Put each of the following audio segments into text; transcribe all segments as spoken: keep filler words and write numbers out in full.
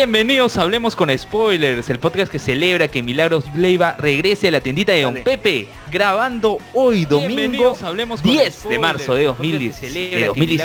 Bienvenidos a Hablemos con Spoilers, el podcast que celebra que Milagros Leiva regrese a la tiendita de Don Dale. Pepe, grabando hoy domingo diez de marzo de dos mil diecisiete,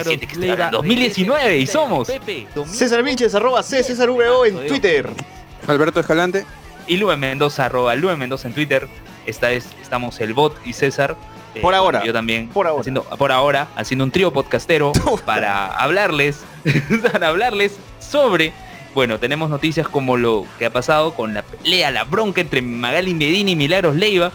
dos mil diecinueve, y somos César Vilches, arroba C César V O en Twitter, Alberto Escalante y Luen Mendoza, arroba Luen Mendoza en Twitter. Esta vez estamos el bot y César. Por eh, ahora. Yo también. Por ahora. Haciendo, por ahora, haciendo un trío podcastero para hablarles, para hablarles sobre... Bueno, tenemos noticias como lo que ha pasado con la pelea, la bronca entre Magali Medina y Milagros Leiva.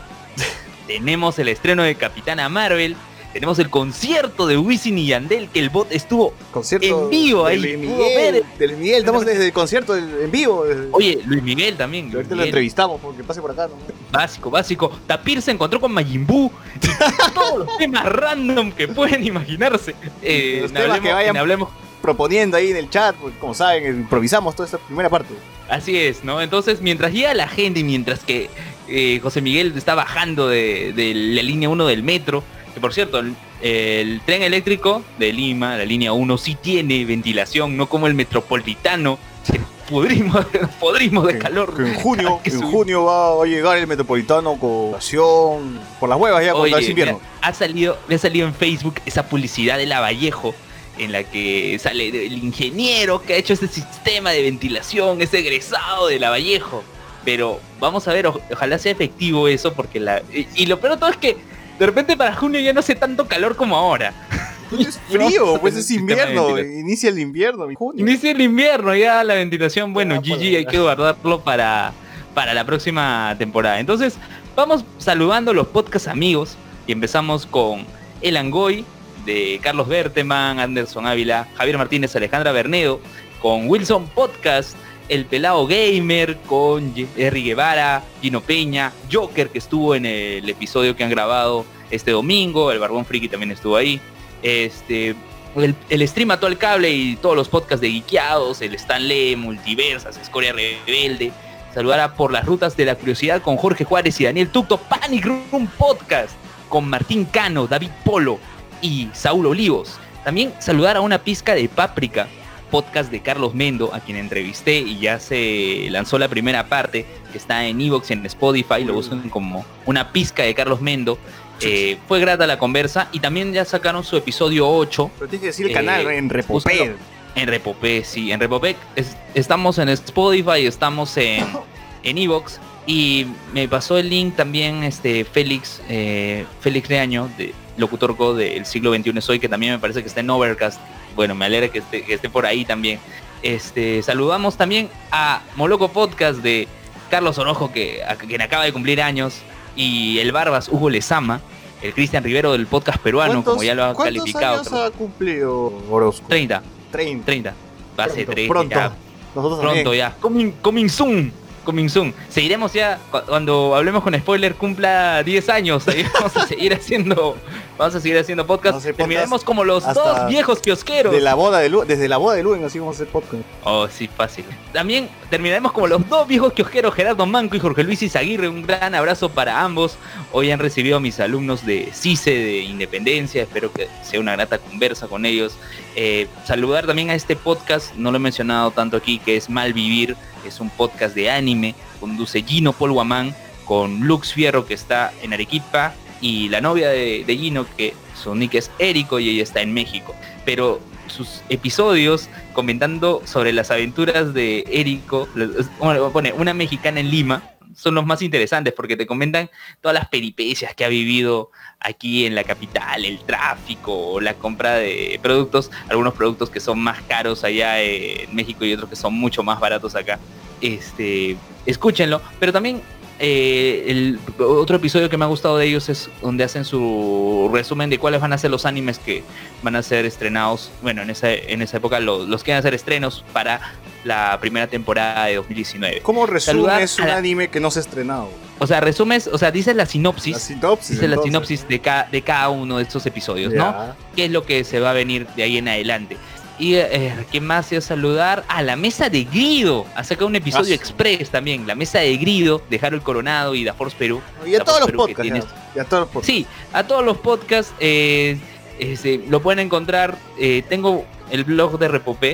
Tenemos el estreno de Capitana Marvel. Tenemos el concierto de Wisin y Yandel, que el bot estuvo concierto en vivo ahí. Luis Miguel, de Luis Miguel, estamos desde el concierto en vivo. Oye, Luis Miguel también. Luis ahorita Miguel. Lo entrevistamos porque pase por acá, ¿no? Básico, básico. Tapir se encontró con Majin Buu. Y todos los temas random que pueden imaginarse. Eh, los temas hablemos, que vayan hablemos. proponiendo ahí en el chat, porque como saben, improvisamos toda esta primera parte. Así es, ¿no? Entonces, mientras llega la gente y mientras que eh, José Miguel está bajando de, de la línea uno del metro, que por cierto, el, el tren eléctrico de Lima, la línea uno, sí tiene ventilación, no como el metropolitano, que podrimos, podrimos de que, calor. Que en junio, que en junio va, va a llegar el metropolitano con acción, por las huevas ya, cuando es invierno. Me ha, ha salido, me ha salido en Facebook esa publicidad de Lavallejo, en la que sale el ingeniero que ha hecho ese sistema de ventilación, ese egresado de Lavallejo. Pero vamos a ver, o, ojalá sea efectivo eso, porque la... Y, y lo peor de todo es que de repente para junio ya no hace tanto calor como ahora. Es frío, pues es invierno, inicia el invierno, junio. Inicia el invierno, ya la ventilación, bueno, G G, hay que guardarlo para, para la próxima temporada. Entonces, vamos saludando a los podcast amigos, y empezamos con El Angoy, de Carlos Berteman, Anderson Ávila, Javier Martínez, Alejandra Bernedo, con Wilson Podcast, El Pelado Gamer, con Jerry Guevara, Gino Peña, Joker, que estuvo en el episodio que han grabado este domingo, el Barbón Friki también estuvo ahí, este, el, el Stream Ató al Cable y todos los podcasts de Geekeados, el Stanley, Multiversas, Escoria Rebelde, saludar a Por las Rutas de la Curiosidad con Jorge Juárez y Daniel Tucto, Panic Room Podcast, con Martín Cano, David Polo y Saúl Olivos. También saludar a Una Pizca de Páprica, podcast de Carlos Mendo, a quien entrevisté y ya se lanzó la primera parte, que está en iVoox, en Spotify, lo buscan como Una Pizca de Carlos Mendo. Eh, fue grata la conversa y también ya sacaron su episodio ocho. Pero tienes que decir el eh, canal, en Repopé. En Repopé, sí, en Repopé. Es, estamos en Spotify, estamos en en iVoox. Y me pasó el link también este Félix, eh, Félix Leaño, de locutor co del siglo veintiuno es hoy, que también me parece que está en Overcast. Bueno, me alegra que esté, que esté por ahí también. Este, saludamos también a Moloco Podcast de Carlos Orojo, que a quien acaba de cumplir años, y el Barbas Hugo Lezama, el Cristian Rivero del podcast peruano, como ya lo ha calificado. ¿Cuántos años ha cumplido Orozco? treinta. treinta. treinta. Va a ser treinta. Pronto. Ya. Nosotros pronto también. ya. Coming, coming soon. Coming soon. Seguiremos ya cuando hablemos con Spoiler cumpla diez años. Ahí vamos a seguir haciendo, vamos a seguir haciendo podcast. Vamos a hacer Terminaremos como los dos viejos kiosqueros. De la boda de Lu, desde la boda de Luen así vamos a hacer podcast. Oh, sí, fácil. También terminaremos como los dos viejos kiosqueros, Gerardo Manco y Jorge Luis Izaguirre. Un gran abrazo para ambos. Hoy han recibido a mis alumnos de CICE de Independencia. Espero que sea una grata conversa con ellos. Eh, saludar también a este podcast, no lo he mencionado tanto aquí, que es Malvivir. Es un podcast de anime, conduce Gino Paul Guamán, con Lux Fierro, que está en Arequipa, y la novia de, de Gino, que su nick es Érico y ella está en México. Pero sus episodios comentando sobre las aventuras de Érico, bueno, pone una mexicana en Lima, son los más interesantes porque te comentan todas las peripecias que ha vivido aquí en la capital, el tráfico, la compra de productos, algunos productos que son más caros allá en México y otros que son mucho más baratos acá. Este, escúchenlo, pero también eh, el otro episodio que me ha gustado de ellos es donde hacen su resumen de cuáles van a ser los animes que van a ser estrenados, bueno, en esa, en esa época los, los que van a ser estrenos para la primera temporada de dos mil diecinueve. ¿Cómo resumes un la... anime que no se ha estrenado? O sea, resumes, o sea, dices la sinopsis. La sinopsis. Dices la sinopsis de cada, de cada uno de estos episodios, yeah. ¿no? ¿Qué es lo que se va a venir de ahí en adelante? Y eh, ¿qué más iba a saludar? A la mesa de Grido. Ha sacado un episodio ah, express también. La mesa de Grido de Harold Coronado y Da Force Perú. Y a todos los podcasts. Ya, ya a todos los podcasts. Sí, a todos los podcasts. Eh, este, lo pueden encontrar. Eh, tengo el blog de Repopé.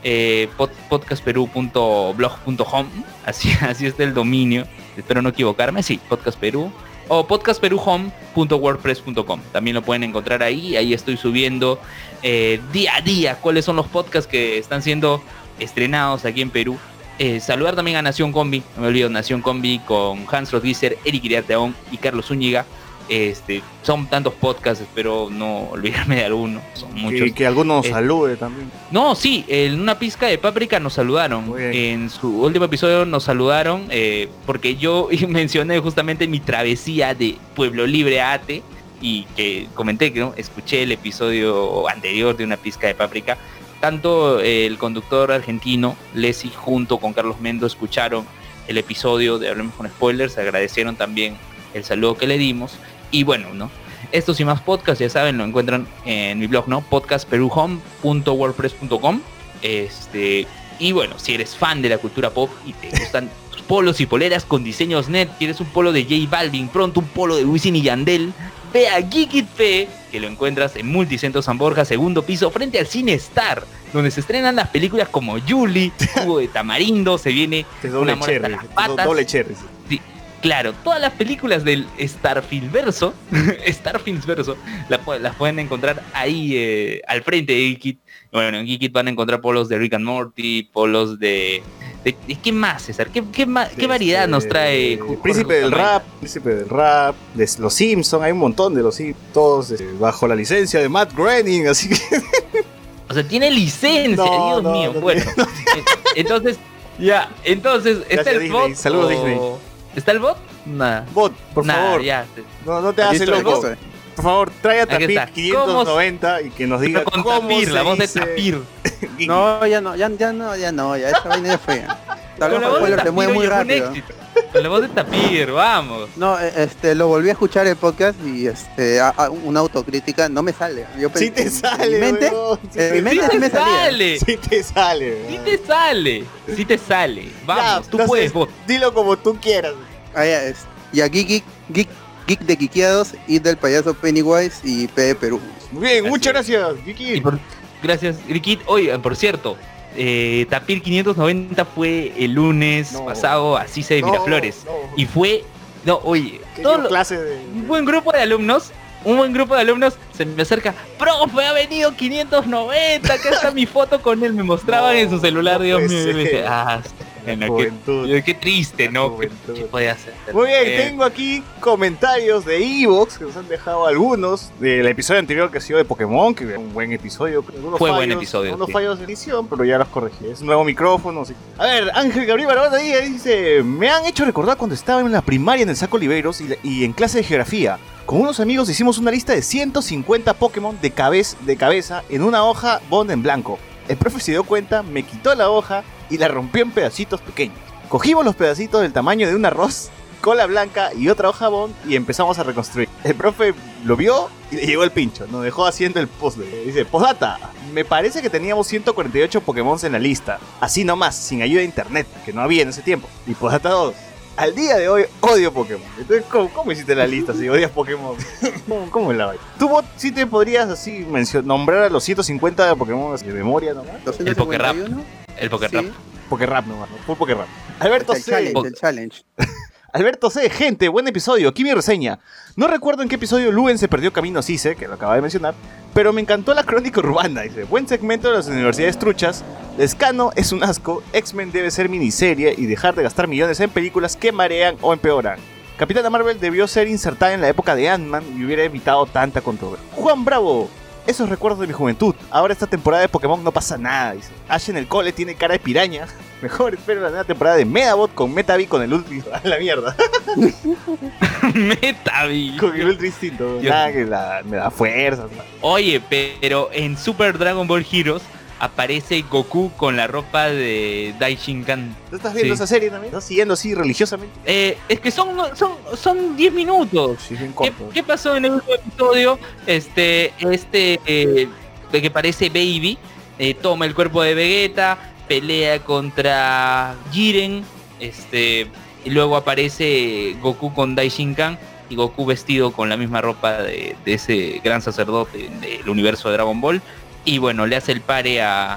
eh, pod, podcast perú punto blog punto com, así, así está el dominio, espero no equivocarme, sí, Podcast Perú, o podcast perú home punto wordpress punto com, también lo pueden encontrar ahí, ahí estoy subiendo eh, día a día cuáles son los podcasts que están siendo estrenados aquí en Perú. Eh, saludar también a Nación Combi, no me olvido, Nación Combi con Hans Rodisser, Eric Iriarteón y Carlos Zúñiga. Este, son tantos podcasts, espero no olvidarme de alguno, son muchos. Y que algunos eh, salude también. No, sí, en una pizca de páprica nos saludaron. En su último episodio nos saludaron eh, porque yo mencioné justamente mi travesía de Pueblo Libre a Ate y que comenté que ¿no? escuché el episodio anterior de una pizca de páprica. Tanto el conductor argentino, Leslie, junto con Carlos Mendo, escucharon el episodio de Hablemos con Spoilers, agradecieron también el saludo que le dimos. Y bueno, ¿no? Estos y más podcasts, ya saben, lo encuentran en mi blog, ¿no? podcast perú home punto wordpress punto com. Este, y bueno, si eres fan de la cultura pop y te gustan tus polos y poleras con diseños net, quieres un polo de J Balvin, pronto un polo de Wisin y Yandel, ve a Geek It Fe, que lo encuentras en Multicentro San Borja, segundo piso, frente al Cine Star, donde se estrenan las películas como Julie, Jugo de Tamarindo, se viene un amor hasta las patas. Doble cherry. Sí. Claro, todas las películas del Starfilmverso, Starfilmverso, las, las pueden encontrar ahí eh, al frente de Geekit. Bueno, en Geekit van a encontrar polos de Rick and Morty, polos de... de, de ¿qué más, César? ¿Qué, qué, más, qué variedad este, nos trae? Jorge Príncipe del Rap, Príncipe del Rap, de Los Simpsons, hay un montón de los Simpsons, todos eh, bajo la licencia de Matt Groening, así que... O sea, tiene licencia, no, Dios no, mío. No, bueno, no. entonces, ya, entonces, Gracias, está el Disney. bot. Saludos, o... Disney. ¿Está el bot? Nada. Bot, por Nah, favor. Ya. No, no te hagas loco. Por favor, trae a Tapir quinientos noventa y que nos diga con cómo Tapir, se la voz de dice... Tapir. No, ya no, ya, ya no, ya no, ya esa vaina ya fue. Con la voz de Tapir, se mueve muy rápido. Con la voz de Tapir, vamos. No, este, lo volví a escuchar el podcast y este, a, a una autocrítica no me sale. Yo pensé, sí te sale, en mi mente, sí en mi mente sí sí me sale. Sí te sale. Sí te sale. Sí te sale. Vamos, ya, tú entonces, puedes, vos. Dilo como tú quieras. Ah, ya, es, y aquí Geek, Geek, Geek de Quiqueados y del payaso Pennywise y P de Perú. Muy bien, gracias. Muchas gracias, Geekit. Por, gracias, Geekit. Oye, por cierto, eh, Tapir quinientos noventa fue el lunes no. pasado a CICE de no, Miraflores. No. Y fue, no, oye, todo clase de... un buen grupo de alumnos, un buen grupo de alumnos se me acerca, profe, ha venido quinientos noventa, acá está mi foto con él, me mostraban no, en su celular, Dios mío, y me dije, ah, bueno, qué, qué triste, ¿no? ¿Qué, ¿Qué podía hacer? Muy bien, eh, tengo aquí comentarios de Evox que nos han dejado algunos del episodio anterior que ha sido de Pokémon, que fue un buen episodio. Fue fallos, buen episodio. Unos sí. fallos de edición, pero ya los corregí. Es un nuevo micrófono. Sí. A ver, Ángel Gabriel Barabata dice: me han hecho recordar cuando estaba en la primaria en el Saco Oliveros y, y en clase de geografía. Con unos amigos hicimos una lista de ciento cincuenta Pokémon de, cabez, de cabeza en una hoja bond en blanco. El profe se dio cuenta, me quitó la hoja y la rompió en pedacitos pequeños. Cogimos los pedacitos del tamaño de un arroz, cola blanca y otra hoja bond y empezamos a reconstruir. El profe lo vio y le llegó el pincho, nos dejó haciendo el puzzle. Dice: postdata, me parece que teníamos ciento cuarenta y ocho Pokémon en la lista, así nomás, sin ayuda de internet, que no había en ese tiempo. Y postdata dos, al día de hoy odio Pokémon. Entonces, ¿cómo, cómo hiciste la lista si odias Pokémon? ¿Cómo, cómo es la vaina? ¿Tú bot sí te podrías así nombrar a los ciento cincuenta de Pokémon de memoria nomás? El Pokérap. El Pokérap. Sí. Pokérap nomás, ¿no? Fue Pokérap. Alberto el C. Challenge, el challenge. Alberto C. Gente, buen episodio. Aquí mi reseña. No recuerdo en qué episodio Luen se perdió camino a CICE, que lo acaba de mencionar, pero me encantó la crónica urbana. Dice: buen segmento de las universidades truchas. Lescano es un asco. X-Men debe ser miniserie y dejar de gastar millones en películas que marean o empeoran. Capitana Marvel debió ser insertada en la época de Ant-Man y hubiera evitado tanta controversia. Juan Bravo: esos recuerdos de mi juventud. Ahora esta temporada de Pokémon no pasa nada, dice. Ash en el cole tiene cara de piraña. Mejor espero la nueva temporada de Medabot con Metavi con el Ultra... A la mierda. Metavi. Con el Ultra Instinto. Nada que la, me da fuerza. Oye, pero en Super Dragon Ball Heroes aparece Goku con la ropa de Daishinkan. ¿Tú estás viendo sí. esa serie también? ¿Estás siguiendo así religiosamente? Eh, es que son son son diez minutos. Sí, bien corto. ¿Qué, ¿Qué pasó en el último episodio? Este, este, eh, que parece Baby, eh, toma el cuerpo de Vegeta, pelea contra Jiren, este, y luego aparece Goku con Daishinkan y Goku vestido con la misma ropa de, de ese gran sacerdote del universo de Dragon Ball. Y bueno, le hace el pare a,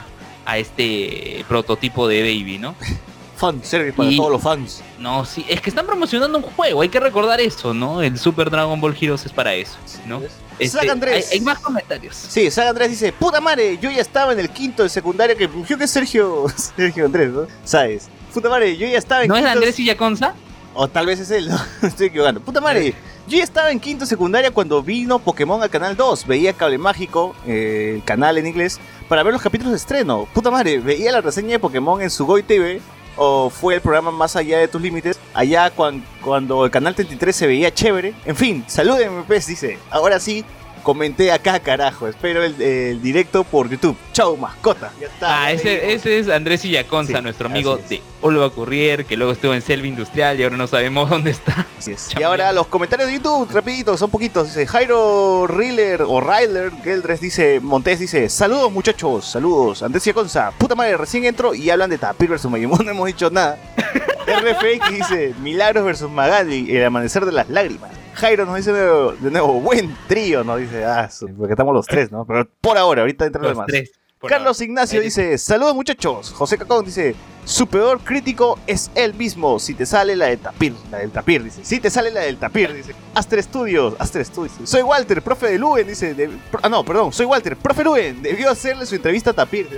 a este prototipo de Baby, ¿no? Fanservice para Y- todos los fans. No, sí, es que están promocionando un juego, hay que recordar eso, ¿no? El Super Dragon Ball Heroes es para eso, ¿no? Este, Saga Andrés. hay, hay más comentarios. Sí, Saga Andrés dice, puta madre, yo ya estaba en el quinto de secundaria que creo que es Sergio, Sergio Andrés, ¿no? ¿Sabes? Puta madre, yo ya estaba en ¿No es quinto... Andrés Illaconza? O tal vez es él, ¿no? Me estoy equivocando. Puta madre, yo ya estaba en quinto de secundaria cuando vino Pokémon al Canal dos. Veía Cable Mágico, eh, el canal en inglés, para ver los capítulos de estreno. Puta madre, veía la reseña de Pokémon en Sugoi T V, o fue el programa Más Allá de Tus Límites, allá cuan- cuando el Canal treinta y tres se veía chévere. En fin, salúdenme, pues, dice. Ahora sí, comenté acá, carajo. Espero el, el directo por YouTube. Chau, mascota. Ya está. Ah, ya ese, leímos. ese es Andrés Illaconza, Sí, nuestro amigo así es. de Olva Courier, que luego estuvo en Selva Industrial y ahora no sabemos dónde está. Así es. Y Chambeando. ahora los comentarios de YouTube, rapidito, son poquitos. Dice Jairo Riller o Ryler Geldres dice, Montes dice, saludos muchachos, saludos. Andrés Conza, puta madre, recién entro y hablan de Tapir versus Mayimón, no hemos dicho nada. R F X dice, Milagros versus Magali, el amanecer de las lágrimas. Jairo nos dice de nuevo, de nuevo, buen trío, nos dice, ah, su- porque estamos los tres, ¿no? Pero por ahora, ahorita entran los Los demás. tres. por Carlos ahora. Ignacio Ahí dice, saludos muchachos. José Cacón dice, su peor crítico es él mismo. Si te sale la del tapir, la del tapir, dice. Si te sale la del tapir, dice. Aster Studios, Aster Studios. Soy Walter, profe de Luen, dice. de- pro- ah, no, perdón, soy Walter, profe Luen. Debió hacerle su entrevista a Tapir.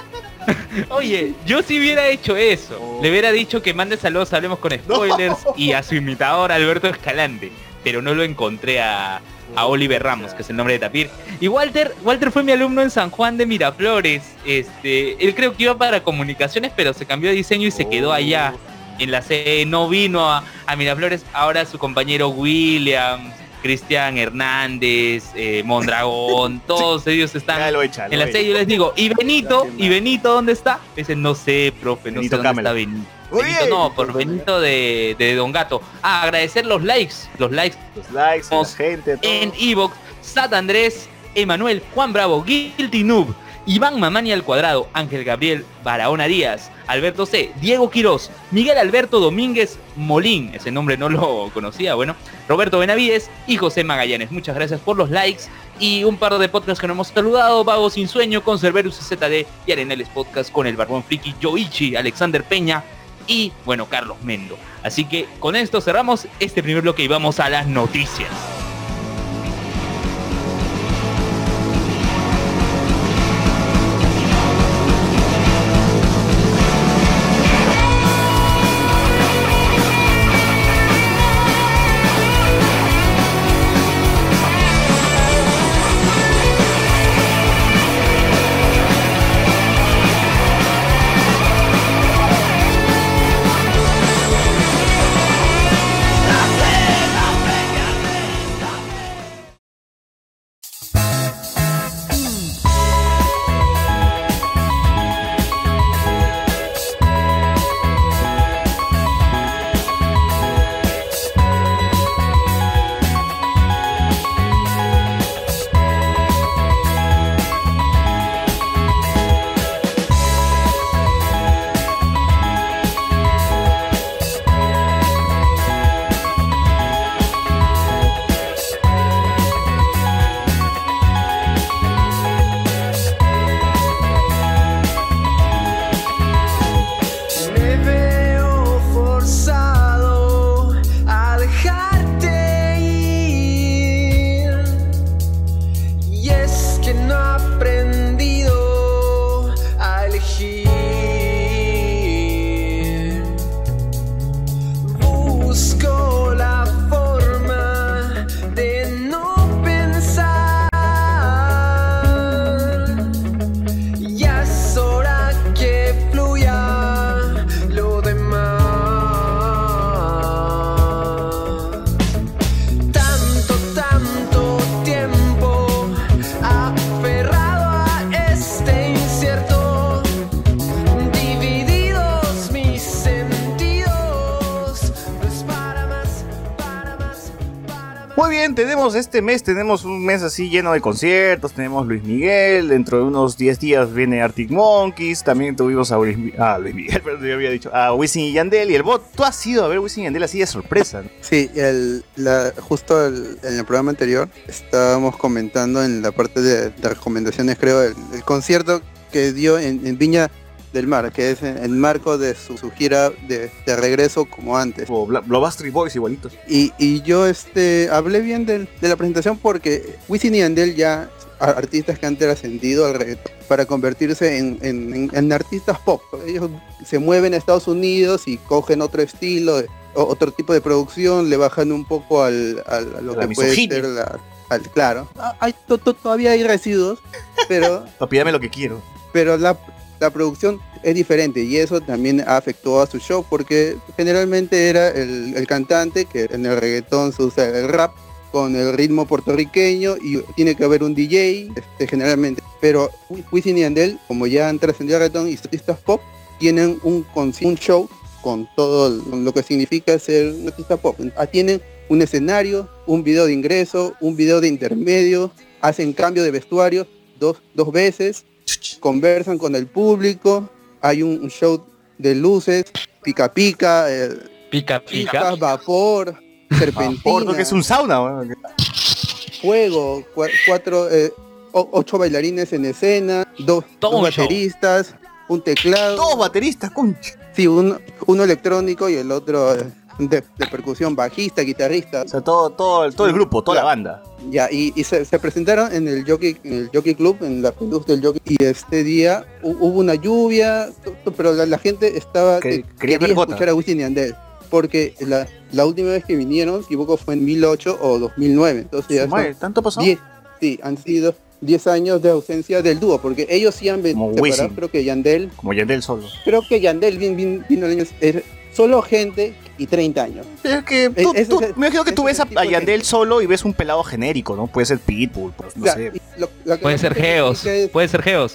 Oye, yo si hubiera hecho eso, No. le hubiera dicho que mande saludos, hablemos con spoilers No. y a su imitador Alberto Escalante, pero no lo encontré a, a Oliver Ramos, que es el nombre de Tapir. Y Walter, Walter fue mi alumno en San Juan de Miraflores. Este, él creo que iba para comunicaciones, pero se cambió de diseño y se quedó allá en la sede, no vino a, a Miraflores. Ahora su compañero William, Cristian Hernández, eh, Mondragón, todos ellos están Ya lo echa, lo en la echa. serie. Yo les digo, ¿y Benito? ¿Y Benito dónde está? Dicen, no sé, profe, no Benito sé dónde Camelo. está Benito. Muy Benito bien. no, por Benito de, de Don Gato. Ah, agradecer los likes, los likes Los likes, la Vamos gente, todo. en Evox, Sat Andrés, Emanuel, Juan Bravo, Guilty Noob, Iván Mamani al cuadrado, Ángel Gabriel Barahona Díaz, Alberto C, Diego Quirós, Miguel Alberto Domínguez Molín, ese nombre no lo conocía, bueno, Roberto Benavides y José Magallanes. Muchas gracias por los likes y un par de podcasts que nos hemos saludado: Vago Sin Sueño con Cerberus Z D y Arenales Podcast con el Barbón Friki, Yoichi, Alexander Peña y, bueno, Carlos Mendo. Así que con esto cerramos este primer bloque y vamos a las noticias. Me veo forzado a dejarte ir, y es que no he aprendido a elegir. Busco la forma de no pensar. Ya es hora que fluya lo demás. Tanto, tanto tiempo aferrado a este incierto, divididos mis sentidos. No es para más, para más, para más. Muy bien, tenemos este mes, tenemos un mes así lleno de conciertos, tenemos Luis Miguel, dentro de unos diez días viene Arctic Monkeys, también tuvimos a Luis, Mi- ah, Luis Miguel, perdón, yo había dicho, a Wisin y Yandel y el bot. Tú has ido a ver Wisin y Yandel así de sorpresa, ¿no? Sí, el, la, justo el- en el programa anterior estábamos comentando en la parte de, de recomendaciones, creo, el, el concierto que dio en, en Viña del Mar, que es en el marco de su, su gira de, de regreso como antes. O Bla- Blockbuster Boys igualitos. Y, y yo este hablé bien del- de la presentación porque Wisin y Yandel ya a- artistas que han trascendido al reggaetón para convertirse en, en- en- en artistas pop. Ellos se mueven a Estados Unidos y cogen otro estilo, de- o- otro tipo de producción, le bajan un poco al, al- a lo La que puede misoginia. ser la... al- claro, Ah, hay, to- to- todavía hay residuos, pero Papi, dame lo que quiero. pero la, la producción es diferente y eso también afectó a su show porque generalmente era el, el cantante, que en el reggaetón se usa el rap con el ritmo puertorriqueño y tiene que haber un D J este, generalmente, pero Wisin y Yandel, como ya han trascendido el reggaetón y son artistas pop, tienen un, conci- un show con todo el- con lo que significa ser un artista pop. Ah, tienen un escenario, un video de ingreso, un video de intermedio, hacen cambio de vestuario dos, dos veces, conversan con el público, hay un, un show de luces, pica pica, eh, Pica, pica. chispas, vapor, serpentina, Por lo que es un sauna, weón. fuego, cua- cuatro, eh, o- ocho bailarines en escena, dos, Todo dos un show. bateristas, un teclado, Todos bateristas, concha. sí, uno, uno electrónico y el otro eh, de, de percusión, bajista, guitarrista. O sea, todo, todo, todo el grupo, toda la banda. Ya, y, y se, se presentaron en el Jockey, en el Jockey Club, en la luz del Jockey, y este día hu- hubo una lluvia, to- to- pero la, la gente estaba Que- que, quería quería ver gota. escuchar a Wisin y Yandel, porque la, la última vez que vinieron, si equivoco, fue en mil ocho o dos mil nueve, entonces ya Madre, son ¿tanto pasó? diez, sí, han sido diez años de ausencia del dúo, porque ellos sí han Como venido Wisin. creo que Yandel, Como Yandel solo. creo que Yandel vin- vin- vino el año, es solo gente y treinta años. Es que tú, ese tú- es el- me imagino que tú ese ves es a, el tipo a de Yandel gente. solo y ves un pelado genérico, ¿no? Puede ser Pitbull, pues, no O sea, sé. y lo- lo que Puede la ser gente Geos. dice es- Puede ser Geos.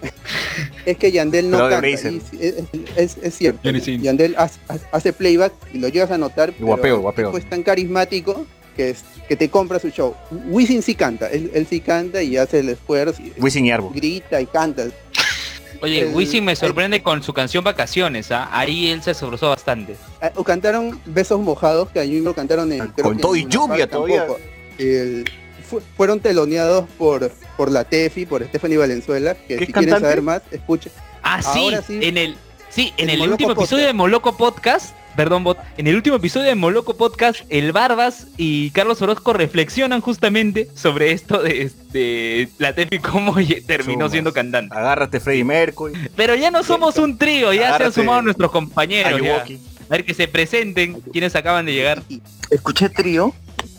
es que Yandel no Pero de canta, Bracer. y sí, es, es- es cierto. Johnny Sins. Yandel hace, hace playback y lo llegas a notar, pero guapeo, el guapeo. tipo es tan carismático que, es, que te compra su show. Wisin sí canta, él, él sí canta y hace el esfuerzo, y Wisin y Arbo. grita y canta. Oye, El- Wisin me el- sorprende con su canción Vacaciones, ¿ah? Ahí él se esforzó bastante. Ah, o cantaron Besos Mojados, que allí lo cantaron en... creo Con que todo en y Luna lluvia Park todavía. tampoco. El- fu- fueron teloneados por, por la Tefi, por Stephanie Valenzuela, que ¿Qué si quieren cantante? saber más, escuchen. Ah, sí, Ahora sí. en el sí, en El el, Moloco último episodio Podcast. de Moloco Podcast, perdón, bot, en el último episodio de Moloco Podcast, el Barbas y Carlos Orozco reflexionan justamente sobre esto de este la Tefi cómo ye- terminó Sumas. siendo cantante. Agárrate Freddie Mercury. Pero ya no somos un trío, ya se han Agárrate sumado nuestros compañeros. ya. Ayuwoki. A ver que se presenten quienes acaban de llegar. Escuché trío.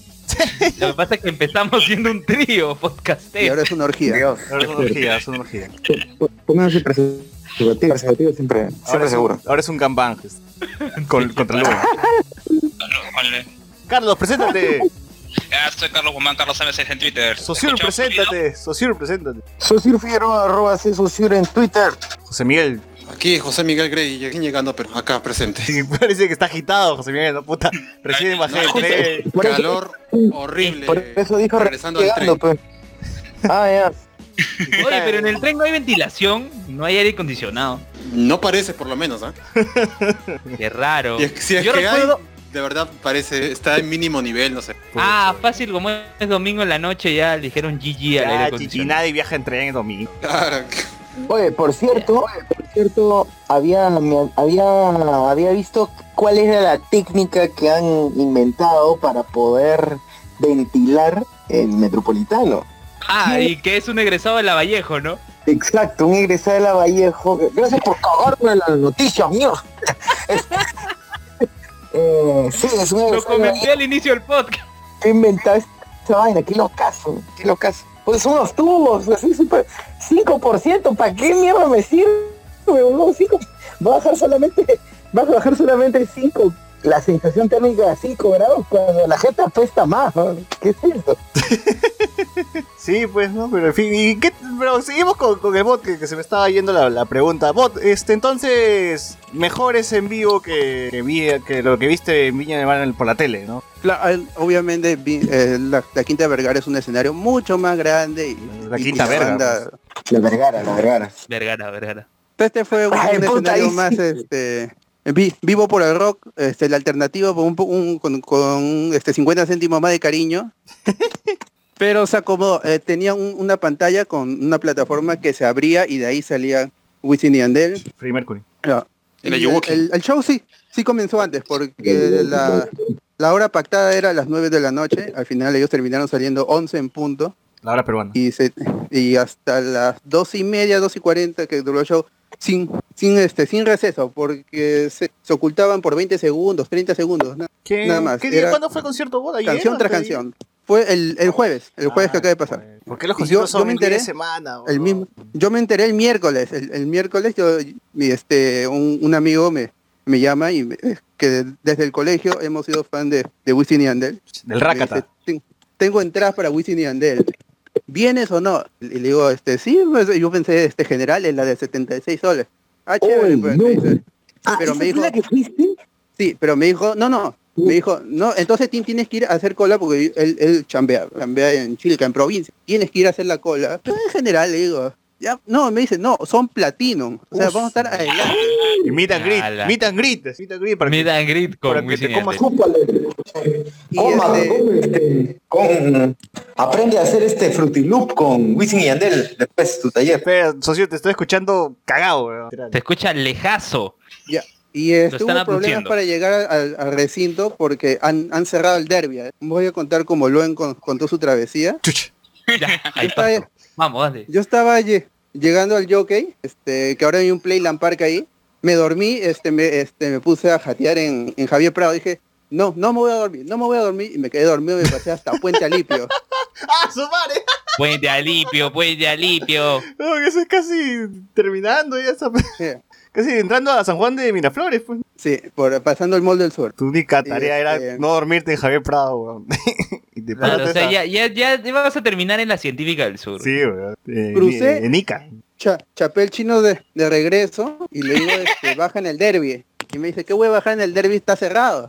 Lo que pasa es que empezamos siendo un trío Y podcastero. ahora es una orgía. Dios. Ahora es una orgía, es una orgía. Pónganse preservativo, preservativo siempre, Ahora siempre es seguro. un, ahora es un gangbang. Con, contra el Luna. Carlos, preséntate. Ya soy Carlos Guzmán, Carlos M seis en Twitter. Sociur, ¿Escuchamos preséntate. Sociur, preséntate. Sociur Figueroa, arroba C Sociur en Twitter. José Miguel. Aquí José Miguel Grey, llegué llegando, pero acá presente. Sí, parece que está agitado, José Miguel, ¿no? Puta. Recién bajé el tren. Por eso- Calor horrible. Por eso dijo regresando al llegando, tren. pues. Ah, ya. Oye, pero en el tren no hay ventilación, no hay aire acondicionado. No parece, por lo menos, ¿ah? Qué raro. Y es que si es Yo que recuerdo... hay, de verdad parece, está en mínimo nivel, no sé. Ah, fácil, como es domingo en la noche ya le dijeron G G al aire Ya, chichi, acondicionado. nadie viaja en tren domingo. Claro. Oye, por cierto, por cierto, había, me- había, había visto cuál era la técnica que han inventado para poder ventilar el Metropolitano. Ah, y que es un egresado de Lavallejo, ¿no? Exacto, un egresado de la Vallejo. Gracias por cagarme las noticias, mío. eh, sí, es un Lo egresado de la comenté al inicio del podcast. que inventado esta vaina, qué locazo, qué locazo. Pues son unos tubos, así súper, cinco por ciento, ¿para qué mierda me sirve? Uno, cinco, va a bajar solamente, va a bajar solamente cinco, la sensación térmica de cinco grados cuando la gente apesta más, ¿no? ¿Qué es eso? Sí, pues, ¿no? Pero en fin, ¿y qué? Pero seguimos con, con el bot, que, que se me estaba yendo la, la pregunta. Bot, este, entonces, mejor es en vivo que, que, vi- que lo que viste en Viña del Mar en- por la tele, ¿no? La- el- obviamente vi- eh, la, la Quinta Vergara es un escenario mucho más grande y La y- Quinta y Verga, banda- La Vergara, la Vergara. Vergara, Vergara. Este fue un, Ay, un puta, escenario ahí más sí. este vi- vivo por el rock, este el alternativo con un, po- un- con, con, este cincuenta céntimos más de cariño. Pero se acomodó, eh, tenía un- una pantalla con una plataforma que se abría y de ahí salía Wisin y Yandel. Freddie Mercury. No. El Y Ayuwoki. el, el show sí, sí comenzó antes, porque la, la hora pactada era a las nueve de la noche, al final ellos terminaron saliendo once en punto, La hora peruana. y se y hasta las dos y media, dos y cuarenta que duró el show, sin, sin este, sin receso, porque se, se ocultaban por veinte segundos, treinta segundos, ¿no? ¿Qué, nada más, ¿qué día, era ¿Cuándo fue el concierto vos? ¿Ayer? Canción tras ¿Antes de canción. Fue el, el jueves, el jueves que acaba de pasar. ayer? ¿Por qué los Y conciertos yo- yo son me en día de enteré semana? El bro? mismo, yo me enteré el miércoles, el, el miércoles yo, mi, este, un, un amigo me, me llama y me- es que desde el colegio hemos sido fan de, de Wisin y Yandel. Del Me Rácata. dice, "Ten- tengo entradas para Wisin y Yandel. ¿Vienes o no?" Y le digo, este, sí, pues, yo pensé, este general es la de setenta y seis soles. Ah, chévere, Uy, pues, no. me dice. Ah, Pero ¿esa me fue dijo, la que fuiste? sí, pero me dijo, no, no, me dijo, no, entonces ti- tienes que ir a hacer cola porque él, él chambea, chambea en Chilca, en provincia. Tienes que ir a hacer la cola. Pero en general le digo, ya, no, me dice, no, son platinum. O sea, Uf. vamos a estar adelante. Y meet and greet. Ala. Meet and greet. Meet and greet para que- Meet and greet para con que te Wisin y comas Yandel. Cúpale. Y Coma, este- come, este, con, aprende a hacer este Fruity Loop con Wisin y Yandel después tu taller. Espera, socio, te estoy escuchando cagado, weón. Te escucha lejazo. Ya. Y este, Lo están hubo problemas abduciendo. para llegar al, al recinto porque han, han cerrado el derby. ¿eh? Voy a contar cómo Luen con- contó su travesía. Chucha. Ya, ahí Está paso. bien. Vamos, dale. Yo estaba lle- llegando al jockey, este, que ahora hay un Playland Park ahí. Me dormí, este, me, este, me puse a jatear en, en Javier Prado. Dije, no, no me voy a dormir, no me voy a dormir. Y me quedé dormido y me pasé hasta Puente Alipio. ¡Ah, su madre! Puente Alipio, Puente Alipio. No, que eso es casi terminando ya está. Sí, Casi entrando a San Juan de Miraflores, pues. sí, por, pasando el Mall del Sur. Tu única tarea Y, era este- no dormirte en Javier Prado, weón. Y te Claro, pasaste o sea, esa- ya, ya, ya vas a terminar en la científica del sur. Sí, weón. Eh, Crucé. En Ica. Cha, chapé el chino de, de regreso y le digo, este, baja en el derby. Y me dice, ¿qué voy a bajar en el derby? Está cerrado.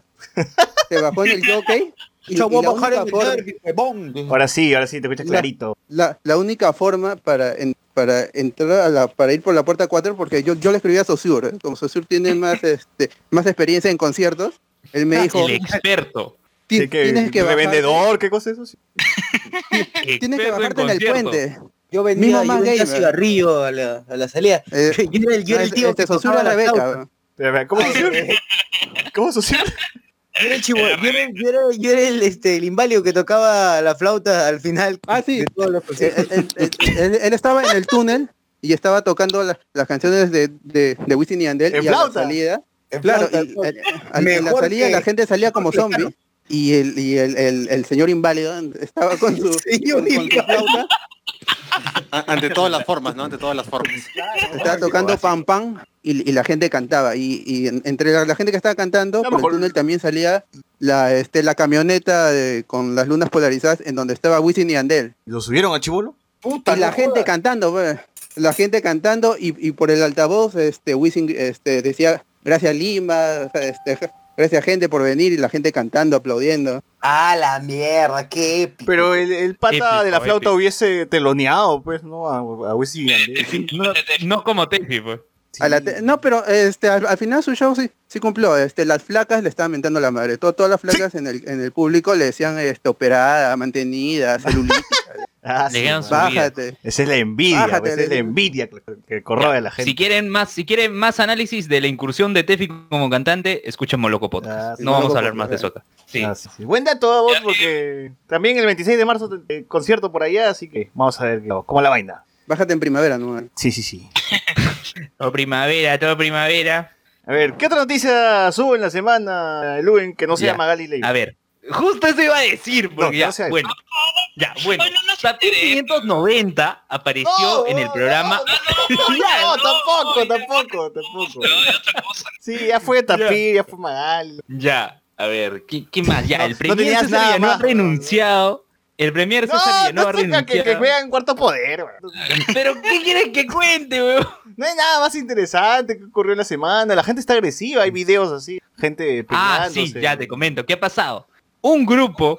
Se bajó en el jockey. Y, Yo y voy a la, bajar única en el forma, derby, huevón. Ahora sí, ahora sí, te escuchas La- clarito. la, la única forma para, en- para entrar a la, para ir por la puerta cuatro, porque yo, yo le escribí a Saussure, ¿eh? Como Saussure tiene más, este, más experiencia en conciertos, él me dijo, El experto. "Ti- Sí, que tienes que bajarte, revendedor, ¿qué cosa es eso? Sí. tienes que Experto bajarte en el concierto. puente. Yo vendía, Mismo yo más vendía gamer. cigarrillo a la, a la salida. Eh, yo era el, yo era el tío este que Saussure tocaba es la Rebeca. flauta. Espera, espera, ¿Cómo socio? ¿Cómo socio? Yo era el chivo, yo era, yo era, yo era el, este, el inválido que tocaba la flauta al final. Ah, sí. de todos los Él, conciertos. él- él- él- él estaba en el túnel y estaba tocando la- las canciones de, de, de Wisin y Yandel, ¿En y a la flauta? salida, En claro, flauta, y, flauta. eh, al- en la Mejor salida que- la gente salía como mejor que zombie y el, y el, el, el señor inválido estaba con su, Señor con, con su inválido. flauta, A- Ante todas las formas, ¿no? Ante todas las formas. estaba tocando pam pam y, y la gente cantaba y, y en- entre la, la gente que estaba cantando No, por el mejor- túnel también salía la este la camioneta de- con las lunas polarizadas en donde estaba Wisin y Yandel ¿Lo subieron a Chibolo? Puta, y la no gente jodas. cantando pues, la gente cantando y, y por el altavoz este Wisin este decía gracias Lima, este, gracias gente por venir y la gente cantando, aplaudiendo. Ah, la mierda, qué épico. Pero el, el pata Épico, de la flauta épico. hubiese teloneado, pues, ¿no? A, a Wisin y Yandel. No, no como Tefi, pues. A la te- no, pero este al, al final su show sí, sí cumplió. Este, las flacas le estaban mentando la madre. Todo- todas las flacas en el en el público le decían este, operada, mantenida, celulítica. Ah, Le sí, dieron man. su vida. Bájate. Esa es la envidia, Bájate, pues, esa es la le- envidia que, que corroe a la gente. Si quieren más, si quieren más análisis de la incursión de Tefi como cantante, escuchen Moloco Podcast. Ah, sí, no vamos Moloco a hablar más de eso Podcast. acá. Sí. Ah, sí, sí. Buen dato a vos, porque también el veintiséis de marzo eh, concierto por allá, así que vamos a ver qué- cómo la vaina. Bájate en primavera, ¿no? Sí, sí, sí. Todo primavera, todo primavera. A ver, ¿qué otra noticia sube en la semana, Luen, que no sea Ya. Magali Ley? A ver, justo eso iba a decir, porque No, ya, no sea- bueno, ya, bueno, Ay, no, no se Tapir entere. quinientos noventa apareció en el programa. No, tampoco, tampoco, tampoco. No, otra cosa. Sí, ya fue Tapir, ya fue Magali. Ya, a ver, ¿qué, qué más? Ya, No, el no premier tenías César nada Villanueva ha más. renunciado. El premier No, César Villanueva no ha toca que, renunciado. que juegan cuarto poder, weón. Pero ¿qué quieres que cuente, weón? No hay nada más interesante que ocurrió en la semana. La gente está agresiva, hay videos así, gente Ah, peleándose. sí, ya te comento. ¿Qué ha pasado? Un grupo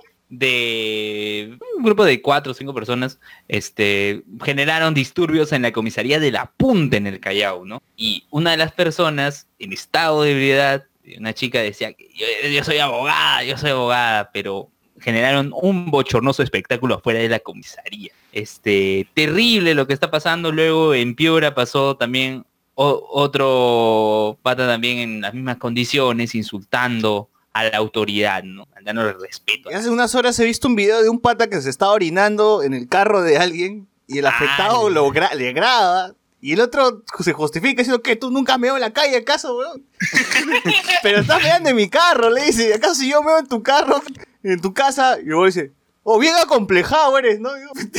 de un grupo de cuatro o cinco personas este generaron disturbios en la comisaría de La Punta en el Callao, ¿no? Y una de las personas en estado de ebriedad, una chica decía que yo, yo soy abogada, yo soy abogada, pero generaron un bochornoso espectáculo afuera de la comisaría. Este, terrible lo que está pasando. Luego en Piura pasó también o, otro pata también en las mismas condiciones, insultando a la autoridad, ¿no? Dándole respeto. Hace unas horas he visto un video de un pata que se estaba orinando en el carro de alguien y el afectado Ah, lo gra- le graba. Y el otro se justifica diciendo que tú nunca meo en la calle, ¿acaso, weón? Pero estás meando en mi carro, le dice. ¿Acaso si yo meo en tu carro, en tu casa? Y luego dice, oh, bien acomplejado eres, ¿no?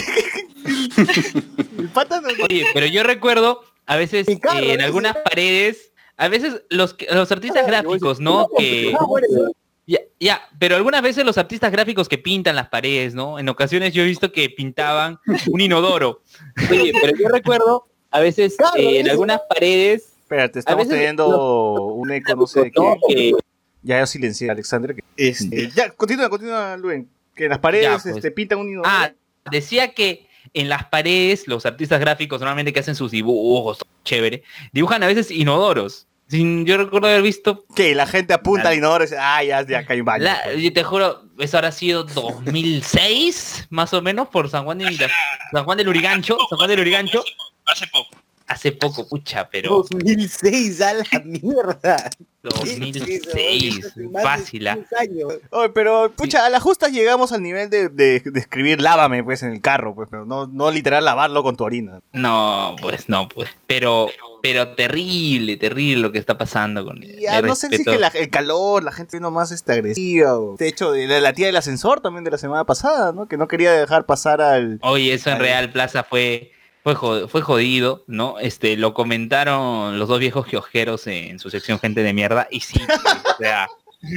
El pata no... Oye, pero yo recuerdo, a veces Mi carro, eh, en ¿no? algunas paredes, a veces los, que- los artistas gráficos, ¿no? Que... Ya, ya, pero algunas veces los artistas gráficos que pintan las paredes, ¿no? En ocasiones yo he visto que pintaban un inodoro. Oye, pero yo recuerdo, a veces Claro, eh, en eso. algunas paredes... Espérate, estamos veces teniendo un eco, no sé de ¿no? qué. Que- Ya yo silencié a Alexander. Que, este, ya, continúa, continúa, Luen. Que en las paredes Ya, pues. este, pintan un inodoro. Ah, decía que en las paredes los artistas gráficos normalmente que hacen sus dibujos, chévere, dibujan a veces inodoros. Sin, yo recuerdo haber visto, Que la gente apunta La- al inodoro y dice, ah, ya, ya acá hay un baño. la- yo te juro, eso habrá sido dos mil seis, más o menos, por San Juan de Mira- San Juan del Urigancho, San Juan del Urigancho, Hace poco. hace poco, pucha, pero dos mil seis a la mierda. dos mil seis, fácil, ¿ah? Oye, pero, pucha, a las justas llegamos al nivel de, de, de escribir lávame, pues, en el carro, pues, pero no, no literal lavarlo con tu orina. No, pues no, pues, pero, pero terrible, terrible lo que está pasando con Y el ya, no sé si es respeto. que la- el calor, la gente vino más este, agresiva. O, de hecho, de la, la tía del ascensor también de la semana pasada, ¿no? Que no quería dejar pasar al... Oye, eso en Ay. Real Plaza fue fue jod- fue jodido, ¿no? Este, lo comentaron los dos viejos kiosqueros en su sección Gente de Mierda, y sí, pues, o sea,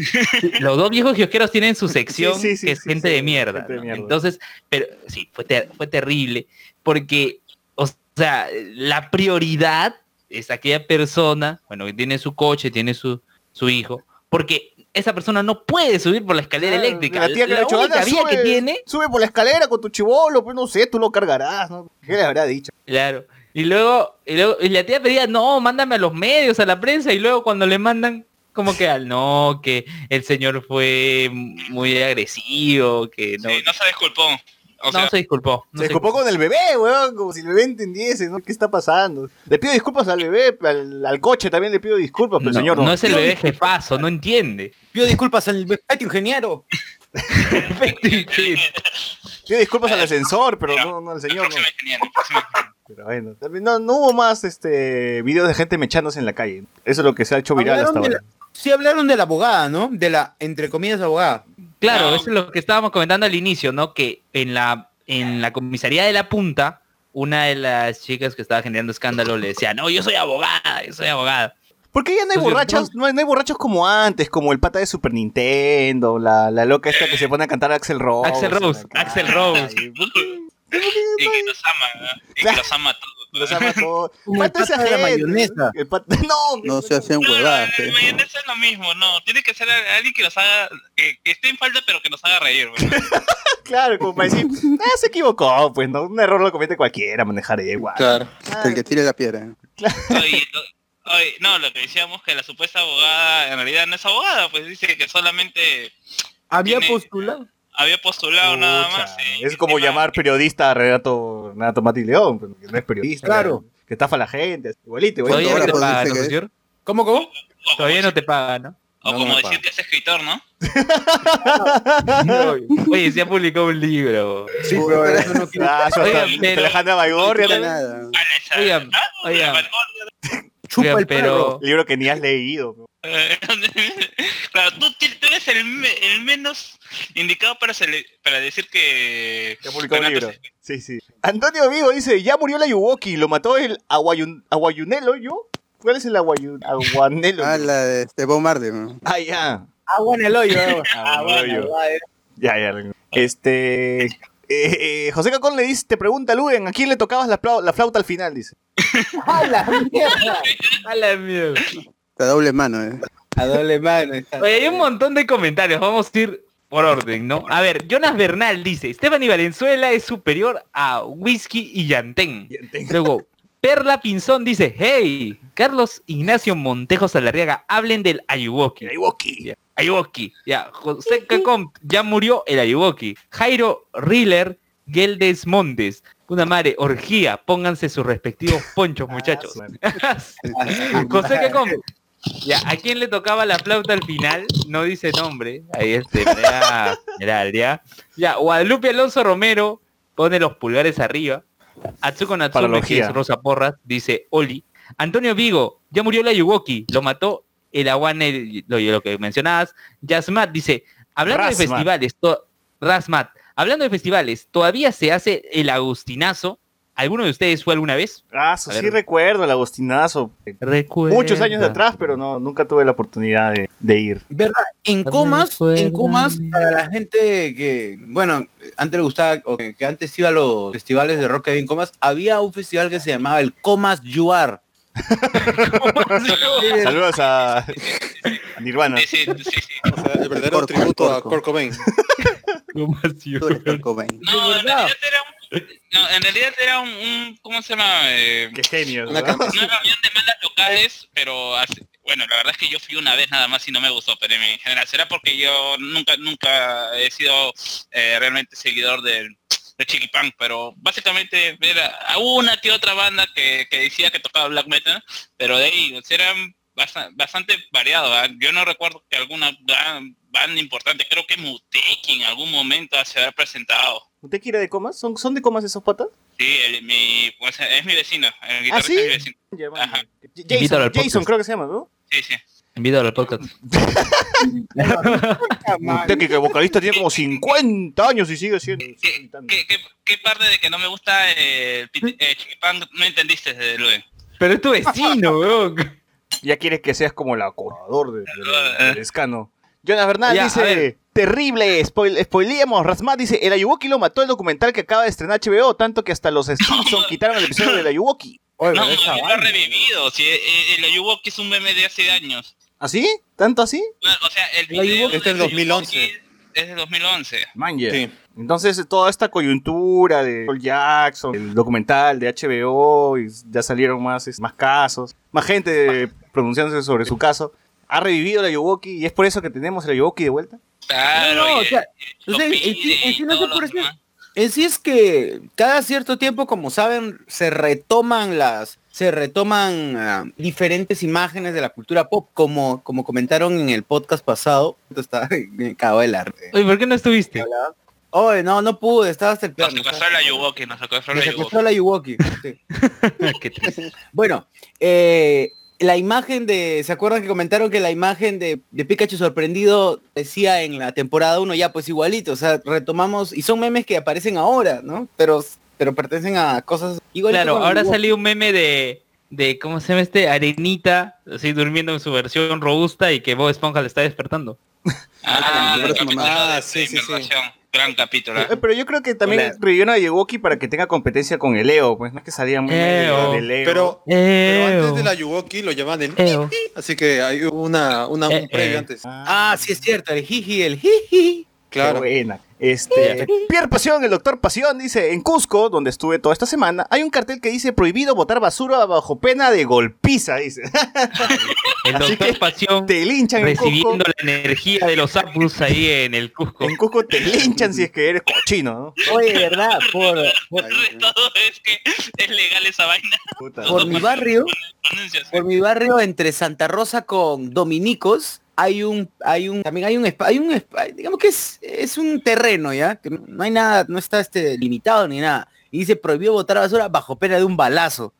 los dos viejos kiosqueros tienen su sección Sí, sí, sí, que es sí, Gente sí, de Mierda, Gente de ¿no? Mierda. Entonces, pero sí, fue, ter- fue terrible, porque, o sea, la prioridad es aquella persona, bueno, que tiene su coche, tiene su, su hijo, porque esa persona no puede subir por la escalera Claro, eléctrica. La tía que le la ha dicho, única "Anda, vía sube, que tiene, sube por la escalera con tu chivolo, pues no sé, tú lo cargarás, ¿no? ¿Qué le habrá dicho? claro. Y luego, y luego y la tía pedía, no, mándame a los medios, a la prensa, y luego cuando le mandan, como que al no, que el señor fue muy agresivo, que no, Sí, no se disculpó. O no sea, se disculpó. no Se disculpó con el bebé, weón, como si el bebé entendiese, ¿no? ¿Qué está pasando? Le pido disculpas al bebé, al, al coche también le pido disculpas, pero no, el señor no. no es el bebé jefazo, no entiende. Pido disculpas al petio ingeniero. Pido disculpas al ascensor, pero no, no al el señor, no. próximo ingeniero, el próximo ingeniero. Pero bueno, también no, no hubo más este videos de gente mechándose en la calle. Eso es lo que se ha hecho viral hasta Hablaron de ahora. la- Sí hablaron de la abogada, ¿no? De la, entre comillas, abogada. Claro, No. eso es lo que estábamos comentando al inicio, ¿no? Que en la, en la comisaría de La Punta, una de las chicas que estaba generando escándalo le decía, no, yo soy abogada, yo soy abogada. Porque ya no hay Entonces, borrachos, no hay, no hay borrachos como antes, como el pata de Super Nintendo, la, la loca esta que se pone a cantar Axel Rose. Axel en la Rose, calle. Axel Rose. ¿Por qué? Y que nos ama, ¿no? Y que los ama a todos. Los ama todos. Como el Falta esa pata de la gente, mayonesa. el pata- No, No se hacen No, huevadas. el eh. mayonesa es lo mismo, no. Tiene que ser alguien que nos haga, que, que esté en falta pero que nos haga reír, güey. claro, como para decir, ah, se equivocó, pues no, un error lo comete cualquiera, manejaré igual. Claro. El que tire la piedra. Oye, no, oye, no, lo que decíamos que la supuesta abogada en realidad no es abogada, pues dice que solamente Había Tiene- postulado. había postulado nada Pucha, más. y- es como y llamar periodista a Renato, Renato Mati León, pues, que no es periodista. Claro. Que estafa a la gente, igualito, igualito. Todavía no ahora te podemos paga, decir ¿no, que es- señor? ¿Cómo, cómo? o como Todavía no decir- te paga, ¿no? O No, como no me decir paga. que es escritor, ¿no? Oye, se ha publicado un libro. Sí, pero eso no quiere- Ah, eso Oigan, está- pero- Alejandra Baigorria, No ¿no? nada. Oigan, Ah, oigan. Chupa Oigan, el perro. libro que ni has leído. ¿no? Eh, claro, tú, ti- tú eres el, me- el menos indicado para, sele- para decir que... Que ha publicado un Renato libro. es- Sí, sí. Antonio Vigo dice, ya murió la Yuwoki, lo mató el aguayun, aguayunelo, ¿yo? ¿Cuál es el aguayun, aguanelo? Ah, la de este Bob Marley, ¿no? Ah, ya. Agua en el hoyo. Ah, bueno, Ya, ya. Este... eh, eh, José Cacón le dice, te pregunta Luen, ¿a quién le tocabas la, flau- la flauta al final? Dice. ¡A la mierda! A la mierda. La doble mano, ¿eh? A doble mano. Oye, hay un montón de comentarios, vamos a ir por orden, ¿no? A ver, Jonas Bernal dice, Esteban y Valenzuela es superior a Whisky y Yantén. Luego, Perla Pinzón dice, hey, Carlos Ignacio Montejo Salarriaga, hablen del Ayuwoki. Yuwoki. Ayuwoki. Ya, José Cacom, ya murió el Ayuwoki. Jairo Riller, Geldes Montes. Una madre, orgía, pónganse sus respectivos ponchos, muchachos. José Cacom, ya, ¿a quién le tocaba la flauta al final? No dice nombre. Ahí este, ya, ya, ya. Ya, Guadalupe Alonso Romero pone los pulgares arriba. Atsuko Natsume, que es Rosa Porras, dice Oli. Antonio Vigo, ya murió la Ayuwoki, lo mató el Aguane, lo, lo que mencionabas. Yasmat dice, hablando Rasmat. de festivales, to- Rasmat, hablando de festivales, ¿todavía se hace el Agustinazo? ¿Alguno de ustedes fue alguna vez? Ah, eso A sí ver. recuerdo, el Agustinazo. Recuerda. Muchos años de atrás, pero no, nunca tuve la oportunidad de, de ir. ¿Verdad? En Comas, en Comas, para la gente que, bueno, antes le gustaba, o que, que antes iba a los festivales de rock que había en Comas, había un festival que se llamaba el Comas Yuar. Saludos a, a Nirvana. Sí, sí, sí, sí. O sea, el verdadero Corco, tributo a corco. Kurt Cobain. ¿Cómo así? Tú eres Kurt Cobain. No, en realidad era un, no, en realidad era un, un- ¿cómo se llama? Eh, Qué genio. Una ¿no? cantidad. una reunión de bandas locales, pero hace- bueno, la verdad es que yo fui una vez nada más y no me gustó, pero en general será porque yo nunca nunca he sido eh, realmente seguidor del de Chiqui Punk, pero básicamente era a una que otra banda que, que decía que tocaba black metal, pero de ahí o sea, eran bastante, bastante variados. ¿Verdad? Yo no recuerdo que alguna gran banda importante, creo que Muteki en algún momento se habrá presentado. ¿Usted quiere de Comas? ¿Son, ¿Son de Comas esos patas? Sí, el- mi, pues, es mi vecino, el guitarrista ¿sí? es mi vecino. Ya, man. Ajá. Invítalo Jason, al podcast. Jason creo que se llama, ¿no? Sí, sí. Invítalo al podcast. Usted que, que el vocalista tiene como cincuenta años y sigue siendo... sigue ¿Qué, gritando. qué, qué, qué parte de que no me gusta eh, el pit- eh, Chiqui Punk no entendiste desde luego? Pero es tu vecino, weón. Ya quieres que seas como el acordador de, de- de- del escano. Jonas Bernal Ya, a dice, ver. terrible, spoil, spoileemos. Rasmat dice, el Ayuwoki lo mató el documental que acaba de estrenar H B O, tanto que hasta los Simpsons quitaron el episodio del Ayuwoki. Oye, No, pero esa lo ha vaina. revivido. Si, eh, el Ayuwoki es un meme de hace años. ¿Así? ¿Tanto así? Bueno, o sea, el El video Ayuwoki es del del dos mil once. Ayuwoki es de dos mil once. Man, yeah. Sí. Entonces toda esta coyuntura de Paul Jackson, el documental de H B O, y ya salieron más, es- más casos, más gente pronunciándose sobre su caso, ha revivido el Ayuwoki y es por eso que tenemos el Ayuwoki de vuelta. Claro, No, no, y- o sea, y o sea, en Topide sí- en y sí no sé todos por los qué. demás. En sí es que cada cierto tiempo, como saben, se retoman las, se retoman ah, diferentes imágenes de la cultura pop, como, como comentaron en el podcast pasado. Está me cago el arte. Oye, ¿por qué no estuviste? Oye, no, no pude, estaba hasta el Nos piano. secuestró el Ayuwoki, nos secuestró el Me Ayuwoki. secuestró la Ayuwoki. Sí. Qué triste. Bueno, eh, la imagen de, ¿se acuerdan que comentaron que la imagen de, de Pikachu sorprendido decía en la temporada uno ya pues igualito? O sea, retomamos, y son memes que aparecen ahora, ¿no? Pero, pero pertenecen a cosas igualitas. Claro, con ahora Ayuwoki. salió un meme de, de, ¿cómo se llama este? Arenita, así durmiendo en su versión robusta y que Bob Esponja le está despertando. Ah, el pero es capítulo mamá. de- Ah, sí, de sí, sí. invernación. Gran capítulo. Eh, Pero yo creo que también Hola. revivieron a Ayuwoki para que tenga competencia con el Leo, pues no es que salía muy Eo. de Leo. Pero, pero antes Eo. de la Yuwoki lo llamaban el Eo. así que hay una, una, un Eh, previo eh. antes. Ah, sí es cierto, el jiji, el jiji. Claro. Qué buena. Este, Pierre Pasión, el doctor Pasión, dice, en Cusco, donde estuve toda esta semana, hay un cartel que dice prohibido botar basura bajo pena de golpiza, dice. El Así doctor que Pasión Te linchan en Cusco. recibiendo la energía de los Apus ahí en el Cusco. En Cusco te linchan si es que eres cochino, ¿no? Oye, ¿verdad? Por, por, Todo es que es legal esa vaina. Puta. por mi barrio, Pronuncias. por mi barrio entre Santa Rosa con Dominicos, hay un, hay un, también hay un, espa- hay un, espa- digamos que es, es un terreno, ¿ya? Que no no hay nada, no está este limitado ni nada. Y dice prohibido botar basura bajo pena de un balazo.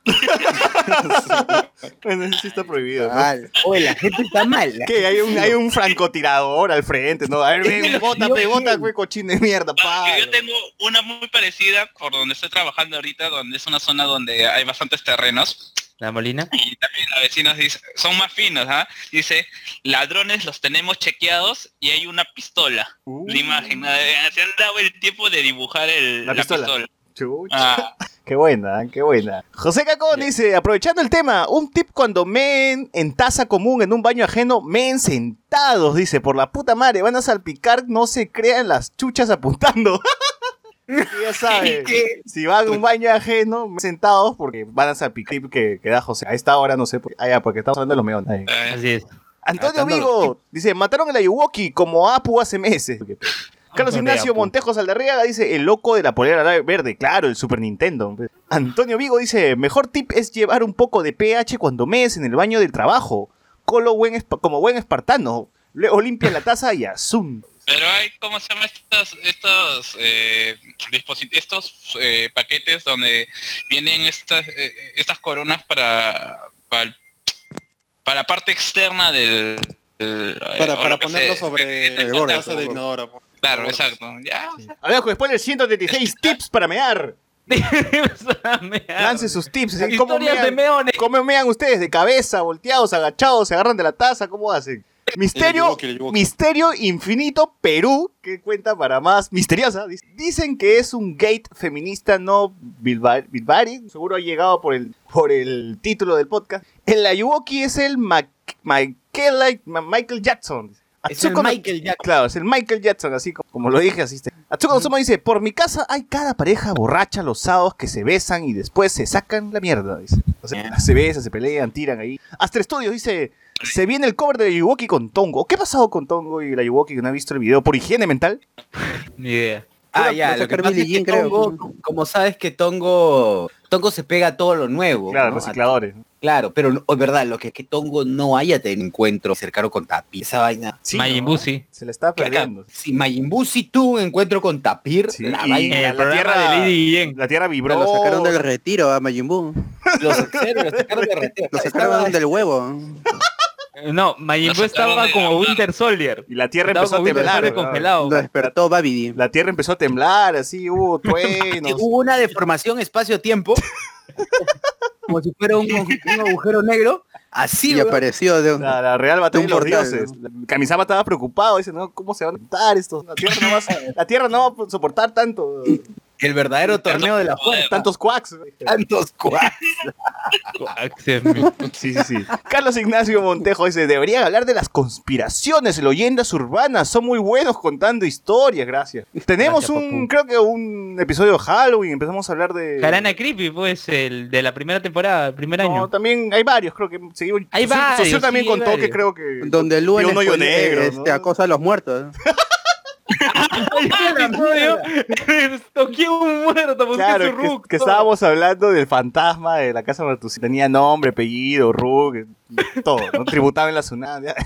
Bueno, eso sí está prohibido, ¿no? Mal. Oye, la gente está mal. la ¿Qué? Hay un, gente- hay un francotirador al frente, ¿no? A ver, ven, bota, pe, bota, pe, cochino de mierda, Ah, pa. que yo tengo una muy parecida por donde estoy trabajando ahorita, donde es una zona donde hay bastantes terrenos La Molina. y también los vecinos dicen, son más finos, ¿ah? Dice, ladrones los tenemos chequeados y hay una pistola. Uh. La imagen, ¿no? Se han dado el tiempo de dibujar el, La la, pistola. pistola. Chucha. Ah, Qué buena, qué buena. José Cacón dice, aprovechando el tema, un tip cuando meen en taza común en un baño ajeno, meen sentados, dice, por la puta madre, van a salpicar, no se crean las chuchas apuntando. Ya saben, ¿Qué? si van a un baño ajeno, meen sentados porque van a salpicar, que, que da José. A esta hora no sé, por- ah, ya, porque estamos hablando de los meones. Ahí. eh, Así es. Antonio Hasta no- Vigo dice, mataron a la Yuwoki como Apu hace meses. Carlos Pobre Ignacio Apu. Montejo Saldarriaga dice, el loco de la polera verde, claro, el Super Nintendo. Antonio Vigo dice, mejor tip es llevar un poco de pH cuando mees en el baño del trabajo. Colo buen espa- como buen espartano. Luego limpia la taza y azul. Pero hay, ¿cómo se llama estos, estos, eh, disposit- estos eh, paquetes donde vienen estas, eh, estas coronas para, para, el- para la parte externa del... del- Para, o para lo que ponerlo sea, sobre el el borde. taza de inodoro. Claro, exacto. Ya, o sea, Ahora después del ciento treinta y seis tips para mear. Mear. Lance sus tips. ¿sí? ¿Cómo Historias de mean, meones. ¿Cómo mean ustedes? ¿De cabeza, volteados, agachados, se agarran de la taza? ¿Cómo hacen? Misterio, Yuwoki, el Yuwoki. Misterio Infinito Perú, que cuenta para más misteriosa. Dic- Dicen que es un gate feminista no bilba- bilbari, seguro ha llegado por el, por el título del podcast. El Ayuwoki es el Mac- Michael, Michael Jackson. Es el Atsuko no- Michael Jackson. Claro, es el Michael Jackson, así como, como lo dije, así está. Atsuko no Soma dice, por mi casa hay cada pareja borracha los sábados que se besan y después se sacan la mierda, dice. O sea, se besan, se pelean, tiran ahí. Astra Studios dice, se viene el cover de Yuwoki con Tongo. ¿Qué ha pasado con Tongo y la Yuwoki que no ha visto el video? ¿Por higiene mental? Ni idea. Ah, Va a ya, lo que sacar pasa es Billie que Jean, creo. Tongo, como sabes que Tongo, Tongo se pega a todo lo nuevo. Claro, ¿no? recicladores. Claro, pero no- es verdad, lo que es que Tongo no haya tenido encuentro cercano con Tapir. Esa vaina. Sí, Majin ¿no? Buu, sí. Se la está Que acá, perdiendo. si Majin Buu sí tuvo un encuentro con Tapir, Sí, la y vaina, el la, la programa tierra de Lady Yen. La tierra vibró. Lo sacaron del retiro a Majin Buu. los cero, lo sacaron de retiro. Lo Estaba- sacaron del huevo. No, Majin Buu Lo sacaron estaba de como Gamma. Winter Soldier. Y la tierra Estaba empezó a como Winter temblar. Soldier ¿no? congelado. Lo despertó Babidi. La tierra empezó a temblar, así, hubo que truenos. hubo una deformación espacio-tiempo, como si fuera un, un agujero negro, así, Y weón. apareció de un... La, la Real Batalla de un los portal, Dioses. Kamisama estaba preocupado, dice, no, ¿cómo se van a montar esto? La tierra no va, a- la tierra no va a soportar tanto, El verdadero torneo de la fuerza. tantos quacks. Tantos cuadros. Sí, sí, sí. Carlos Ignacio Montejo dice, deberían hablar de las conspiraciones, leyendas urbanas, son muy buenos contando historias, gracias. Tenemos Gracias, un, papu. creo que un episodio de Halloween, empezamos a hablar de... Jarana Creepy, pues, el de la primera temporada, el primer No, año. también hay varios, creo que seguimos. Hay Socio- varios, Socio también sí, hay contó que varios. creo que... Donde Lu vio en un hoyo spoiler, negro, este, ¿no? acosa a los muertos. El episodio, toqué un muerto, busqué Claro, su que, Rook. que todo. estábamos hablando del fantasma de la casa Martusí. Tenía nombre, apellido, Rug, todo. ¿no? Tributaba en la Sunam. ya.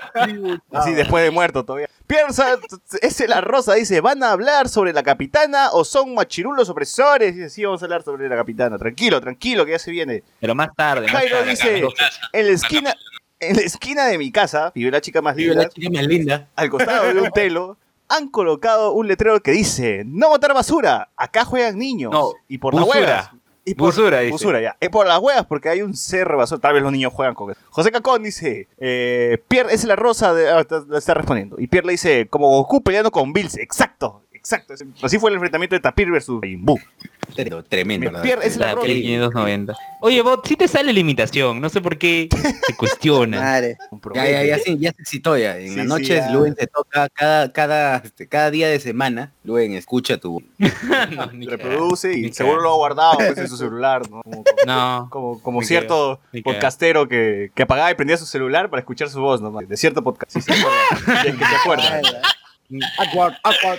Así después de muerto todavía. Pierre Sa- ese la Rosa dice, ¿van a hablar sobre la capitana o son machirulos opresores? Dice, sí, vamos a hablar sobre la capitana. Tranquilo, tranquilo, que ya se viene. Pero más tarde. más Jairo tarde. dice, en la esquina... En la esquina de mi casa, vive la chica más Vive linda, la chica más linda. al costado de un telo, han colocado un letrero que dice, no botar basura, acá juegan niños. No, y por las busura. huevas. Y por, Busura, dice. busura, ya. Y por las huevas, porque hay un cerro de basura. Tal vez los niños juegan con eso. José Cacón dice, eh, Pierre es la rosa, de, ah, está, está respondiendo. Y Pierre le dice, como Goku peleando con Bills. Exacto, exacto. Así fue el enfrentamiento de Tapir versus Majin Buu. Pero tremendo. la Pierre verdad. es la La rosa. Play quinientos noventa. Oye, Bot, sí te sale la imitación. No sé por qué te cuestiona. Madre. Ya, ya, ya, se- ya se excitó ya. En Sí, las sí, noches ya. Luen te toca cada, cada, este, cada día de semana. Luen escucha tu. No, ni Reproduce cagando, y ni seguro lo ha cagando. guardado pues, en su celular, ¿no? Como, No. como, como Ni cierto cagando, ni podcastero que, que apagaba y prendía su celular para escuchar su voz, ¿no? De cierto podcast. Sí, se acuerda. Si es que se acuerda. Awkward, awkward.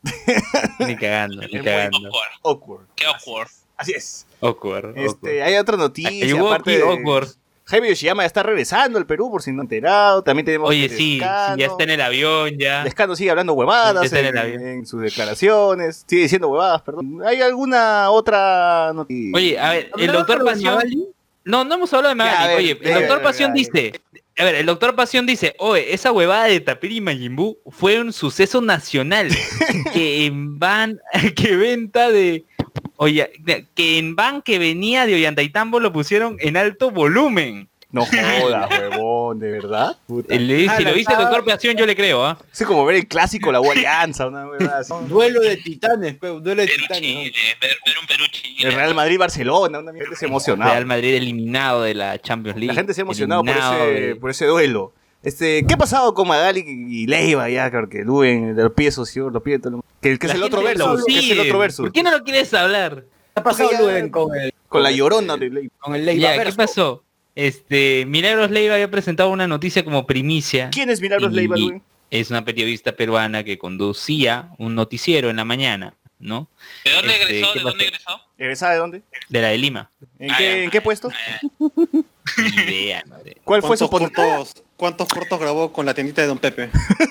Ni cagando, ni Es muy cagando. awkward. Awkward. Qué awkward. Así es. Awkward. Este, hay otra noticia, Ayuwoki, aparte de... awkward. Jaime Yoshiyama ya está regresando al Perú, por si no han enterado. También tenemos... Oye, el sí, sí, Lescano. ya está en el avión, ya. Lescano sigue hablando huevadas Ya está en en, el avión. en sus declaraciones. Sigue diciendo huevadas, perdón. ¿Hay alguna otra noticia? Oye, a ver, el doctor ¿Hablamos de Pasión... Magali? No, no hemos hablado de Ya, a Magali. ver, Oye, a el ver, doctor a ver, Pasión a ver. dice... A ver, el doctor Pasión dice, oye, esa huevada de Tapir y Majin Buu fue un suceso nacional. que en van, que venta de... Oye, que en van que venía de Ollantaytambo lo pusieron en alto volumen. No jodas, huevón, ¿de verdad? Puta. El- si Ah, lo la dice el estaba- doctor Pasión, yo le creo, ¿ah? Es como ver el clásico, la Alianza, una huevada así. Duelo de titanes, pe, duelo de Perú titanes. Chile, ver, ver un Perú Chile. El Real Madrid-Barcelona, una mierda se emocionaba. Real Madrid eliminado de la Champions League. La gente se ha emocionado por Eliminado ese, de- por ese duelo. Este, ¿qué ha pasado con Magali y Leiva ya? Que Luen, de los pies socios, los pies, todo lo- que, que es La el otro gente lo versus, que es el sigue. otro versus. ¿Por qué no lo quieres hablar? ¿Qué ha pasado Porque ya- Luen con el Con la llorona de Leiva. con el Leiva? Ya, A ver, ¿qué pasó? Este, Milagros Leiva había presentado una noticia como primicia. ¿Quién es Milagros y Leiva, Luis? Es una periodista peruana que conducía un noticiero en la mañana, ¿no? ¿De dónde Este, egresó? ¿qué ¿De dónde pasó? egresó? ¿Egresada de dónde? De la de Lima. ¿En, Ah, qué, ya. ¿En qué puesto? Ni idea, no sé. ¿Cuál fue su ¿Cuántos pon- cortos, ¿Cuántos cortos grabó con la tiendita de Don Pepe?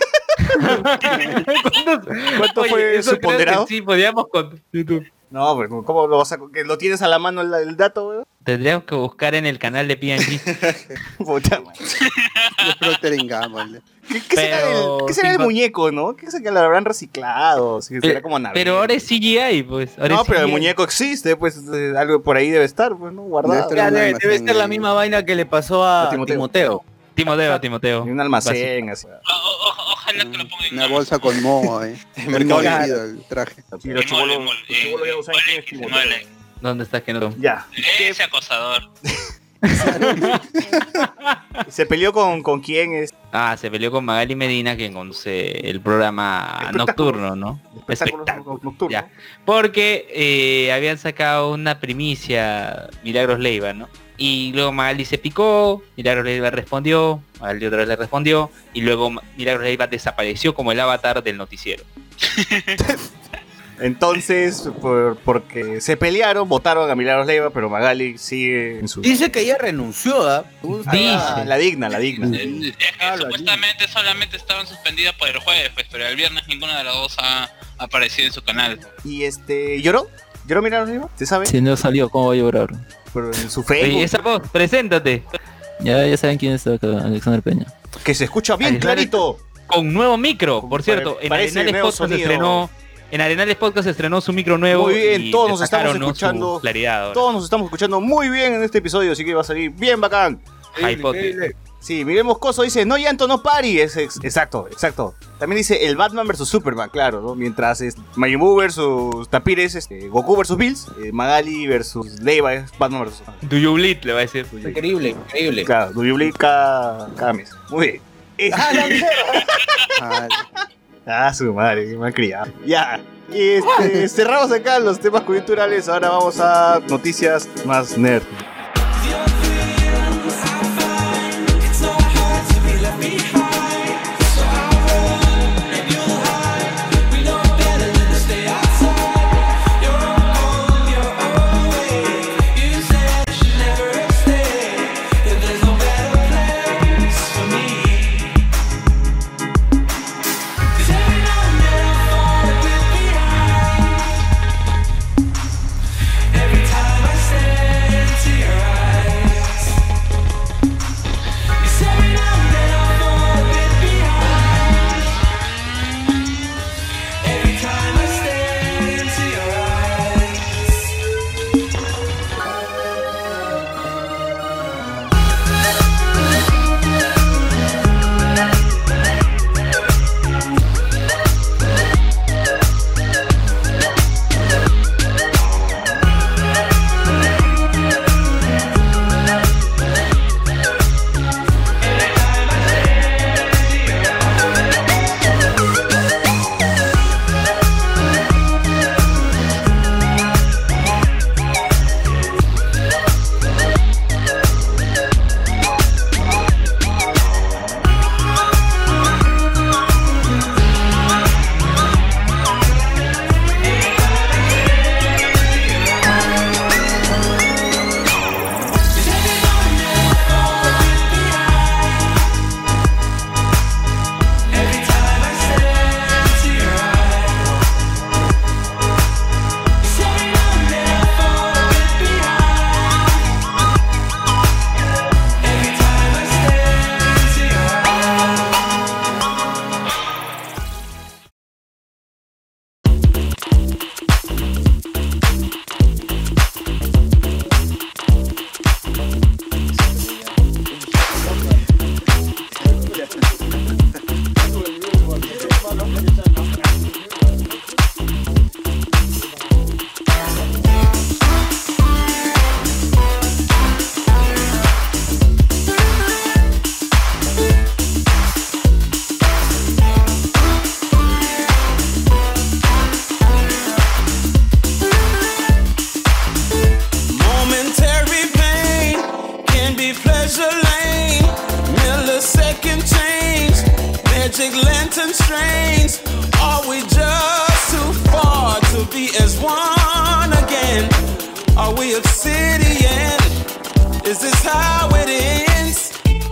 ¿Cuánto Oye, fue eso su creo que ponderado? Sí, podíamos con YouTube. No, pero ¿cómo lo vas a... que lo tienes a la mano el, el dato, weón? Tendríamos que buscar en el canal de P and G. Puta madre. De Procter and Gamble. ¿Qué, qué será, Pero el, qué será el sin- muñeco, no? ¿Qué será que lo habrán reciclado? Si será como Navidad. Pero ahora es C G I, pues. Ahora No, es pero el C G I. muñeco existe, pues eh, algo por ahí debe estar, pues, ¿no? Guardado. Debe Ya, Una debe, almacén debe ser la ahí. misma vaina que le pasó a A Timoteo. Timoteo. Timoteo, Timoteo. En un almacén, así. O- o- ojalá que lo pongan en Una bolsa con moho, eh. Mercado Muy Libre. molida el traje. Sí, los En mole, chibolos- en mole, los chibolos ya no saben en quién es mole, Timoteo. en mole. ¿Dónde está que no? Ya. Ese acosador. ¿Se peleó con, con quién? Es Ah, se peleó con Magali Medina, que conduce el programa Espectáculos. nocturno, ¿no? espectáculos Espectáculos. nocturnos. Ya. Porque eh, habían sacado una primicia Milagros Leiva, ¿no? Y luego Magali se picó, Milagros Leiva respondió, Magali otra vez le respondió, y luego Ma- Milagros Leiva desapareció como el avatar del noticiero. Entonces, por, porque se pelearon, votaron a Milagros Leiva, pero Magali sigue en su... Dice que ella renunció, ¿ah? Ah, la digna, la digna. Eh, Es que Ah, lo supuestamente solamente estaban suspendidas por el jueves, pues, pero el viernes ninguna de las dos ha aparecido en su canal. Y este, ¿lloró? ¿Lloró Milagros Leiva? ¿Se sabe? Si no salió, ¿cómo va a llorar? Pero en su Facebook, Oye, esa voz, preséntate. Ya, ya saben quién es acá, Alexander Peña. que se escucha bien Alexander- clarito. Con nuevo micro, por Pare- cierto. En parece Arenales nuevo Podcast se sonido. estrenó. En Arenales Podcast se estrenó su micro nuevo. Muy bien, y todos le nos estamos sacaron, ¿no? su escuchando. claridad ahora. Todos nos estamos escuchando muy bien en este episodio, así que va a salir bien bacán. Hypote. Sí, Miguel Moscoso dice, no llanto, no pari. Es, ex- exacto, exacto. También dice el Batman versus Superman, claro, ¿no? Mientras es Majin Buu versus Tapires, este, Goku versus Bills, eh, Magali versus Leiva es Batman versus Superman. Do you bleed, le va a decir. Increíble, increíble. Claro, Duyubli cada, cada mes. Muy bien. Es- Ah, Ah, su madre, qué mal criado. Ya. Y este, cerramos acá los temas coyunturales. Ahora vamos a noticias más nerd. Every time I stand to your phantom strains. Are we just too far to be as one again? Are we obsidian? Is this how it ends?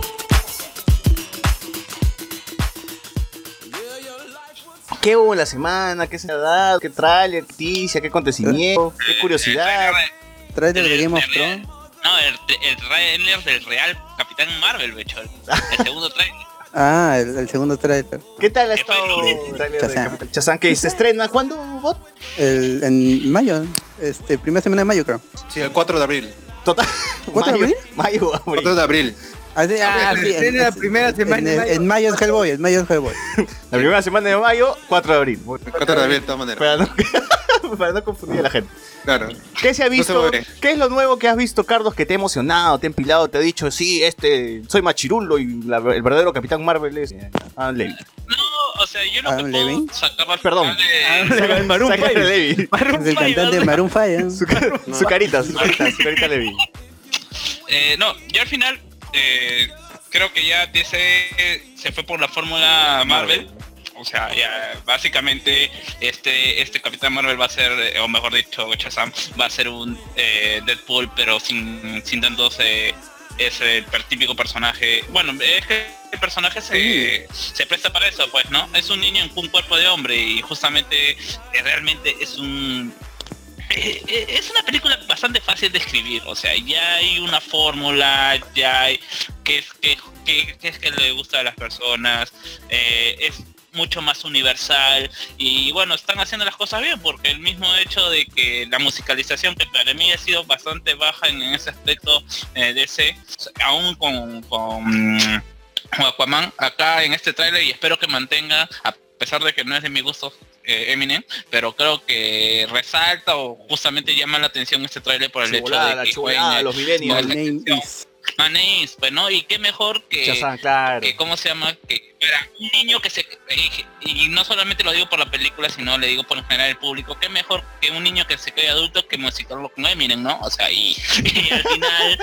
¿Qué hubo en la semana? ¿Qué se ha dado? ¿Qué trailer? ¿Qué noticia? ¿Qué acontecimiento? ¿Qué curiosidad? Trailer de Game of Thrones. No, el, el trailer del Real Capitán Marvel, becho. El, el segundo trailer. Ah, el, el segundo trailer. ¿Qué tal ha estado el trailer de Shazam. Capitán Shazam que se estrena? ¿Cuándo, Bot? El, en mayo, este, primera semana de mayo creo. Sí, el cuatro de abril. Total. ¿cuatro de Mayo- abril? Mayo, abril. cuatro de abril. Ah, sí, ah, sí, en, la primera semana en, de en- mayo. en mayo es Hellboy, en mayo es Hellboy. La primera semana de mayo, cuatro de abril. cuatro de abril, de todas maneras. Para no, para no confundir a la gente. Claro. ¿Qué se ha No se visto? mueve. ¿Qué es lo nuevo que has visto, Carlos, que te ha emocionado, te ha empilado, te ha dicho, sí, este, soy machirulo y la- el verdadero Capitán Marvel es eh, Adam Levy? No, o sea, yo lo que Adam puedo Levine. sacar al Perdón. final de- El Maroon Sácale five. Levy. Maroon Es el five, cantante de ¿no? Maroon five. ¿eh? Su, ca- su carita, su carita, su carita Levy. Eh, no, yo al final eh, creo que ya D C se fue por la fórmula Marvel. O sea, ya básicamente este este Capitán Marvel va a ser, eh, o mejor dicho, Shazam va a ser un eh, Deadpool, pero sin, sin tantos eh, ese per- típico personaje. Bueno, es que el personaje se, se presta para eso, pues, ¿no? Es un niño en un cuerpo de hombre y justamente eh, realmente es un eh, eh, es una película bastante fácil de escribir, o sea, ya hay una fórmula, ya hay qué es que qué, qué es que le gusta a las personas, eh, es mucho más universal y bueno, están haciendo las cosas bien porque el mismo hecho de que la musicalización, que para mí ha sido bastante baja en, en ese aspecto eh, de ese, aún con, con, con Aquaman acá en este tráiler, y espero que mantenga, a pesar de que no es de mi gusto eh, Eminem, pero creo que resalta o justamente llama la atención este tráiler por el Chubolada, hecho de que chubolada, jueguen, los millennials. My name is. Manés, pues, ¿no? Y qué mejor que, Shazam, claro. que ¿cómo se llama? Que para un niño que se... Y, y no solamente lo digo por la película, sino le digo por en general el público, qué mejor que un niño que se cree adulto que musicarlo con Eminem, ¿no? O sea, y, y al final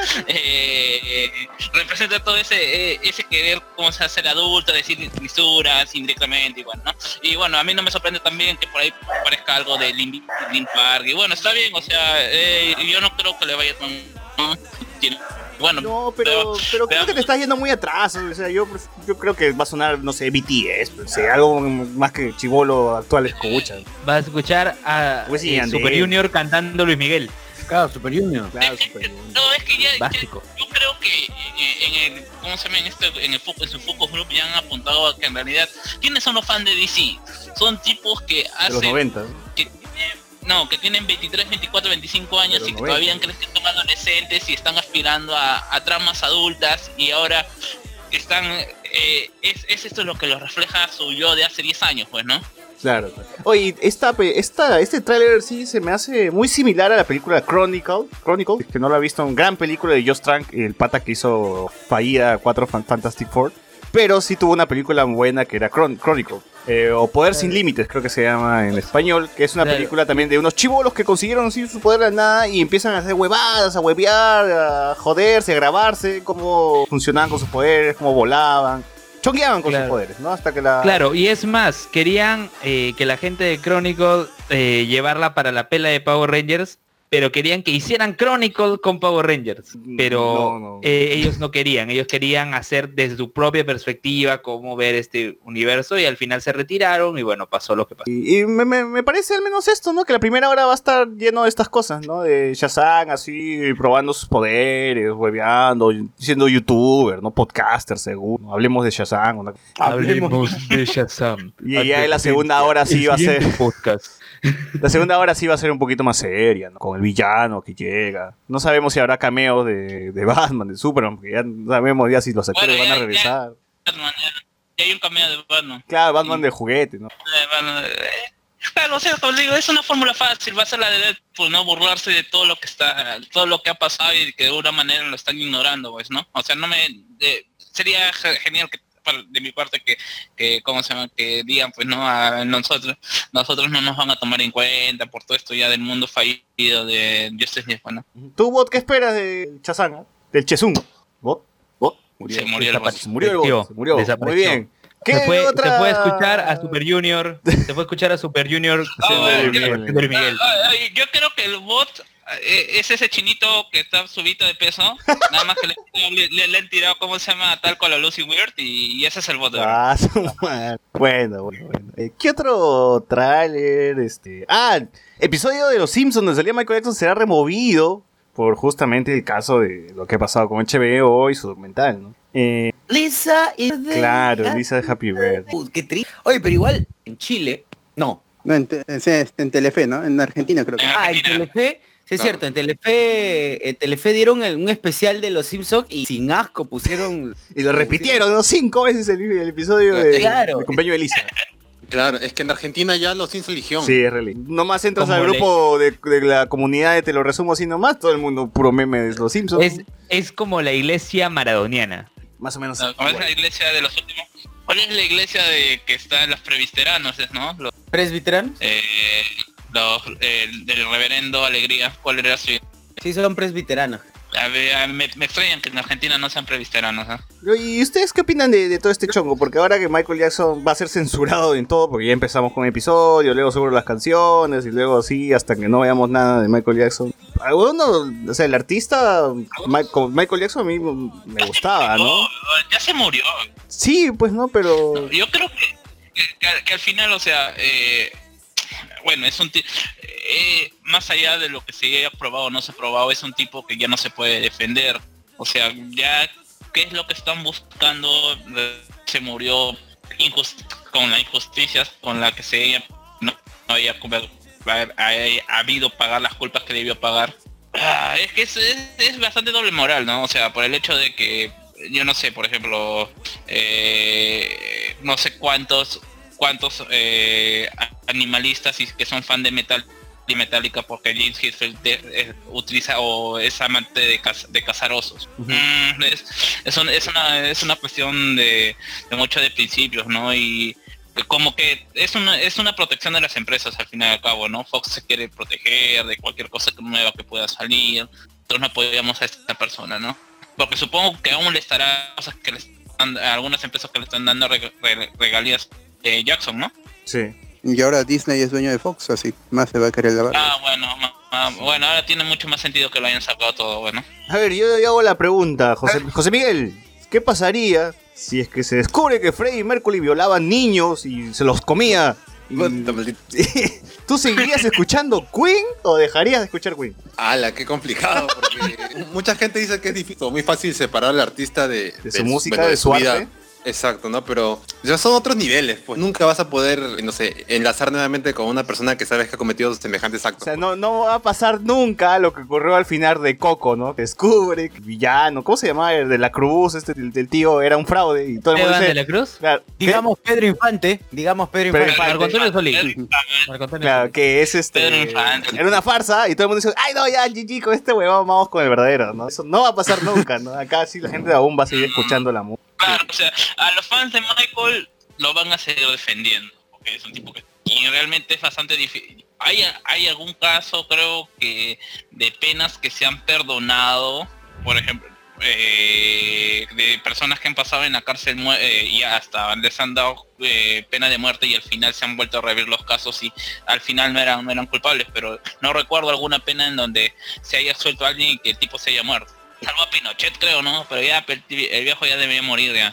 eh, representa todo ese eh, ese querer, cómo se hace el adulto, decir lisuras indirectamente, igual, ¿no? Y bueno, a mí no me sorprende también que por ahí parezca algo de Linkin Park, y bueno, está bien, o sea, eh, yo no creo que le vaya tan... ¿no? Tiene- Bueno, No, pero, pero creo que te estás yendo muy atrás. O sea, yo, yo creo que va a sonar, no sé, B T S, no sé, algo más que chibolo actual escucha. Vas a escuchar a Pues sí, eh, Andrés. Super Junior cantando Luis Miguel. Claro, Super Junior. Claro, super. No, es que ya, ya- Básico. yo creo que eh, en el, ¿cómo se llama? En este, en el Focus, en su Focus Group ya han apuntado a que en realidad, ¿quiénes son los fans de D C? Son tipos que De los hacen, noventa. que tienen- no, que tienen veintitrés, veinticuatro, veinticinco años De los y que noventa. todavía creen que son adolescentes y están aspirando a, a tramas adultas y ahora están, eh, es, es esto lo que los refleja su yo de hace diez años, pues, ¿no? Claro. Oye, esta, pe- esta, este tráiler sí se me hace muy similar a la película Chronicle. Chronicle, que no la he visto, una gran película de Josh Trank, el pata que hizo fallida cuatro Fan- Fantastic Four. Pero sí tuvo una película buena que era Chron- Chronicle. Eh, o Poder sin Límites, creo que se llama en español. Que es una Claro. película también de unos chibolos que consiguieron así su poder de la nada y empiezan a hacer huevadas, a huevear, a joderse, a grabarse, cómo funcionaban con sus poderes, cómo volaban. Chongueaban con Claro. sus poderes, ¿no? Hasta que la... Claro, y es más, querían eh, que la gente de Chronicle eh, llevarla para la pela de Power Rangers, pero querían que hicieran Chronicle con Power Rangers, pero No, no. eh, ellos no querían, ellos querían hacer desde su propia perspectiva cómo ver este universo y al final se retiraron y bueno, pasó lo que pasó. Y, y me, me- me parece al menos esto, ¿no? Que la primera hora va a estar lleno de estas cosas, ¿no? De Shazam así, probando sus poderes, hueveando, siendo youtuber, ¿no? Podcaster, seguro. Hablemos de Shazam. ¿no? Hablemos de Shazam. Y ya en la segunda hora sí El va a ser... siguiente podcast. La segunda hora sí va a ser un poquito más seria, ¿no? Con el villano que llega. No sabemos si habrá cameos de, de Batman, de Superman, porque ya no sabemos ya si los actores Bueno, van a ya- regresar. Batman, ya, ya hay un cameo de Batman. Claro, Batman de juguete, ¿no? Eh, bueno, eh, claro, o sea, como digo, es una fórmula fácil, va a ser la de Deadpool, ¿no? Burlarse de todo lo que está, todo lo que ha pasado y que de alguna manera lo están ignorando, pues, ¿no? O sea, no me, eh, sería ge- genial que par- de mi parte que, que, ¿cómo se llama? Que digan, pues, no, a nosotros, nosotros no nos van a tomar en cuenta por todo esto ya del mundo fallido de Justice League, pues, ¿no? ¿Tú, Bot, qué esperas de Shazam? ¿Eh? Del Chesung. ¿Bot? ¿Bot? Se murió el boss. Se murió el bot, se murió. Muy Desapareció. bien. ¿Qué Se fue, otra? se fue a escuchar a Super Junior. Se fue a escuchar a Super Junior. haciendo Ah, de yo- Miguel, haciendo de Miguel. Ah, ah, yo creo que el bot eh, es ese chinito que está subito de peso, nada más que le, le- le- le han tirado, ¿cómo se llama? Tal con la Lucy Weird y, y ese es el bot de verdad. Ah, su madre. Bueno, bueno, bueno. Eh, ¿Qué otro tráiler? Este. Ah, episodio de Los Simpsons donde salía Michael Jackson será removido por justamente el caso de lo que ha pasado con H B O y su documental, ¿no? Eh, Lisa y de... claro, Lisa de Happy Birthday. Uh, qué triste. Oye, pero igual en Chile, no. No, en, te- en, en Telefe, ¿no? En Argentina creo que. En Ah, en Argentina. Telefe, sí es Claro. cierto, en Telefe, en Telefe dieron el- un especial de los Simpsons y sin asco pusieron... Y lo repitieron, ¿no? Cinco veces el, el episodio de, Claro. de cumpleaños de Lisa. Claro, es que en Argentina ya los sin religión. Sí, es real. Nomás entras Como al le- grupo de, de la comunidad de Te lo resumo así nomás, todo el mundo puro meme de Los Simpsons. Es, es como la iglesia maradoniana. Más o menos. No, ¿cómo es igual. la iglesia de los últimos? ¿Cuál es la iglesia de que está en los presbiteranos, es, no? Los, ¿Presbiteranos? eh, los, eh, del reverendo Alegría, ¿cuál era su? Sí, son presbiteranos. A ver, a- me, me extrañan que en Argentina no sean presbiteranos, ¿eh? ¿Y ustedes qué opinan de, de todo este chongo? Porque ahora que Michael Jackson va a ser censurado en todo, porque ya empezamos con episodio, luego seguro las canciones, y luego sí, hasta que no veamos nada de Michael Jackson. Alguno, o sea, el artista Ma- como Michael Jackson a mí me gustaba, ¿no? No, ya se murió. Sí, pues no, pero... Yo creo que, que- que- que al final, o sea, eh, bueno, es un ti- eh, más allá de lo que se haya probado o no se ha probado, es un tipo que ya no se puede defender. O sea, ya, ¿qué es lo que están buscando? Eh, Se murió injust- con la injusticia con la que se haya, no, no haya, haya- haya habido pagar las culpas que debió pagar. Ah, es que es, es, es bastante doble moral, ¿no? O sea, por el hecho de que, yo no sé, por ejemplo, eh, no sé cuántos cuántos eh, a- animalistas y que son fan de metal y Metallica porque James Hetfield de- eh, utiliza o es amante de, caz- de cazar osos. Mm, es, es, un- es una es una cuestión de, de mucho de principios, ¿no? Y como que es una es una protección de las empresas al fin y al cabo, ¿no? Fox se quiere proteger de cualquier cosa nueva que pueda salir. Nosotros no apoyamos a esta persona, ¿no? Porque supongo que aún le estará cosas que le están, a algunas empresas que le están dando reg- re- regalías eh, Jackson, ¿no? Sí. Y ahora Disney es dueño de Fox, así más se va a querer lavar. Ah, bueno, ma- ma- bueno, ahora tiene mucho más sentido que lo hayan sacado todo, bueno. A ver, yo, yo hago la pregunta, José, José Miguel, ¿qué pasaría si es que se descubre que Freddie Mercury violaba niños y se los comía? Y- Puta, maldito. ¿Tú seguirías escuchando Queen o dejarías de escuchar Queen? Ala, qué complicado, porque mucha gente dice que es difícil, muy fácil separar al artista de, De su música, de su vida. arte. Exacto, ¿no? Pero ya son otros niveles, pues nunca vas a poder, no sé, enlazar nuevamente con una persona que sabes que ha cometido semejantes O actos. sea, no, no va a pasar nunca lo que ocurrió al final de Coco, ¿no? Que descubre que el villano, ¿cómo se llamaba? El de la Cruz, este, el, el tío era un fraude y todo el mundo Esteban dice... de la Cruz. Claro, ¿qué? Digamos Pedro Infante, digamos Pedro Pedro Infante. Marco Antonio Solís. Pedro Marco Antonio Claro, Solís. que es este... Pedro Infante. Era una farsa y todo el mundo dice, ay no, ya, G G, con este huevón vamos con el verdadero, ¿no? Eso no va a pasar nunca, ¿no? Acá sí la gente aún va a seguir escuchando la música. Claro, o sea, a los fans de Michael lo van a seguir defendiendo, porque es un tipo que... Y realmente es bastante difícil. Hay, hay algún caso, creo que, de penas que se han perdonado, por ejemplo, eh, de personas que han pasado en la cárcel mue- eh, y hasta les han dado eh, pena de muerte y al final se han vuelto a revivir los casos y al final no eran, no eran culpables, pero no recuerdo alguna pena en donde se haya suelto a alguien y que el tipo se haya muerto. Salvo a Pinochet, creo, ¿no? Pero ya el, el viejo ya debía morir ya.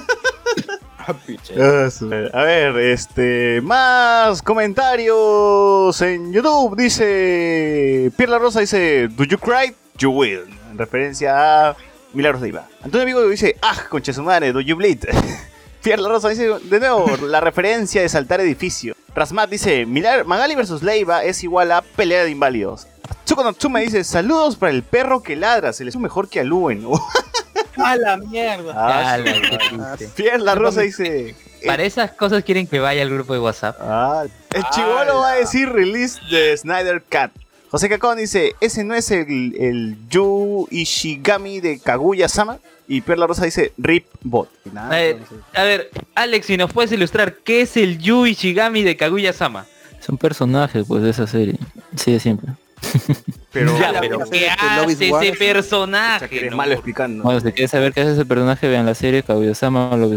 Ah, su- A ver, este, más comentarios en YouTube. Dice Pierre La Rosa dice, "Do you cry? You will", en referencia a Milagros de Iba. Antonio Vigo dice, "Ah, concha su madre, do you bleed?" Pierre La Rosa dice, de nuevo, la referencia de saltar edificio. Rasmat dice, "Milar- Magali versus Leiva es igual a pelea de inválidos." Tsuko no Tsume dice, "Saludos para el perro que ladra, se le hizo mejor que a Luen." ¡A la mierda! Ah, Ala, su qué madre. triste. Pierre La Rosa dice, Para esas cosas quieren que vaya al grupo de WhatsApp. Ah, el chivolo va a decir release de Snyder Cut. José Cacón dice, "¿Ese no es el, el Yu Ishigami de Kaguya-sama?" Y Perla Rosa dice, "Rip Bot." Y nada, A ver, entonces- a ver, Alex, si nos puedes ilustrar, ¿qué es el Yu Ishigami de Kaguya-sama? Es un personaje, pues, de esa serie. Sí, de siempre. pero Ya, la pero voy a ¿qué hacer este Love is hace War. ese o sea, que personaje? eres no? malo explicando. Bueno, si quieres saber qué hace ese personaje, vean la serie Kaguya-sama Love is War.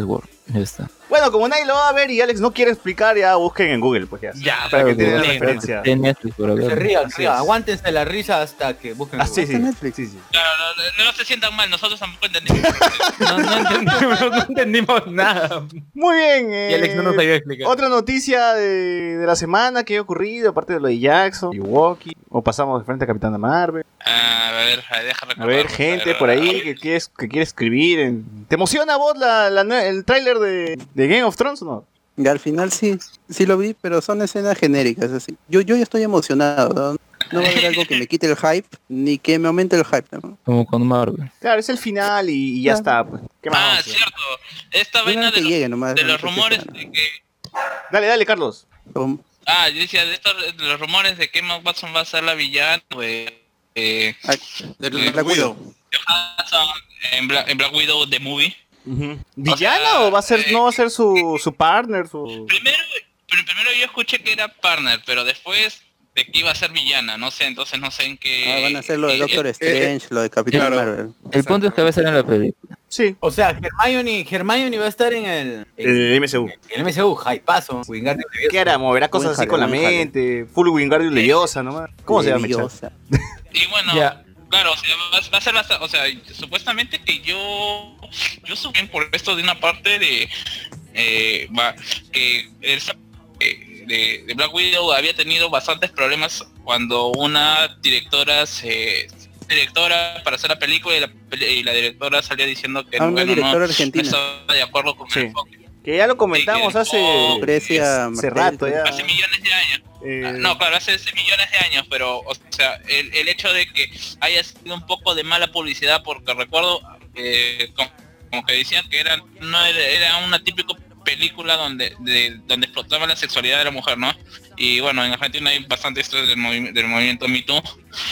Ya está. Bueno, como nadie lo va a ver y Alex no quiere explicar, ya busquen en Google, pues ya. Ya, para que claro, tengan la sí, referencia. En Netflix, por Se acá. rían, Así rían. es. Aguántense la risa hasta que busquen. Ah, sí, Google. sí. Netflix. sí, sí. Claro, no, no, no se sientan mal, nosotros tampoco entendimos. No, no entendimos, no entendimos nada. Muy bien. Eh, Y Alex no nos sabía explicar. Otra noticia de, de la semana que ha ocurrido, aparte de lo de Jackson, Milwaukee, o pasamos de frente a Capitana Marvel. Ah, a ver, deja A recordar. ver, gente por ahí que quiere, que quiere escribir. en- ¿Te emociona vos la, la nue- el tráiler de, de Game of Thrones o no? Y al final sí, sí lo vi, pero son escenas genéricas así. Yo, yo ya estoy emocionado, ¿no? No va a haber algo que me quite el hype, ni que me aumente el hype, ¿no? Como con Marvel. Claro, es el final y, y ya está. Pues. ¿Qué más? Ah, vamos a hacer? cierto. Esta Yo vaina nada de que los, llegue nomás, de ¿no? los Porque rumores está- de que... Dale, dale, Carlos. Rum- Ah, yo decía, de estos de los rumores de que Emma Watson va a ser la villana, pues... Eh, ah, De Eh, Black Widow. Johansson en, Bla- en Black Widow The Movie. ¿Villana sea, o va a ser, eh, no va a ser su, su partner? Su... Primero, pero primero yo escuché que era partner, pero después de que iba a ser villana, no sé, entonces no sé en qué... ah, van a hacer lo de eh, Doctor eh, Strange, lo de Capitán claro. Marvel. El punto es que va a ser en la película. Sí, O sea, Hermione, Hermione va a estar en el, en el M C U. el M C U, hypazo, Wingardium Leviosa. ¿Qué hará? ¿Moverá cosas Buen así con la jale, buen jale. mente? Full Wingardium Leviosa nomás. ¿Cómo se llama? Mecha? Leviosa. Y bueno, Ya. claro, o sea, va, va a ser bastante, o sea, supuestamente que yo, yo supe por esto de una parte de, eh, va, que el, eh, de, de Black Widow había tenido bastantes problemas cuando una directora se directora para hacer la película y la, peli- y la directora salía diciendo que Ah, una bueno, directora no, argentina. no estaba de acuerdo con Sí. el enfoque. Que ya lo comentamos Sí, que hace, dejó Grecia, hace Martel, rato ya. Hace millones de años. Eh, Ah, No, claro, hace, hace millones de años, pero, o sea, el, el hecho de que haya sido un poco de mala publicidad, porque recuerdo eh, como, como que decían que era, no era, era una típica película donde de, donde explotaba la sexualidad de la mujer, ¿no? Y bueno, en Argentina hay bastante esto del, movi- del movimiento Me Too,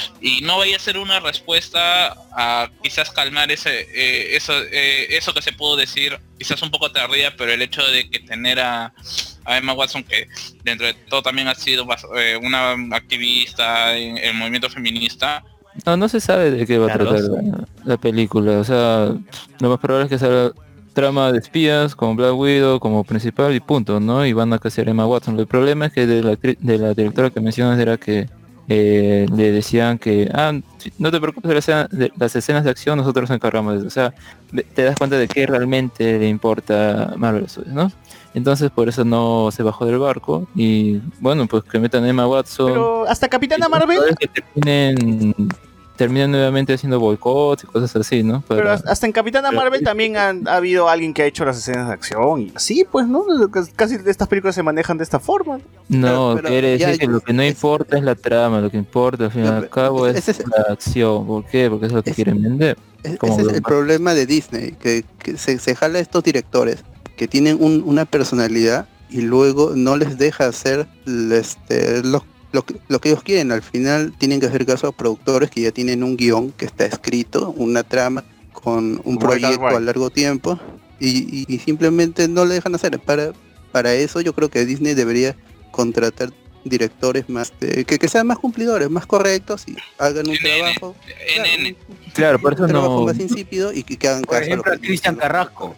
y no vaya a ser una respuesta a quizás calmar ese eh, eso eh, eso que se pudo decir, quizás un poco tardía, pero el hecho de que tener a, a Emma Watson, que dentro de todo también ha sido bas- eh, una activista en el movimiento feminista. No, no se sabe de qué va a Carlos. tratar la, la película. O sea, lo más probable es que sea trama de espías con Black Widow como principal y punto, ¿no? Y van a casear a Emma Watson. El problema es que de la, actri- de la directora que mencionas era que eh, le decían que, ah, sí, no te preocupes de, la escena- de las escenas de acción, nosotros nos encargamos de eso. O sea, ve- te das cuenta de que realmente le importa Marvel Studios, ¿no? Entonces por eso no se bajó del barco y bueno, pues que metan a Emma Watson. Pero hasta Capitana y Marvel, que terminen, terminen nuevamente haciendo boicots y cosas así, ¿no? Para- pero hasta en Capitana pero- Marvel también han- ha habido alguien que ha hecho las escenas de acción y así, pues, ¿no? Casi estas películas se manejan de esta forma. No, Pero- pero quiere decir ya- que lo que no es- importa es la trama, lo que importa al fin y No, al pero cabo es ese es- la acción. ¿Por qué? Porque es lo que es- quieren vender. Es- Como Ese es el Blockbuster. problema de Disney, que, que se, se jala a estos directores que tienen un- una personalidad y luego no les deja hacer l- este, lo, lo que, lo que ellos quieren. Al final tienen que hacer caso a productores que ya tienen un guión que está escrito, una trama con un Como Edgar proyecto Wright. a largo tiempo y, y- y simplemente no le dejan hacer. Para, para eso yo creo que Disney debería contratar directores más de- que, que sean más cumplidores, más correctos y hagan un N N, trabajo N N. Claro, por eso un trabajo no, más insípido y que, que hagan Por caso a lo ejemplo, a que Cristian dicen. Carrasco.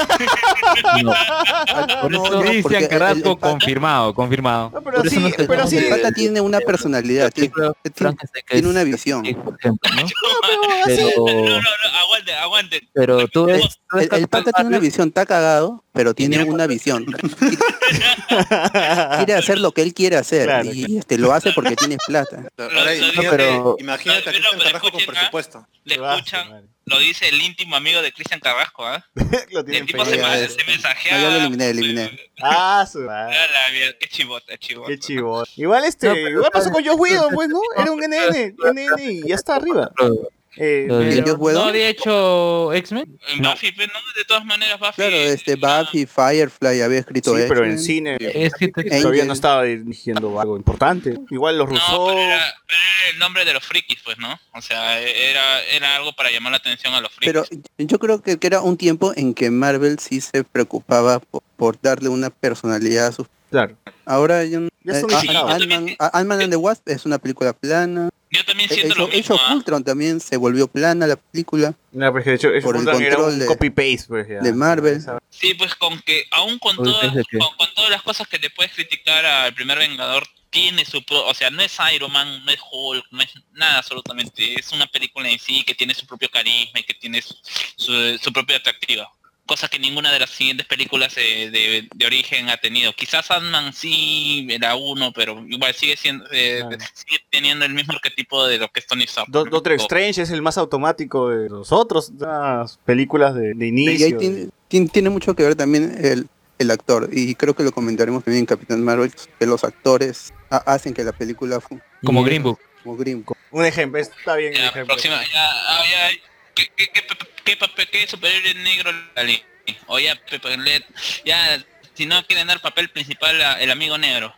no. Ah, no, no, porque Cristian el- Carrasco el pata- confirmado, confirmado. No, pero Por eso sí, no se- pero no sí. el pata tiene una personalidad, tiene, Pero tiene- Frankenstein, que tiene es- una visión. sí, por ejemplo, ¿no? No, Pero, no, no, aguante, aguante. pero tú ves, tú ves El, el pata tiene una visión, está cagado, pero tiene una visión. Quiere hacer lo que él quiere hacer Claro, y este lo hace porque tiene plata. Ahora, Lo- lo imagínate, dice- pero- imagínate a pero- Cristian pero Carrasco con escuchen, ¿ah? presupuesto. Le escuchan, lo dice el íntimo amigo de Cristian Carrasco, ¿ah? Lo El tienen tipo se, pegado. ma- ya, se ya. mensajea. No, ya lo eliminé, eliminé. Ah, su Ah, madre. la mierda, qué chivota, chivota. Qué chivo. Igual este, No, pero igual pasó con sabes- Josh Whedon, pues, ¿no? Era un N N, N N y ya está arriba. Eh, Lo de- pero- Joss Whedon. ¿No había hecho X-Men? En Buffy, pero no, de todas maneras Buffy. Claro, este no, Buffy, Firefly había escrito sí, pero en X-Men. cine Es que te- Angel. todavía no estaba dirigiendo algo importante. Igual los No, Rousseau. pero era, pero era el nombre de los frikis, pues, ¿no? O sea, era, era algo para llamar la atención a los frikis. Pero yo creo que, que era un tiempo en que Marvel sí se preocupaba por, por darle una personalidad a sus... Claro. Ahora yo, Ya está eh, unificado. Ant-Man, Ant-Man and the Wasp es una película plana. Yo también Eh, siento Age lo of- Age mismo. of ¿ah? Ultron también se volvió plana la película No, pues que de hecho, por el Ultron era control un de, copy-paste, pues ya. de Marvel. Sí, pues con que aún con Uy, todas ¿qué es qué? con, con todas las cosas que le puedes criticar al primer Vengador, tiene su pro, o sea, no es Iron Man, no es Hulk, no es nada absolutamente, es una película en sí que tiene su propio carisma y que tiene su, su, su propia atractiva. Cosa que ninguna de las siguientes películas eh, de, de origen ha tenido. Quizás Ant-Man sí era uno, pero igual sigue siendo eh, Claro. sigue teniendo el mismo arquetipo de lo que es Tony Stark. Do- Doctor O- Strange es el más automático de los otros, las películas de, de Y ahí inicio. tiene, tiene, tiene mucho que ver también el, el actor. Y creo que lo comentaremos también en Capitán Marvel, que los actores ha- hacen que la película fu- Como Green Book. como Green Book. Un ejemplo, está bien el Ya, ejemplo. próxima, ya, ah, ya, ¿qué, qué, qué, qué, papel- qué superhéroe negro dale? O ya, Pepe Led, ya, si no quieren dar papel principal a el amigo negro.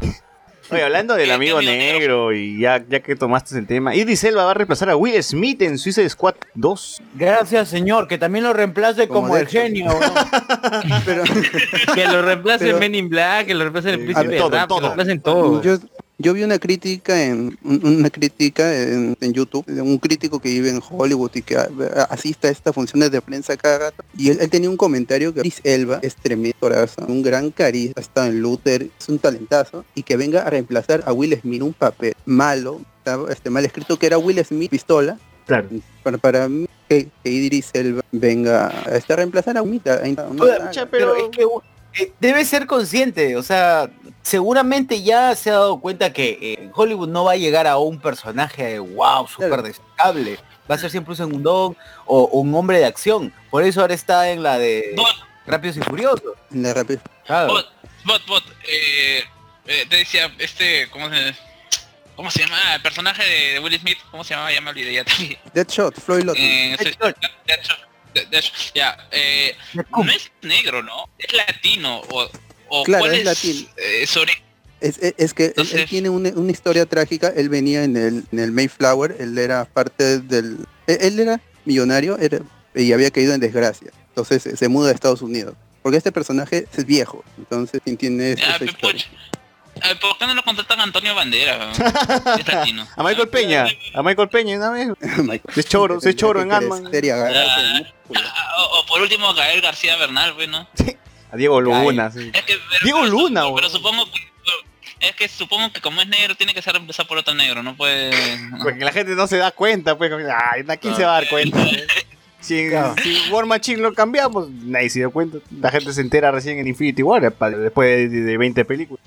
Oye, hablando del ¿Qué- amigo qué amigo negro y ya, ya que tomaste el tema, Idris Elba va a reemplazar a Will Smith en Suicide Squad dos. Gracias, señor, que también lo reemplace Como como, el Deadshot. genio. ¿no? Pero Que lo reemplace Pero- el Men in Black, que lo reemplace el Sí, Príncipe todo, de Rap, que todo. lo reemplacen todo. yo, yo vi una crítica en un- una crítica en, en YouTube de un crítico que vive en Hollywood y que a- a- asiste a estas funciones de prensa cada rato. Y él, él tenía un comentario que Idris Elba es tremendo corazón, un gran carisma, está en Luther, es un talentazo, y que venga a reemplazar a Will Smith un papel malo, estaba, este, mal escrito, que era Will Smith pistola. Claro. Para, para mí que, que Idris Elba venga a este, a reemplazar a un a- a una Puta, saga. pero, es que eh, debe ser consciente, o sea, seguramente ya se ha dado cuenta que eh, en Hollywood no va a llegar a un personaje wow, súper Claro. destacable. Va a ser siempre un segundón o, o un hombre de acción. Por eso ahora está en la de Bot, Rápidos y Furiosos. En la rápida- Claro. bot, bot, bot, eh, eh, te decía, este, ¿cómo se, cómo se llama? El personaje de, de Will Smith, ¿cómo se llama? Ya me olvidé ya también. Deadshot, Floyd Lawton. Eh, Deadshot. Deadshot, Deadshot, ya, eh, no es negro, ¿no? Es latino, o, o Claro, ¿cuál es es, latino. eh, su ori- Es, es- es que él- él, Entonces- tiene una, una historia trágica. Él venía en el, en el Mayflower, él era parte del... Él, él era millonario era, y había caído en desgracia. Entonces se, se muda a Estados Unidos. Porque este personaje es viejo. Entonces tiene esa, Ya, esa pe, historia. puch. A ver, ¿por qué no lo contratan a Antonio Bandera? Es latino. A Michael Peña, a Michael Peña una vez. Michael, Es choro, es choro en que Ant-Man. sería agarrarse el músculo. Ah, O, o por último, Gael García Bernal, bueno. A Diego Luna, sí. Es que, pero, Diego pero- Luna, pero, weón. supongo que es que supongo que como es negro tiene que ser reemplazado por otro negro, no puede. no. Porque la gente no se da cuenta, pues. Ay, ¿a quién se va a dar cuenta? eh? Si, Claro. si War Machine lo cambiamos, nadie se dio cuenta. La gente se entera recién en Infinity War, pa- después de, de veinte películas.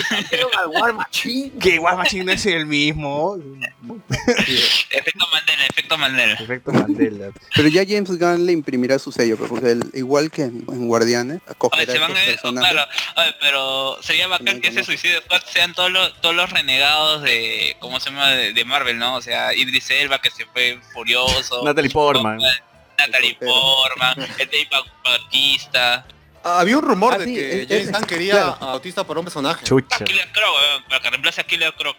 al War Machine. Que War Machine no es el mismo. Efecto Mandela, efecto Mandela. Efecto Mandela. Pero ya James Gunn le imprimirá su sello, pues, porque él, igual que en, en Guardianes, Oye, acogerá se van estos a personajes. claro, oye, pero sería bacán No que ese conozco. Suicide Squad sean todos los todos los renegados de ¿cómo se llama? de, de Marvel, ¿no? O sea, Idris Elba que se fue furioso, Natalie Portman. Natalie Pero- Portman, el Dave Bautista, Ah, había un rumor Ah, de sí, que es- James es- Gunn quería claro. a Bautista por un personaje. Chucha. Killer Croc, weón, para que reemplace a Killer Croc.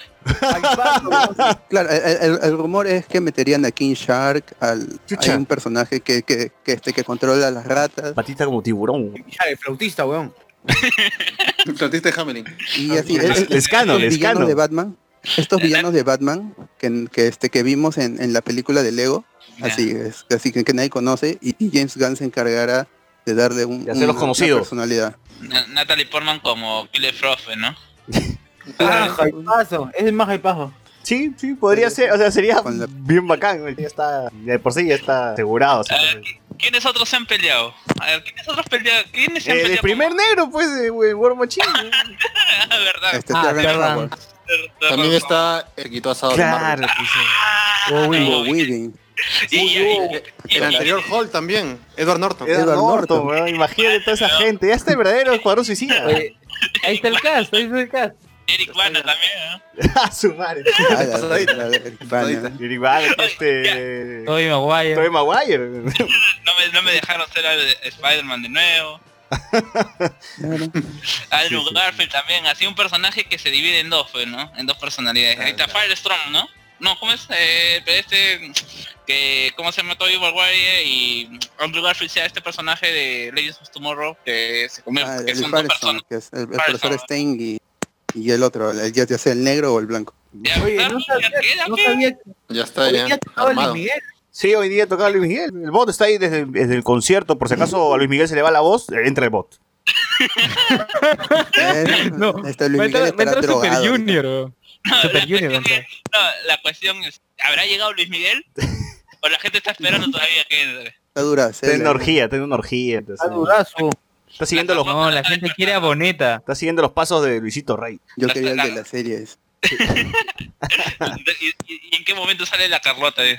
Claro, el, el- el rumor es que meterían a King Shark, al, Chucha. hay un personaje que, que, que, este, que controla las ratas, Patita como tiburón. Ya, el flautista, weón. Flautista de Hamelin. y así, Les- es- es- Lescano, estos Lescano. villanos de Batman, estos villanos de Batman que, que, este, que vimos en, en la película de Lego, Ya. así es, así que, que nadie conoce, y, y James Gunn se encargará de darle un, De hacerlos una- conocidos. una personalidad. Na- Natalie Portman como Killer Frost, ¿no? Ah, hypazo. Es el más hypazo. Sí, sí, podría ser. O sea, sería Con la- bien bacán. Ya está, ya de por sí ya está asegurado. o sea, A ver, ¿quiénes otros se han peleado? A ver, ¿quiénes otros peleado? ¿Quiénes se han Eh, el peleado? primer negro, pues, de de War Machine. Ah, verdad. Este, Ah, Terrence verdad. Howard, También está el quito asado de Claro, Marvel. que sí. Ah, Hugo y- Weaving. y- y- y- y- El anterior Hulk también, Edward Norton. Edward Edward Norton, Norton. weón, imagínate toda esa gente. Ya está el verdadero Escuadrón Suicida. Oye, ahí está el cast, ahí está el cast. Eric Bana también, ¿no? A su madre. Ah, la- Pasadita. la- la- Pasadita. Yuri Bale, este. Tobey Maguire. Tobey Maguire. No me, no me dejaron ser al Spider-Man de nuevo. Claro. Andrew Garfield también, así un personaje que se divide en dos, pues, ¿no? En dos personalidades. Ahí está Firestorm, ¿no? No, ¿cómo es? Eh, este, que, ¿cómo se llama? Tobey Maguire y Andrew Garfield sea este personaje de Legends of Tomorrow, que se convierte, Ah, que el son dos Firestone, personas. que es el, el Firestone. profesor Stein y, y el otro, el, ya sea el negro o el blanco. Ya, Oye, ¿ya no sabía, queda, no qué? sabía que Ya está, hoy ya. día tocaba Luis Armado. Miguel. Sí, hoy día tocaba Luis Miguel. El bot está ahí desde, desde el concierto. Por si acaso a Luis Miguel se le va la voz, entra el bot. Eh, No, este Luis me Miguel entra, me estará entra Super drogado. Junior. bro. No, Super la Junior cuestión entra. es- no, la cuestión es, ¿habrá llegado Luis Miguel? ¿O la gente está esperando todavía que entre? Está dura. Está en una orgía, está en una orgía. Está, Está durazo. está siguiendo los, No, la gente quiere a Boneta. está siguiendo los pasos de Luisito Rey. Yo quería el de las series. ¿Y, y- y en qué momento sale la Carlota? eh?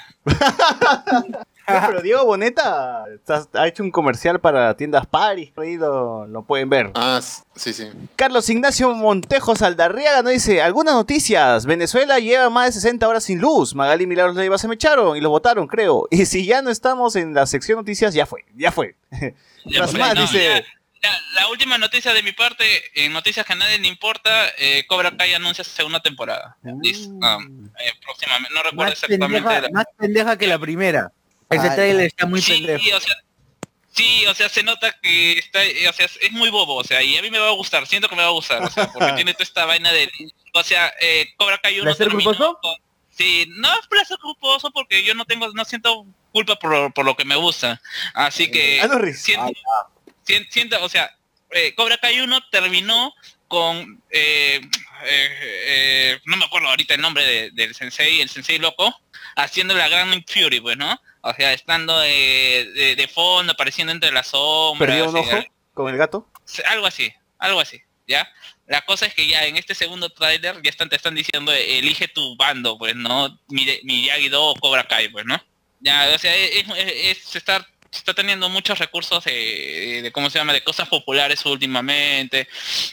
No, pero Diego Boneta está- ha hecho un comercial para tiendas Paris. Ahí lo, lo pueden ver. Ah, s- sí, sí. Carlos Ignacio Montejo Saldarriaga nos dice: algunas noticias. Venezuela lleva más de sesenta horas sin luz. Magali y Milagros Leiva se me echaron y lo votaron, creo. Y si ya no estamos en la sección noticias, ya fue, ya fue. Ya, Tras pues, más, no, dice. ya, la, la última noticia de mi parte, en noticias que a nadie le importa, eh, Cobra Kai anuncia su segunda temporada. Listo. Ah, eh, próximamente, no recuerdo Más exactamente. pendeja, la- más pendeja que la primera. Ese Ay, trailer está muy sí, pendejo. o sea, sí, o sea, se nota que está, eh, o sea, es muy bobo, o sea, y a mí me va a gustar, siento que me va a gustar, o sea, porque tiene toda esta vaina de, o sea, eh, Cobra Kai uno ¿Placer terminó culposo? con- sí, no es placer culposo porque yo no tengo, no siento culpa por, por lo que me gusta, así que Ah, no, Riz. siento, sien- siento, o sea, eh, Cobra Kai uno terminó con, eh, eh, eh, no me acuerdo ahorita el nombre de- del sensei, el sensei loco, haciendo la gran Nick Fury, pues, ¿no? O sea, estando de, de, de fondo, apareciendo entre las sombras. ¿Perdió un y ojo al- con el gato? algo así, algo así, ¿ya? La cosa es que ya en este segundo tráiler ya están, te están diciendo, elige tu bando, pues, ¿no? Mi- Miyagi-Do o Cobra Kai, pues, ¿no? Ya, o sea, es, es- es- se está, se está teniendo muchos recursos de, de, de, ¿cómo se llama?, de cosas populares últimamente.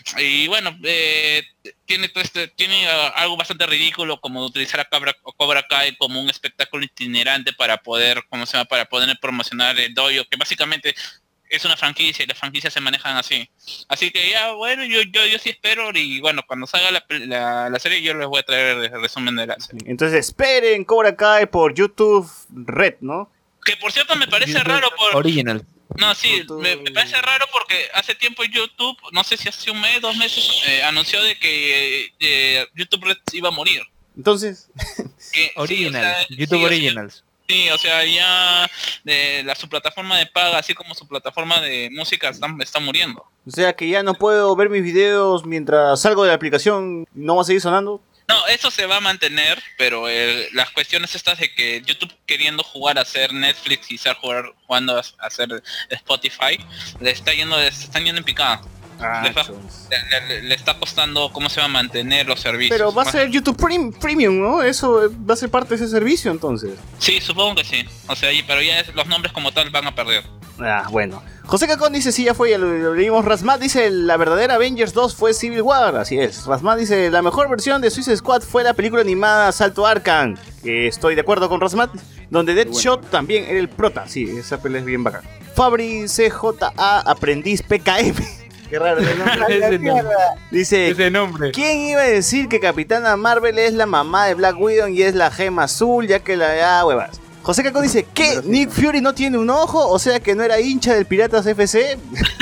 Y bueno, eh, tiene todo este, tiene uh, algo bastante ridículo como utilizar a Cobra, Cobra Kai como un espectáculo itinerante para poder, ¿cómo se llama?, para poder promocionar el dojo, que básicamente es una franquicia y las franquicias se manejan así. Así que ya, bueno, yo yo, yo sí espero y bueno, cuando salga la, la, la serie yo les voy a traer el resumen de la serie. Entonces esperen Cobra Kai por YouTube Red, ¿no? Que por cierto me parece raro por... Original. No, sí, me, me parece raro porque hace tiempo YouTube, no sé si hace un mes, dos meses, eh, anunció de que eh, YouTube Red iba a morir. Entonces, Que, Original. sí, o sea, YouTube sí, o sea, Originals. Sí, o sea, ya eh, la, su plataforma de paga, así como su plataforma de música, están, está muriendo. o sea que ya no puedo ver mis videos mientras salgo de la aplicación, ¿no va a seguir sonando? No, eso se va a mantener, pero eh, las cuestiones estas de que YouTube queriendo jugar a hacer Netflix y estar jugar, jugando a, a hacer Spotify, le está yendo, le están yendo en picada. Ah, le, va- chos. le- le- le está costando, ¿cómo se va a mantener los servicios? Pero va a Más- ser YouTube Prim- Premium, ¿no? Eso va a ser parte de ese servicio entonces. Sí, supongo que sí. O sea, y- pero ya es- los nombres como tal van a perder. Ah, bueno. José Cacón dice, sí, ya fue, ya lo, lo leímos. Rasmat dice, la verdadera Avengers dos fue Civil War. Así es. Rasmat dice, la mejor versión de Suicide Squad fue la película animada Salto Arkham. Que estoy de acuerdo con Rasmat. Donde Deadshot también era el prota. Sí, esa pelea es bien bacán. Fabri C J A, aprendiz P K M. Qué raro ese nombre. Ese nombre. Dice, Ese nombre. ¿quién iba a decir que Capitana Marvel es la mamá de Black Widow y es la gema azul, ya que la... Ah, huevas. José Cacón dice, ¿qué? ¿Nick Fury no tiene un ojo? O sea que no era hincha del Piratas F C.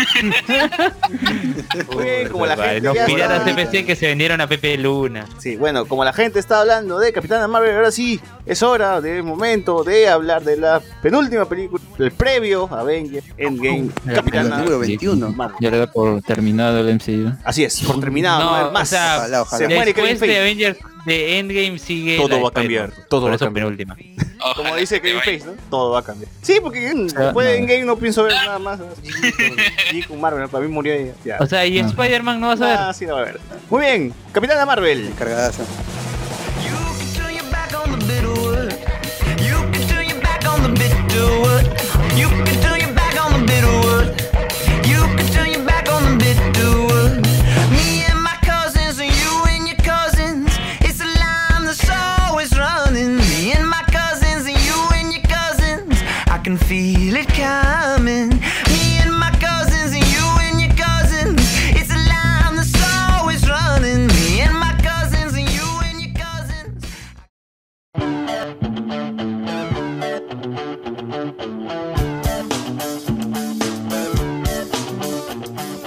Muy bien, como la gente Los ya piratas está- F C que se vendieron a Pepe Luna. Sí, bueno, como la gente está hablando de Capitana Marvel, ahora sí, es hora, de momento de hablar de la penúltima película, del previo Avengers Endgame, Ya, Capitana número veintiuno. Marvel. Ya le da por terminado el M C U. Así es, por terminado, no, No, hay más. o sea, Ojalá, ojalá. Se muere Kevin Después de Feige. Avengers de Endgame sigue Todo la va a de cambiar, Spider-Man. todo Por va a eso cambiar. penúltima. Ojalá Como dice que Kevin vaya. Feige, ¿no? Todo va a cambiar. Sí, porque mm, después de no. Endgame no pienso ver nada más. Sí, con Marvel, para mí murió ya. ya. O sea, y Ah. Spider-Man no vas a ver. Ah, sí, lo va a ver. Muy bien, Capitana Marvel. Cargadaza. You can turn your back on the bitter wood. You can turn your back on the bitter wood. You can turn your back on the bitter wood. You can turn your back on the bitter wood. Me and my cousins and you and your cousins. It's a line that's always running. Me and my cousins and you and your cousins. I can feel it coming. Me and my cousins and you and your cousins. It's a line that's always running. Me and my cousins and you and your cousins.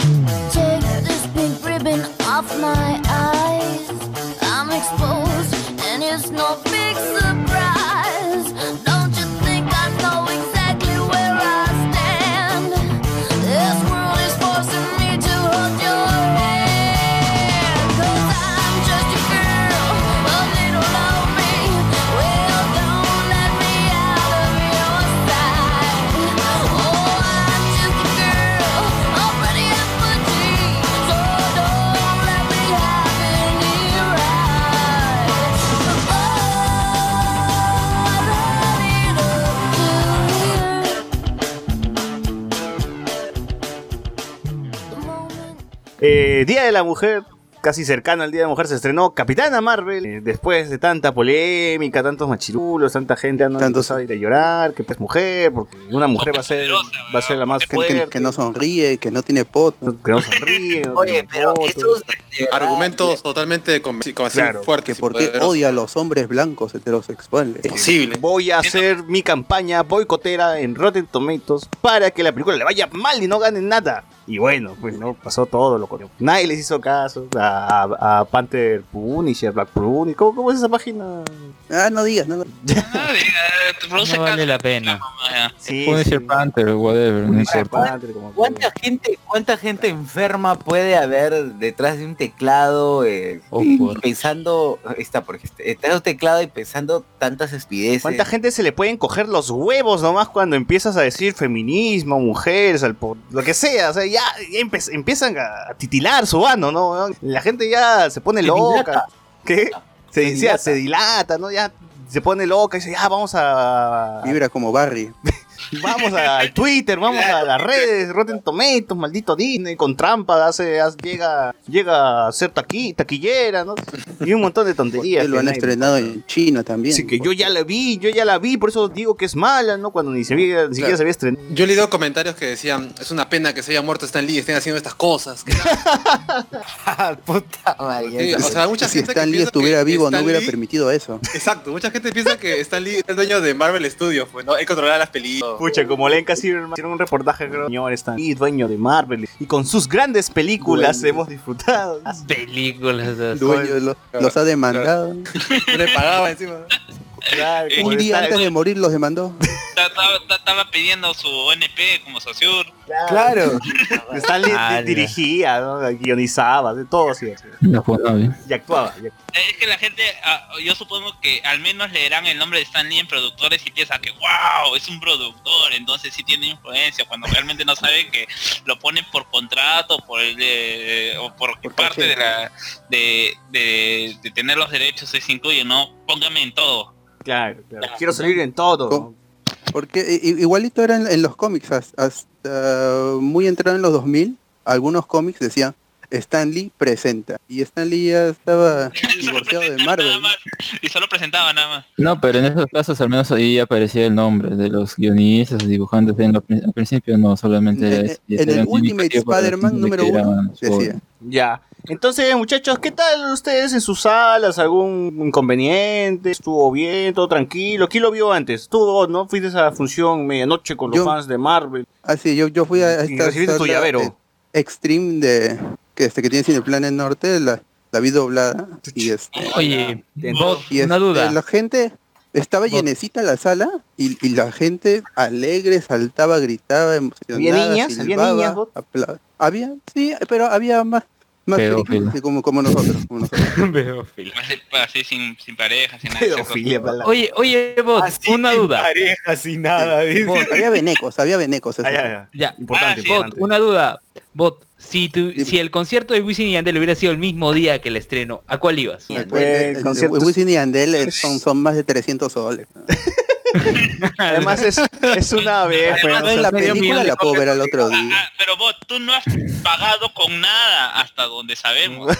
Take this pink ribbon off my eyes. I'm exposed It's no big surprise. Don't you think I know exactly where I stand? This world is forcing me to hold your hand. 'Cause I'm just a girl, a little lonely. Well, don't let me out of your sight. Oh, I'm just a girl, a pretty effigy. So don't let me have any rights. Oh, I leave it up to you. Eh, Día de la Mujer, casi cercano al Día de la Mujer, se estrenó Capitana Marvel. Eh, después de tanta polémica, tantos machirulos, tanta gente anda Tantos- a ir a llorar, que es mujer, porque una mujer va a ser, va a ser la más Gente fuerte, que no sonríe, que no tiene pot. que no sonríe. no Oye, tiene pero fotos. esos de verdad, Argumentos totalmente conven- con- Claro, fuertes. Que por qué odia a los hombres blancos heterosexuales. Posible. Voy a hacer mi campaña boicotera en Rotten Tomatoes para que la película le vaya mal y no gane nada. Y bueno, pues no pasó todo lo que nadie les hizo caso a, a, a Panther Punisher, Black Punisher. ¿Cómo, ¿Cómo es esa página? Ah, no digas, no. No, diga, te produce No vale cáncer. la pena. Ya. Sí, Punisher sí. Panther, whatever, no Punisher importa. Panther, como que- ¿Cuánta gente, cuánta gente enferma puede haber detrás de un teclado eh, Oh, y por- pensando, está porque este, detrás de un teclado y pensando tantas estupideces? ¿Cuánta gente se le pueden coger los huevos nomás cuando empiezas a decir feminismo, mujeres, al po- lo que sea? O sea, ya, ya empe- empiezan a titilar su ano, ¿no? La gente ya se pone Se loca. dilata. ¿Qué? Se, Se decía, dilata. se dilata, ¿no? Ya se pone loca y dice, ya, vamos a... Vibra como Barry. Vamos al Twitter, vamos a las redes, Rotten Tomatoes, maldito Disney, con trampa, hace, hace- llega, llega a ser taqui, taquillera, ¿no? Y un montón de tonterías. Que lo que han nadie- estrenado en China también. Así que yo ya la vi, yo ya la vi, por eso digo que es mala, ¿no? Cuando ni, se había- ni siquiera se había estrenado. Yo he leído comentarios que decían, es una pena que se haya muerto Stan Lee y estén haciendo estas cosas. Que- Puta madre. Sí, o sea, mucha Si gente Stan que Lee piensa estuviera que vivo, no Stan hubiera Lee- permitido eso. Exacto, mucha gente piensa que Stan Lee es el dueño de Marvel Studios, pues, ¿no? Él controlaba las películas. Pucha, como leen casi hicieron un reportaje, creo, señor Stan Lee, dueño de Marvel, y con sus grandes películas Dueño. hemos disfrutado. Las películas. así. Dueño de los, los ha demandado. No le pagaba encima. Claro, como Un día está- antes de morir los demandó. Ta- ta- ta- Estaba pidiendo su N P como Saussure. Claro. Stan Lee Ah, di- dirigía, ¿no? Guionizaba, de todo así, así. La Fonavi. Y actuaba. y actuaba. Es que la gente, ah, yo supongo que al menos leerán el nombre de Stan Lee en productores y piensan que wow, es un productor, entonces sí tiene influencia, cuando realmente no saben que lo ponen por contrato, por el de- o por, Por parte caché. de la de, de, de tener los derechos se incluyen, ¿no? Póngame en todo. Claro, claro. Quiero salir en todo. ¿Cómo? Porque i- i- igualito era en, en los cómics, has- hasta muy entrado en los dos mil, algunos cómics decían Stan Lee presenta. Y Stan Lee ya estaba divorciado de Nada Marvel. más, y solo presentaba nada más. No, pero en esos casos al menos ahí aparecía el nombre de los guionistas, dibujantes. En lo- al principio no, solamente era En- ese- en el era un Ultimate indicativo para Spider-Man decir número que era uno su- decía. Ya. Entonces, muchachos, ¿qué tal ustedes en sus salas? ¿Algún inconveniente? ¿Estuvo bien? ¿Todo tranquilo? ¿Quién lo vio antes? Tú, vos, ¿no? Fuiste a la función medianoche con los Yo. fans de Marvel. Así, yo, yo fui a Y esta recibiste tu sala, llavero. eh, Extreme de que este que tiene Cineplanet Norte, la, la vi doblada. Y este, Oye, vos, y una este, duda. la gente estaba llenecita la sala y, y la gente alegre, saltaba, gritaba, emocionada. ¿Había niñas? ¿Había silbaba, niñas, vos? apla- Había, sí, pero había más, más Pedófilo. frikis, así como, como nosotros. Como nosotros. Así, así sin, sin pareja, sin nada. Pedofilia, pala. Oye, oye, vos, una duda. Pareja sin nada. dice. Bot, Había venecos, había venecos. Ah, eso. ya, ya. ya, Importante, Ah, sí, Bot, importante. una duda. Bot, si, tu, Dime. si el concierto de Wisin y Yandel hubiera sido el mismo día que el estreno, ¿a cuál ibas? El, Pues, el- el- conciertos- Wisin y Yandel eh, son, son más de trescientos soles. ¿no? Además, es, es una vez. pues, No, o sea, en la medio película millón la de puedo ver al otro Ah, día. ah, pero vos, tú no has pagado con nada hasta donde sabemos.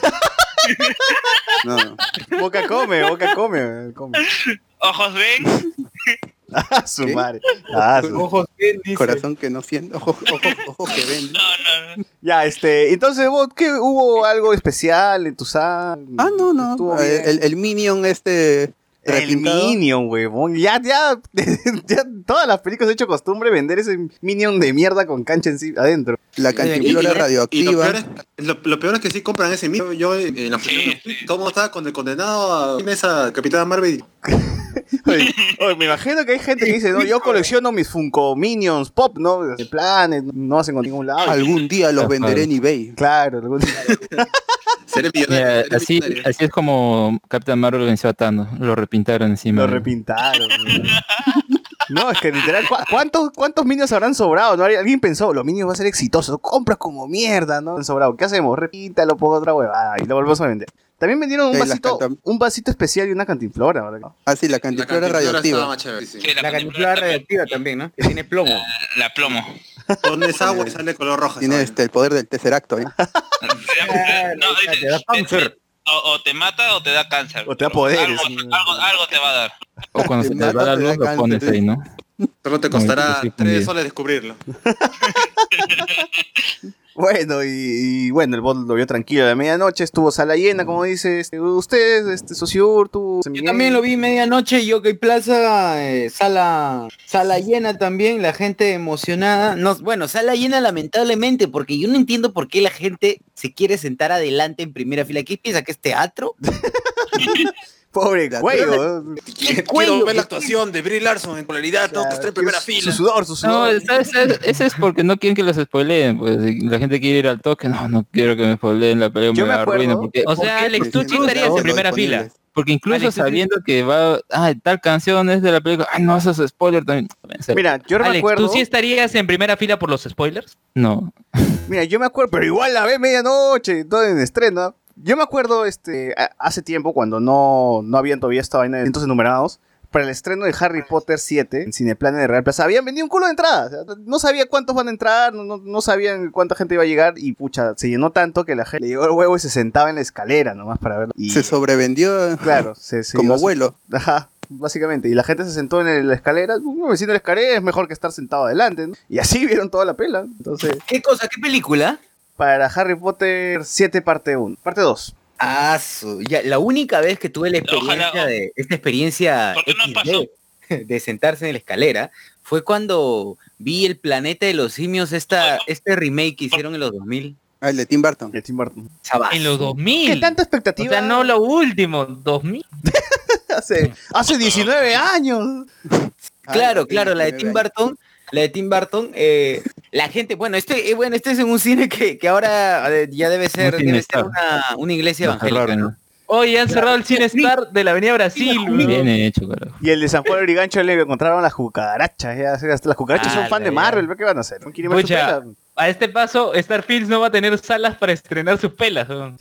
No, no. Boca come, boca come. come. Ojos ven, Ah, su ¿Qué? madre. Ah, su- Ojos bien, dice. Corazón que no siente, ojos, ojos, ojos que ven. no, no, no. Ya, este, entonces, vos, ¿qué hubo algo especial en tu sala? Ah, no, no. ¿Estuvo eh, bien? El, el Minion este, El repintado. Minion, huevón. Ya, ya, ya, todas las películas han hecho costumbre vender ese Minion de mierda con cancha en sí, adentro. La Y, cantimplora y- y lo radioactiva. peor, es, lo, lo peor es que sí compran ese mismo. Yo en la función, todo el mundo estaba con el condenado a esa Capitana Marvel. Oye, oye, me imagino que hay gente que dice, no, yo colecciono mis Funko Minions Pop, ¿no? De Planet, no hacen con ningún lado. Algún día los venderé en eBay. Claro, algún día. Seré Mira, millonario. seré así, millonario. así es como Captain Marvel venció a Thanos. Lo repintaron encima. Lo repintaron. ¿no? No, es que literal, ¿cu- ¿cuántos, ¿cuántos Minions habrán sobrado? ¿No? Alguien pensó, los Minions van a ser exitosos, compras como mierda, ¿no? Han sobrado. ¿Qué hacemos? Repíntalo, pongo otra huevada y lo volvemos a vender. También vendieron un Sí, las vasito, cantam- un vasito especial y una cantinflora. ¿Verdad? Ah, sí, la La cantimplora cantimplora estaba radioactiva. más chévere, sí. Sí, La cantimplora cantimplora radioactiva también, ¿no? Que tiene plomo. La, la plomo. Pones agua y sale color rojo. Tiene ¿sabes? este, el poder del terceracto, ¿eh? No, dice, Te da cáncer. o, o te mata o te da cáncer. O te da Pero poderes. Algo, algo, algo te va a dar. O cuando Te se te mata, va la te da luz, lo cáncer, pones ¿eh? ahí, ¿no? Solo te Como costará que sí, tres fundido. soles descubrirlo. Bueno, y, y bueno, el bot lo vio tranquilo de medianoche, estuvo sala llena, como dice este, usted, este, Sociur, tú, Yo también lo vi medianoche, Yokai Plaza, eh, sala sala llena también, la gente emocionada. No, bueno, sala llena lamentablemente, porque yo no entiendo por qué la gente se quiere sentar adelante en primera fila. ¿Qué piensa que es teatro? Pobre La cuello. ¿no? ¿Qué Quiero cuello? ver la actuación de Brie Larson en polaridad, tengo que estar en primera Su fila. sudor, su No, sudor. ¿sabes? ¿sabes? Ese es porque no quieren que los spoileen, pues y la gente quiere ir al toque, no, no quiero que me spoileen la pelea, Yo me me la acuerdo- arruina, porque, O sea, Sí, Alex, tú sí, sí sí, estarías todo en primera disponible. fila. porque incluso Alex, ¿tú sabiendo que va, ah, tal canción es de la película, ay, no, eso es spoiler también. En serio. Mira, yo me Alex, acuerdo. ¿tú sí estarías en primera fila por los spoilers? No, Mira, yo me acuerdo, pero igual la ve medianoche, todo en estreno. Yo me acuerdo este a- hace tiempo cuando no, no habían todavía esta vaina de eventos enumerados. Para el estreno de Harry Potter siete en Cineplanet de Real Plaza habían vendido un culo de entradas. O sea, no sabía cuántos van a entrar, no, no, no sabían cuánta gente iba a llegar y pucha, se llenó tanto que la gente le llegó el huevo y se sentaba en la escalera nomás para verlo. Y, Se sobrevendió claro, se, se como llegó a- vuelo. Ajá, básicamente. Y la gente se sentó en el- la escalera. Un vecino de la escalera es mejor que estar sentado adelante, ¿no? Y así vieron toda la pela. Entonces, ¿Qué cosa? ¿Qué película? para Harry Potter siete parte uno. Parte dos. Ah, su- ya, la única vez que tuve la experiencia Ojalá, o- de esta experiencia ¿Por qué no equis de, pasó? de sentarse en la escalera fue cuando vi El Planeta de los Simios, esta, este remake que hicieron en los dos mil. Ah, el de Tim Burton. De Tim Burton. Sabazo. En los dos mil. ¿Qué tanta O expectativa? sea, no lo último, dos mil. hace, hace diecinueve años. Claro, Ah, claro, la de Tim diecinueve Burton, la de Tim Burton, eh, la gente, bueno, este, eh, bueno, este es en un cine que, que ahora eh, ya debe ser, Un cine debe ser Star. una, una iglesia Lo evangélica, cerraron, ¿no? Hoy han cerrado el Cine Star de la Avenida Brasil. weón. bien hecho, carajo. Y el de San Juan de Brigancho le encontraron las cucarachas. ya, hasta las cucarachas Ah, son fan de ya. Marvel. ¿Qué van a hacer? ¿No quieren ver su Pucha, pela? a este paso, Starfields no va a tener salas para estrenar sus pelas. weón.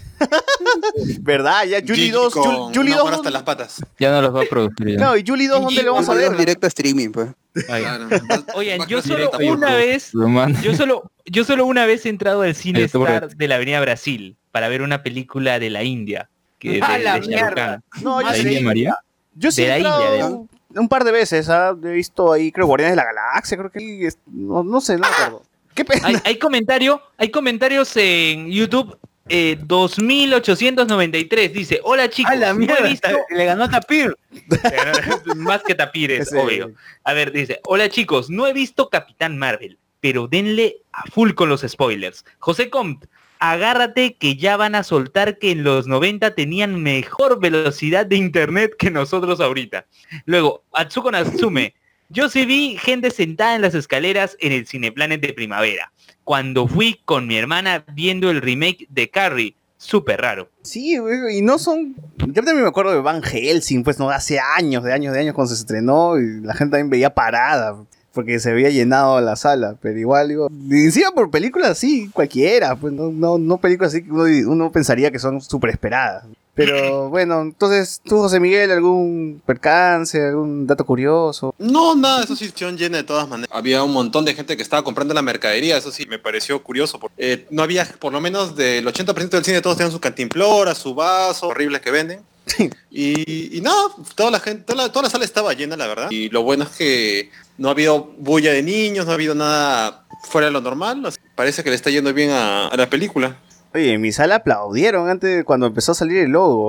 ¿Verdad? Ya Julie Gigi dos. con Ju- Julie una dos. mano hasta las patas. Ya no los va a producir ya. No, y Julie dos, ¿dónde le vamos a Vamos a ver? directo a streaming, pues. Claro. Oigan, Más yo que solo directo a una YouTube. vez, Lo mando. yo solo, yo solo una vez he entrado al Cine El Tourette. Star de la Avenida Brasil para ver una película de la India. Que de, ¡A la de Shah Rukh mierda! Khan. No, yo ¿La sí. India María? Yo sí De he la entrado India, un, un par de veces. ¿ah? He visto ahí, creo, Guardianes de la Galaxia. Creo que. es- No, no sé, no me acuerdo. ¿Qué pena? Hay, hay comentario, hay comentarios en YouTube. Eh, dos mil ochocientos noventa y tres dice, hola chicos, ¡A la no he mierda! visto Le ganó a Tapir. más que tapires, Ese- obvio. A ver, dice, hola chicos, no he visto Capitán Marvel, pero denle a full con los spoilers. José Comte, agárrate que ya van a soltar que en los noventa tenían mejor velocidad de internet que nosotros ahorita. Luego, Atsuko Natsume, yo sí vi gente sentada en las escaleras en el Cineplanet de primavera, cuando fui con mi hermana viendo el remake de Carrie. Súper raro. Sí, güey, y no son... Yo también me acuerdo de Van Helsing, pues no, hace años, de años, de años cuando se estrenó y la gente también veía parada porque se había llenado la sala, pero igual, digo, y encima por películas así, cualquiera, pues no, no, no películas así que uno, uno pensaría que son súper esperadas. Pero bueno, entonces, tú, José Miguel, ¿algún percance, algún dato curioso? No, nada, eso sí, sección llena de todas maneras. Había un montón de gente que estaba comprando la mercadería, eso sí, me pareció curioso. Porque, eh, no había, por lo menos del ochenta por ciento del cine, todos tenían su cantimplora, su vaso, horribles que venden. Y, y nada, toda la gente, toda la, toda la sala estaba llena, la verdad. Y lo bueno es que no ha habido bulla de niños, no ha habido nada fuera de lo normal. Así, parece que le está yendo bien a, a la película. Oye, en mi sala aplaudieron antes de cuando empezó a salir el logo, ¿eh?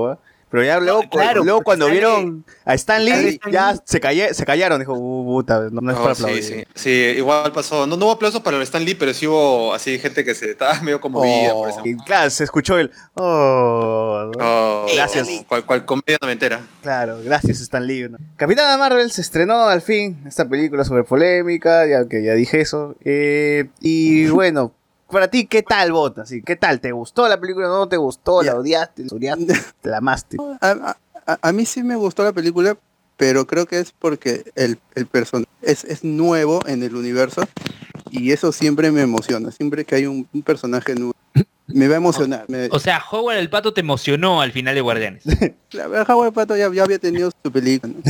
Pero ya luego, No, claro, luego porque cuando sale- vieron a Stan Lee, sale Stan ya Lee. se, calle- se callaron. Dijo, uh, puta, no, no es Oh, para sí, aplaudir. sí, sí, igual pasó. No, no hubo aplausos para el Stan Lee, pero sí hubo así gente que se estaba medio conmovida por eso. Y claro, se escuchó el, oh, ¿no? Oh, Gracias. Cual, cual comedia noventera. Claro, gracias Stan Lee, ¿no? Capitana Marvel se estrenó al fin, esta película súper polémica, ya que ya dije eso. Eh, y bueno, para ti, ¿qué tal, Bot? Así, ¿qué tal? ¿Te gustó la película? ¿No te gustó? ¿La Ya. odiaste? ¿La odiaste? ¿Te la amaste? A, a- a mí sí me gustó la película, pero creo que es porque el, el personaje es, es nuevo en el universo y eso siempre me emociona. Siempre que hay un, un personaje nuevo, me va a emocionar. Me, O sea, Howard el Pato te emocionó al final de Guardianes. la verdad, Howard Pato ya, ya había tenido su película, ¿no?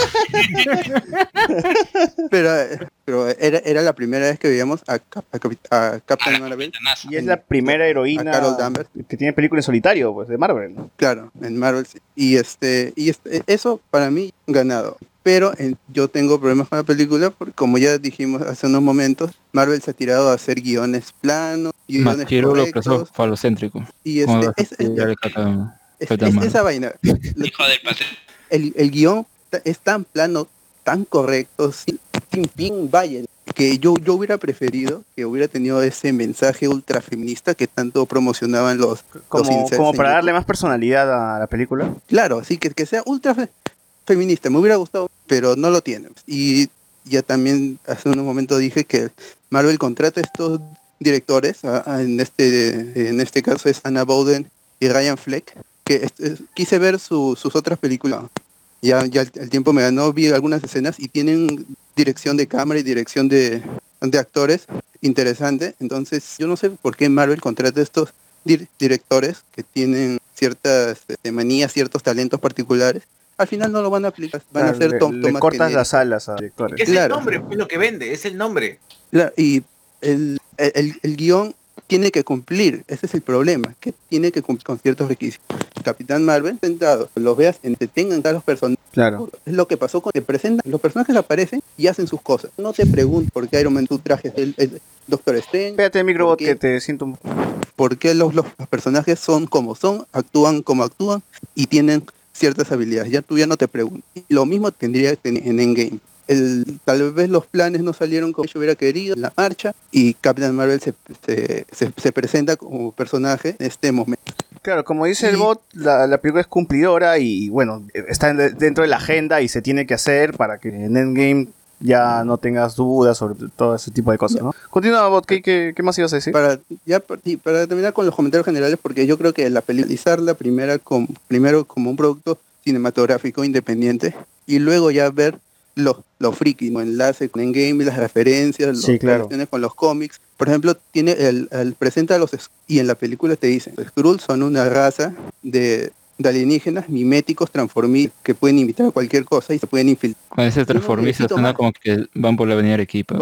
pero, pero era, era la primera vez que veíamos a, Cap- a, Capi- a Captain Marvel. Capitanazo. Y es la primera heroína A Carol Danvers. que tiene película en solitario, pues, de Marvel, ¿no? Claro, en Marvel sí. Y este, y este, eso para mí ganado. Pero en- yo tengo problemas con la película porque como ya dijimos hace unos momentos, Marvel se ha tirado a hacer guiones planos, guiones Machiro lo correctos, pasó falocéntrico. y ¿Cómo este, vas a es, es- tirarle caca a es- Capitán es- Marvel? esa vaina. Lo- Hijo del paseo. el, el guión ta- es tan plano, tan correcto, sin, sin pin vaya, que yo, yo hubiera preferido que hubiera tenido ese mensaje ultra feminista que tanto promocionaban los, los Como, incels como en para YouTube. darle más personalidad a la película. Claro, así que, que sea ultra fe- feminista, me hubiera gustado, pero no lo tiene. Y ya también hace unos momentos dije que Marvel contrata a estos directores, a- a- en este en este caso es Anna Bowden y Ryan Fleck, que es- es- quise ver su- sus otras películas. Ya, ya el, el tiempo me ganó, vi algunas escenas y tienen dirección de cámara y dirección de, de actores interesante. Entonces, yo no sé por qué Marvel contrata a estos dir- directores que tienen ciertas eh, manías, ciertos talentos particulares. Al final no lo van a aplicar, van Claro, a hacer le, tom- le tomas cortas genéricas. las alas a directores. Que es Claro. el nombre, es lo que vende, es el nombre. Claro, y el, el, el- el guión tiene que cumplir, ese es el problema, que tiene que cumplir con ciertos requisitos. Capitán Marvel, sentado, los veas, entretengan a los personajes. Claro. Es lo que pasó cuando te presentan, los personajes aparecen y hacen sus cosas. No te preguntes por qué Iron Man tu traje es el, el Doctor Strange, Espérate, microbot, ¿Por qué? que te siento un... por qué los, los, los personajes son como son, actúan como actúan y tienen ciertas habilidades. Ya tú ya no te preguntas. Y lo mismo tendría que tener en Endgame. El, tal vez los planes no salieron como yo hubiera querido en la marcha y Captain Marvel se, se, se, se presenta como personaje en este momento. Claro, como dice el Y- bot, la, la película es cumplidora y bueno, está en- dentro de la agenda y se tiene que hacer para que en Endgame ya no tengas dudas sobre todo ese tipo de cosas, ¿no? Continúa, bot, ¿qué, qué, qué más ibas a decir? Para, ya, pa- y para terminar con los comentarios generales, porque yo creo que la película, la primera com- primero como un producto cinematográfico independiente y luego ya ver los lo friki, ¿no? Enlace con Endgame, las referencias, Sí, las claro. relaciones con los cómics. Por ejemplo, tiene el, el presenta a los Skrulls, y en la película te dicen, los Skrulls son una raza de, de alienígenas miméticos transformistas que pueden imitar cualquier cosa y se pueden infiltrar. Con ese transformista necesito suena más. como que van por la avenida Arequipa.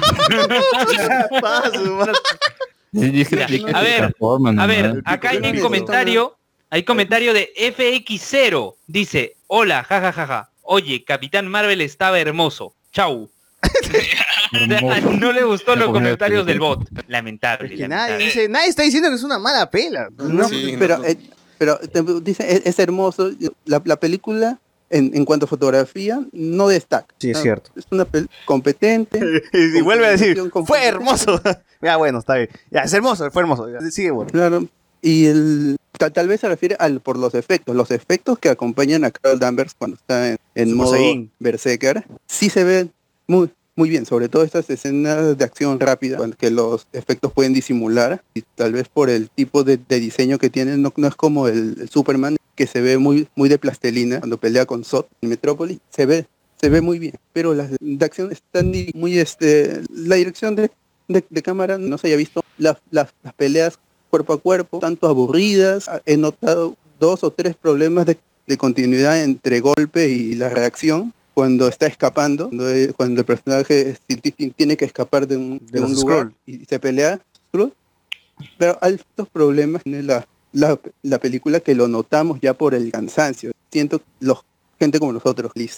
Y dije, Ya, "¿Por qué a se ver, transforman, A no? ver, acá hay un comentario, hay comentario de F X cero. Dice, hola, jajajaja. Oye, Capitán Marvel estaba hermoso. Chau. Hermoso. No le gustó los Como una comentarios del película. bot. Lamentable. Que nadie, lamentable. dice, nadie está diciendo que es una mala pela. No, Sí, pero, no. eh, pero te dice, es, es hermoso. La, la película, en, en cuanto a fotografía, no destaca. Sí, es Ah, cierto. Es una pel competente. Y vuelve a decir, con- fue hermoso. Ya, bueno, está bien. Ya, es hermoso, fue hermoso. Ya, sigue, bueno. Claro. Y el, tal, tal vez se refiere al por los efectos. Los efectos que acompañan a Carol Danvers cuando está en, en Super modo Saiyan. Berserker, sí se ven muy muy bien, sobre todo estas escenas de acción rápida, cuando- que los efectos pueden disimular, y tal vez por el tipo de, de diseño que tienen, no, no es como el, el Superman, que se ve muy muy de plastelina cuando pelea con Zod en Metrópolis, se ve se ve muy bien, pero las de acción están di- muy, este, la dirección de, de, de cámara no se haya visto, las, las, las peleas cuerpo a cuerpo, tanto aburridas, he notado dos o tres problemas de, de continuidad entre golpe y la reacción, cuando está escapando, cuando, eh, cuando el personaje ti- ti- tiene que escapar de un, De de un los lugar Skrull. y se pelea, Skrull. Pero hay estos problemas en la, la, la película que lo notamos ya por el cansancio. Siento que los gente como nosotros, realizamos que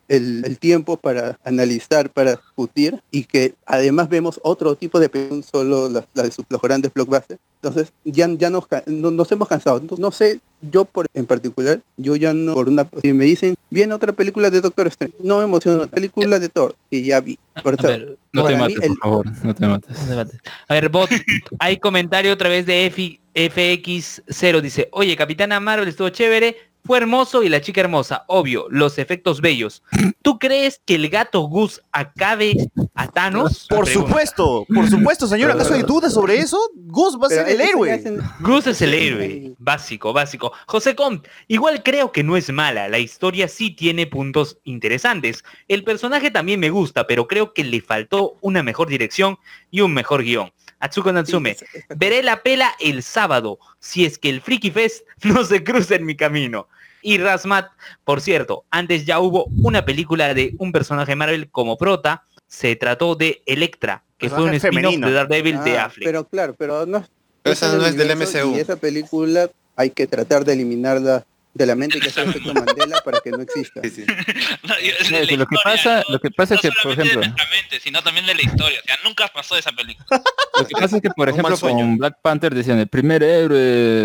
el, el tiempo para analizar, para discutir, y que además vemos otro tipo de películas, solo las, las de sus- los grandes blockbusters. Entonces ya, ya nos, ca- no- nos hemos cansado. No, no sé, yo por, en particular, yo ya no, por una, si me dicen, viene otra película de Doctor Strange, no me emociona, película de Thor, que ya vi. Por A eso, ver, No te para mí, mates, el- por favor, no te mates. no te mates. A ver, bot, hay comentario otra vez de F- F X cero, dice, oye, Capitana Marvel estuvo chévere, fue hermoso y la chica hermosa, obvio, los efectos bellos. ¿Tú crees que el gato Gus acabe a Thanos? Por Pregunta. supuesto, por supuesto, señor. ¿Acaso hay dudas sobre eso? Gus va a pero ser el eso ya héroe. hacen- Gus es el héroe, básico, básico. José Com, igual creo que no es mala, la historia sí tiene puntos interesantes. El personaje también me gusta, pero creo que le faltó una mejor dirección y un mejor guión. Atsuko Natsume, Sí, esa- esa veré la pela el sábado, si es que el Freaky Fest no se cruza en mi camino. Y Razmat, por cierto, antes ya hubo una película de un personaje Marvel como prota, se trató de Electra, que fue un Personaje spin-off femenino. de Daredevil de Ah, Affleck. pero claro, pero no, Pero esa no es del universo, M C U. Y esa película hay que tratar de eliminarla de la mente, que es el efecto Mandela, para que no exista. Sí, sí. No, y- es Sí, de la sí, lo que historia, pasa- ¿no? lo que pasa es No que, por solamente ejemplo- de nuestra mente, sino también de la historia. O sea, nunca pasó esa película. Lo que pasa es que, por Un mal ejemplo, sueño. con Black Panther decían el primer héroe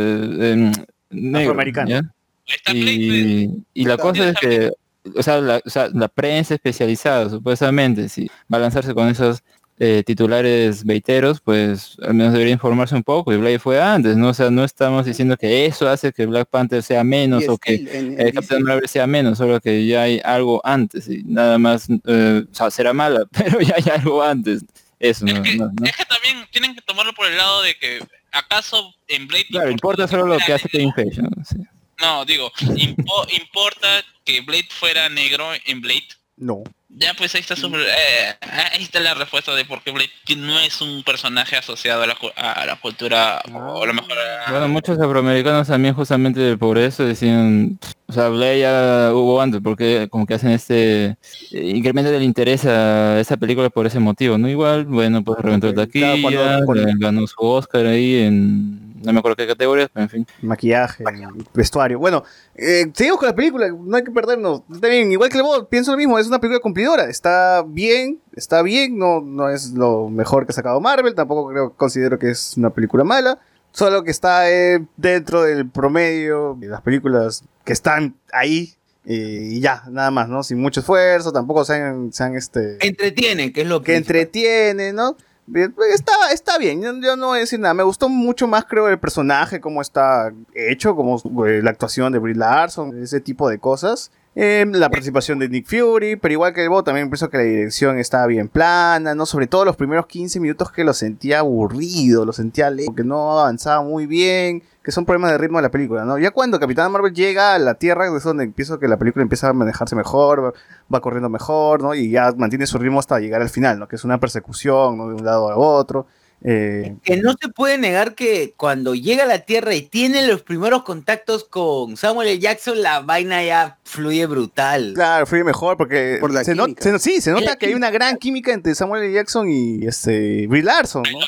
eh, negro, Afroamericano. ¿ya? Está Blade, Y, y la Está- cosa es que, o sea, la, o sea, la prensa especializada, supuestamente, si va a lanzarse con esos eh, titulares veiteros, pues al menos debería informarse un poco, y Blade fue antes, ¿no? O sea, no estamos diciendo que eso hace que Black Panther sea menos Y o que Steel en- en eh, D C. Capitán Marvel sea menos, solo que ya hay algo antes, y nada más, eh, o sea, será mala, pero ya hay algo antes. Eso, no, Es que, no, no. es que también tienen que tomarlo por el lado de que acaso en Blade Claro, importa solo lo que hace Kevin Feige, ¿no? Sí. No, digo, impo- importa que Blade fuera negro en Blade. No. Ya pues ahí está su, eh, ahí está la respuesta de por qué Blade no es un personaje asociado a la, cu- a la cultura o a lo mejor a- Bueno, muchos afroamericanos también justamente por eso decían, o sea, Blade ya hubo antes, porque como que hacen este eh, incremento del interés a esa película por ese motivo, ¿no? Igual, bueno, pues reventó el Claro, taquilla, cuando- cuando- eh, ganó su Oscar ahí en, no me acuerdo qué categorías, pero en fin. Maquillaje, vestuario. Bueno, eh, seguimos con la película, no hay que perdernos. También, igual que el bot, pienso lo mismo, es una película cumplidora. Está bien, está bien, no, no es lo mejor que ha sacado Marvel, tampoco creo, considero que es una película mala. Solo que está eh, dentro del promedio de las películas que están ahí. eh, y ya, nada más, ¿no? Sin mucho esfuerzo, tampoco sean, sean este... Entretienen, que es lo que entretiene, ¿no? Bien, pues, Está, está bien, yo, yo no voy a decir nada. Me gustó mucho más, creo, el personaje, cómo está hecho, como eh, la actuación de Brie Larson, ese tipo de cosas. Eh, la participación de Nick Fury, pero igual que el bot, también pienso que la dirección estaba bien plana, ¿no? Sobre todo los primeros quince minutos que lo sentía aburrido, lo sentía lento, que no avanzaba muy bien, que son problemas de ritmo de la película, ¿no? Ya cuando Capitán Marvel llega a la Tierra, es donde empiezo que la película empieza a manejarse mejor, va, va corriendo mejor, ¿no? Y ya mantiene su ritmo hasta llegar al final, ¿no? Que es una persecución, ¿no? De un lado a otro. Eh, Que no se puede negar que cuando llega a la Tierra y tiene los primeros contactos con Samuel L. Jackson, la vaina ya fluye brutal. Claro, fluye mejor porque Por la se, not- química. se- sí, se Es nota la que hay química. una gran química entre Samuel L. Jackson y este Brie Larson, ¿no?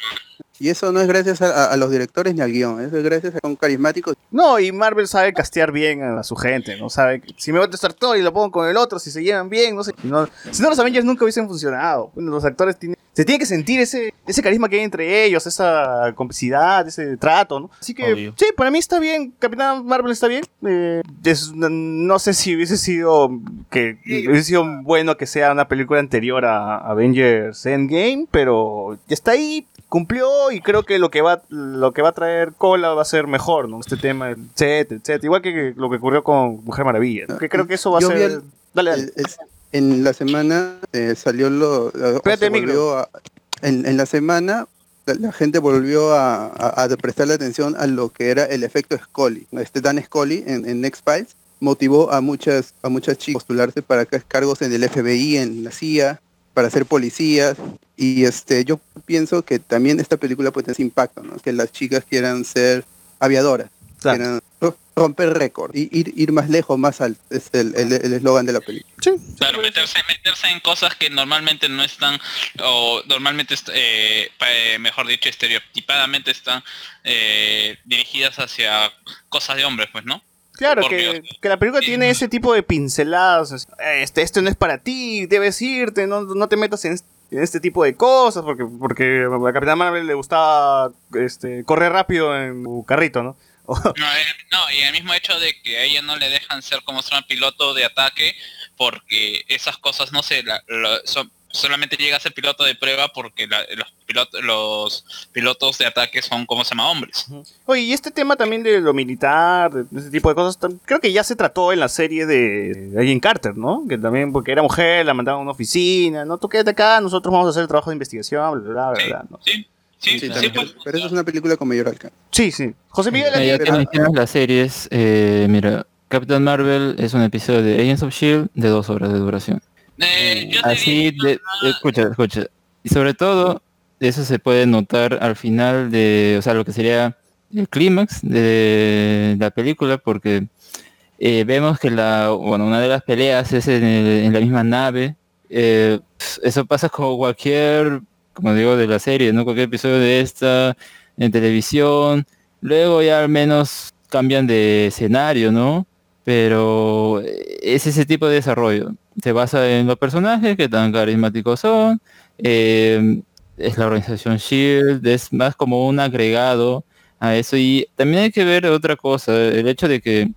Y eso no es gracias a, a- a los directores ni al guión, eso es gracias a que son carismáticos. No, y Marvel sabe castear bien a su gente, ¿no? Sabe que si me voy a este actor y lo pongo con el otro, si se llevan bien, no sé. Si no, si no los Avengers nunca hubiesen funcionado. Bueno, los actores tienen, se tiene que sentir ese, ese carisma que hay entre ellos, esa complicidad, ese trato, ¿no? Así que, Obvio. sí, para mí está bien. Capitán Marvel está bien. Eh, es- no, no sé si hubiese sido que hubiese sido bueno que sea una película anterior a Avengers Endgame, pero ya está ahí. Cumplió y creo que lo que va lo que va a traer cola va a ser mejor, ¿no? Este tema del set, etcétera. Igual que lo que ocurrió con Mujer Maravilla, ¿no? Que creo que eso va a Yo vi ser... el- Dale, dale. El- es- en la semana eh, salió lo... la- o Espérate, se micro. volvió a- en, en la semana la, la gente volvió a, a, a prestarle atención a lo que era el efecto Scully. Este Dan Scully en, en X-Files motivó a muchas a muchas chicas a postularse para ca- cargos en el F B I, en la C I A, para ser policías. Y este yo pienso que también esta película puede tener ese impacto, ¿no? Que las chicas quieran ser aviadoras, Claro. quieran ro- romper récord, y ir, ir más lejos, más alto, es el el- el eslogan de la película. Claro, meterse, meterse en cosas que normalmente no están, o normalmente, est- eh, pa- eh, mejor dicho, estereotipadamente están eh, dirigidas hacia cosas de hombres, pues, ¿no? Claro, Por que, Dios. que la película tiene ese tipo de pinceladas. así, Este, esto no es para ti, debes irte, no, no te metas en, en este tipo de cosas, porque, porque a Capitán Marvel le gustaba este, correr rápido en su carrito, ¿no? No, eh, no, y el mismo hecho de que a ella no le dejan ser como ser un piloto de ataque, porque esas cosas, no sé, la, lo- son, solamente llega a ser piloto de prueba porque la- los, pilotos, los pilotos de ataque son, como se llama, hombres. Oye, y este tema también de lo militar, de ese tipo de cosas, tam- creo que ya se trató en la serie de Agent Carter, ¿no? Que también, porque era mujer, la mandaban a una oficina, no, tú quédate acá, nosotros vamos a hacer el trabajo de investigación, bla, bla, bla, bla, ¿no? Sí, sí, Sí, sí, también, pues. pero eso es una película con mayor alcance. Sí, sí. José Miguel, Eh, ya aquí- que mencionas las series, eh, mira, Captain Marvel es un episodio de Agents of Shield de dos horas de duración. Eh, yo Así diría- de, escucha, escucha. Y sobre todo, eso se puede notar al final de, o sea, lo que sería el clímax de la película, porque eh, vemos que la, bueno, una de las peleas es en, el- en la misma nave. Eh, pf, eso pasa con cualquier, como digo, de la serie, ¿no? Cualquier episodio de esta en televisión. Luego ya al menos cambian de escenario, ¿no? Pero eh, es ese tipo de desarrollo. Se basa en los personajes que tan carismáticos son. eh, es la organización Shield, es más como un agregado a eso. Y también hay que ver otra cosa, el hecho de que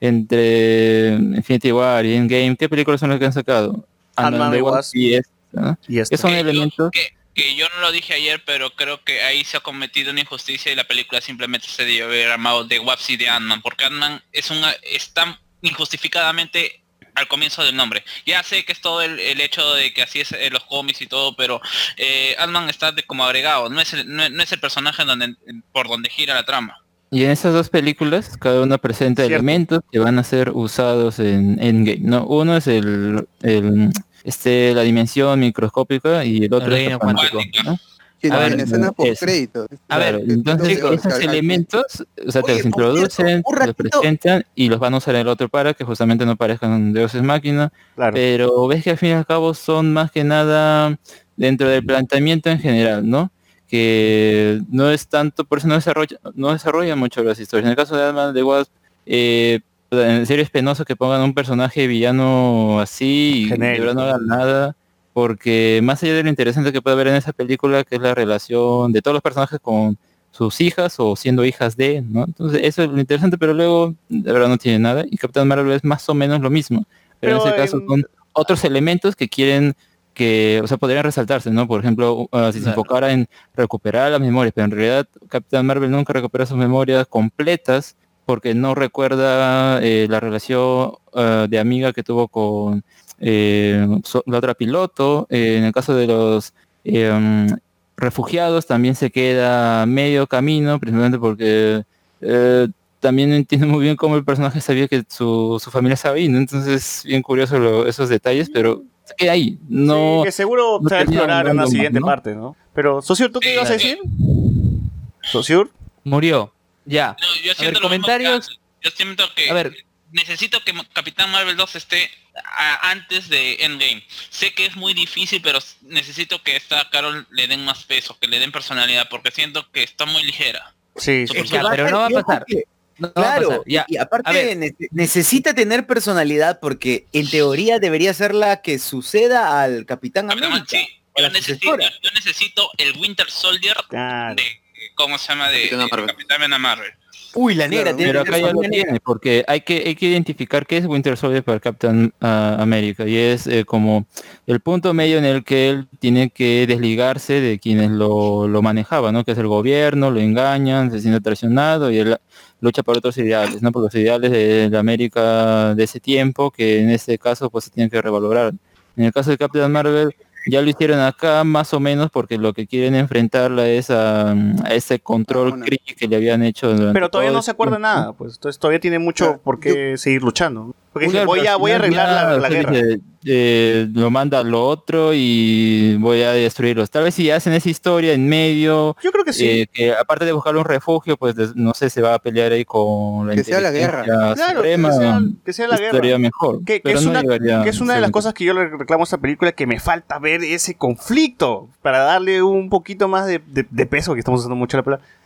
entre Infinity War y Endgame, ¿qué películas son las que han sacado? Ant-Man the y Wasp Wasp. y esta, ¿no? Y esta. Que son Que yo- elementos. que, que yo no lo dije ayer, pero creo que ahí se ha cometido una injusticia y la película simplemente se debió haber llamado de Wasp y de Ant-Man, porque Ant-Man es una, está injustificadamente al comienzo del nombre. Ya sé que es todo el, el hecho de que así es en los cómics y todo, pero eh, Ant-Man está de, como agregado, no es el, no, no es el personaje en donde, por donde gira la trama. Y en esas dos películas, cada una presenta Cierto. elementos que van a ser usados en Endgame, ¿no? Uno es el, el este la dimensión microscópica y el otro es reino lo cuántico, cuántico. ¿no? Tiene A ver, en escena post eso. crédito. A ver, Claro, entonces Entonces, esos al- al- elementos, o sea, te Oye, los por cierto, introducen, un te los ratito- presentan y los van a usar en el otro para que justamente no parezcan dioses máquina, Claro. pero ves que al fin y al cabo son más que nada dentro del planteamiento en general, ¿no? Que no es tanto, por eso no desarrolla, no desarrolla mucho las historias. En el caso de Ant-Man de Wasp, eh, en serio es penoso que pongan un personaje villano así y de Genérico. verdad no hagan nada, porque más allá de lo interesante que puede haber en esa película, que es la relación de todos los personajes con sus hijas o siendo hijas de, ¿no? Entonces eso es lo interesante, pero luego de verdad no tiene nada, y Captain Marvel es más o menos lo mismo, pero, Pero en ese caso en- son otros elementos que quieren que, o sea, podrían resaltarse, ¿no? Por ejemplo, uh, si se Claro. enfocara en recuperar las memorias, pero en realidad Captain Marvel nunca recupera sus memorias completas porque no recuerda eh, la relación uh, de amiga que tuvo con eh, so- la otra piloto. Eh, en el caso de los eh, um, refugiados también se queda medio camino, principalmente porque eh, también no entiendo muy bien cómo el personaje sabía que su, su familia estaba ahí, ¿no? Entonces, bien curioso lo- esos detalles, pero se queda ahí. No, Sí, que seguro no se va a termina explorar en hablando una más, siguiente ¿no? parte, ¿no? Pero, Sociur, ¿tú qué Sí, ibas a decir? ¿Sociur? Murió. Ya. No, yo A ver, siento lo mismo comentarios. que- yo siento que A ver, necesito que Capitán Marvel dos esté a- antes de Endgame. Sé que es muy difícil, pero s- necesito que esta Carol le den más peso, que le den personalidad, porque siento que está muy ligera. Sí, Su sí. es que- personaje. pero no va a Yo creo pasar. que- no, no va a Claro, pasar. Ya. y, y aparte A ver. nece- necesita tener personalidad porque en teoría debería ser la que suceda al Capitán Capitán América. sí, o yo la necesito, sucesora. yo necesito el Winter Soldier Claro. de, ¿cómo se llama? De, Capitana de Marvel. Capitana Marvel. Uy, la negra Claro, tiene Pero que acá ser ya lo negra. tiene, porque hay que, hay que identificar qué es Winter Soldier para Captain ah, America, y es eh, como el punto medio en el que él tiene que desligarse de quienes lo, lo manejaban, ¿no? Que es el gobierno, lo engañan, se siente traicionado y él lucha por otros ideales, ¿no? Por los ideales de la América de ese tiempo, que en este caso pues se tienen que revalorar. En el caso de Captain Marvel, ya lo hicieron acá más o menos porque lo que quieren enfrentarla es a, a ese control Ah, una- Kree que le habían hecho durante Pero todavía todo no el se acuerda tiempo. nada, pues entonces todavía tiene mucho Claro, por qué seguir luchando. Porque dice, Claro, voy pero a, al voy a final arreglar ya, la, la o sea, guerra. dice, eh, lo manda a lo otro y voy a destruirlos. Tal vez si hacen esa historia en medio, Yo creo que sí. eh, que aparte de buscar un refugio, pues des- no sé, se va a pelear ahí con la Que sea la guerra. inteligencia Claro, suprema, que sea, que sea la estaría guerra. mejor. Que, que pero es no una, llegaría que es una de a las ser- cosas que yo le reclamo a esta película, que me falta ver ese conflicto para darle un poquito más de, de- de peso, que estamos usando mucho la palabra,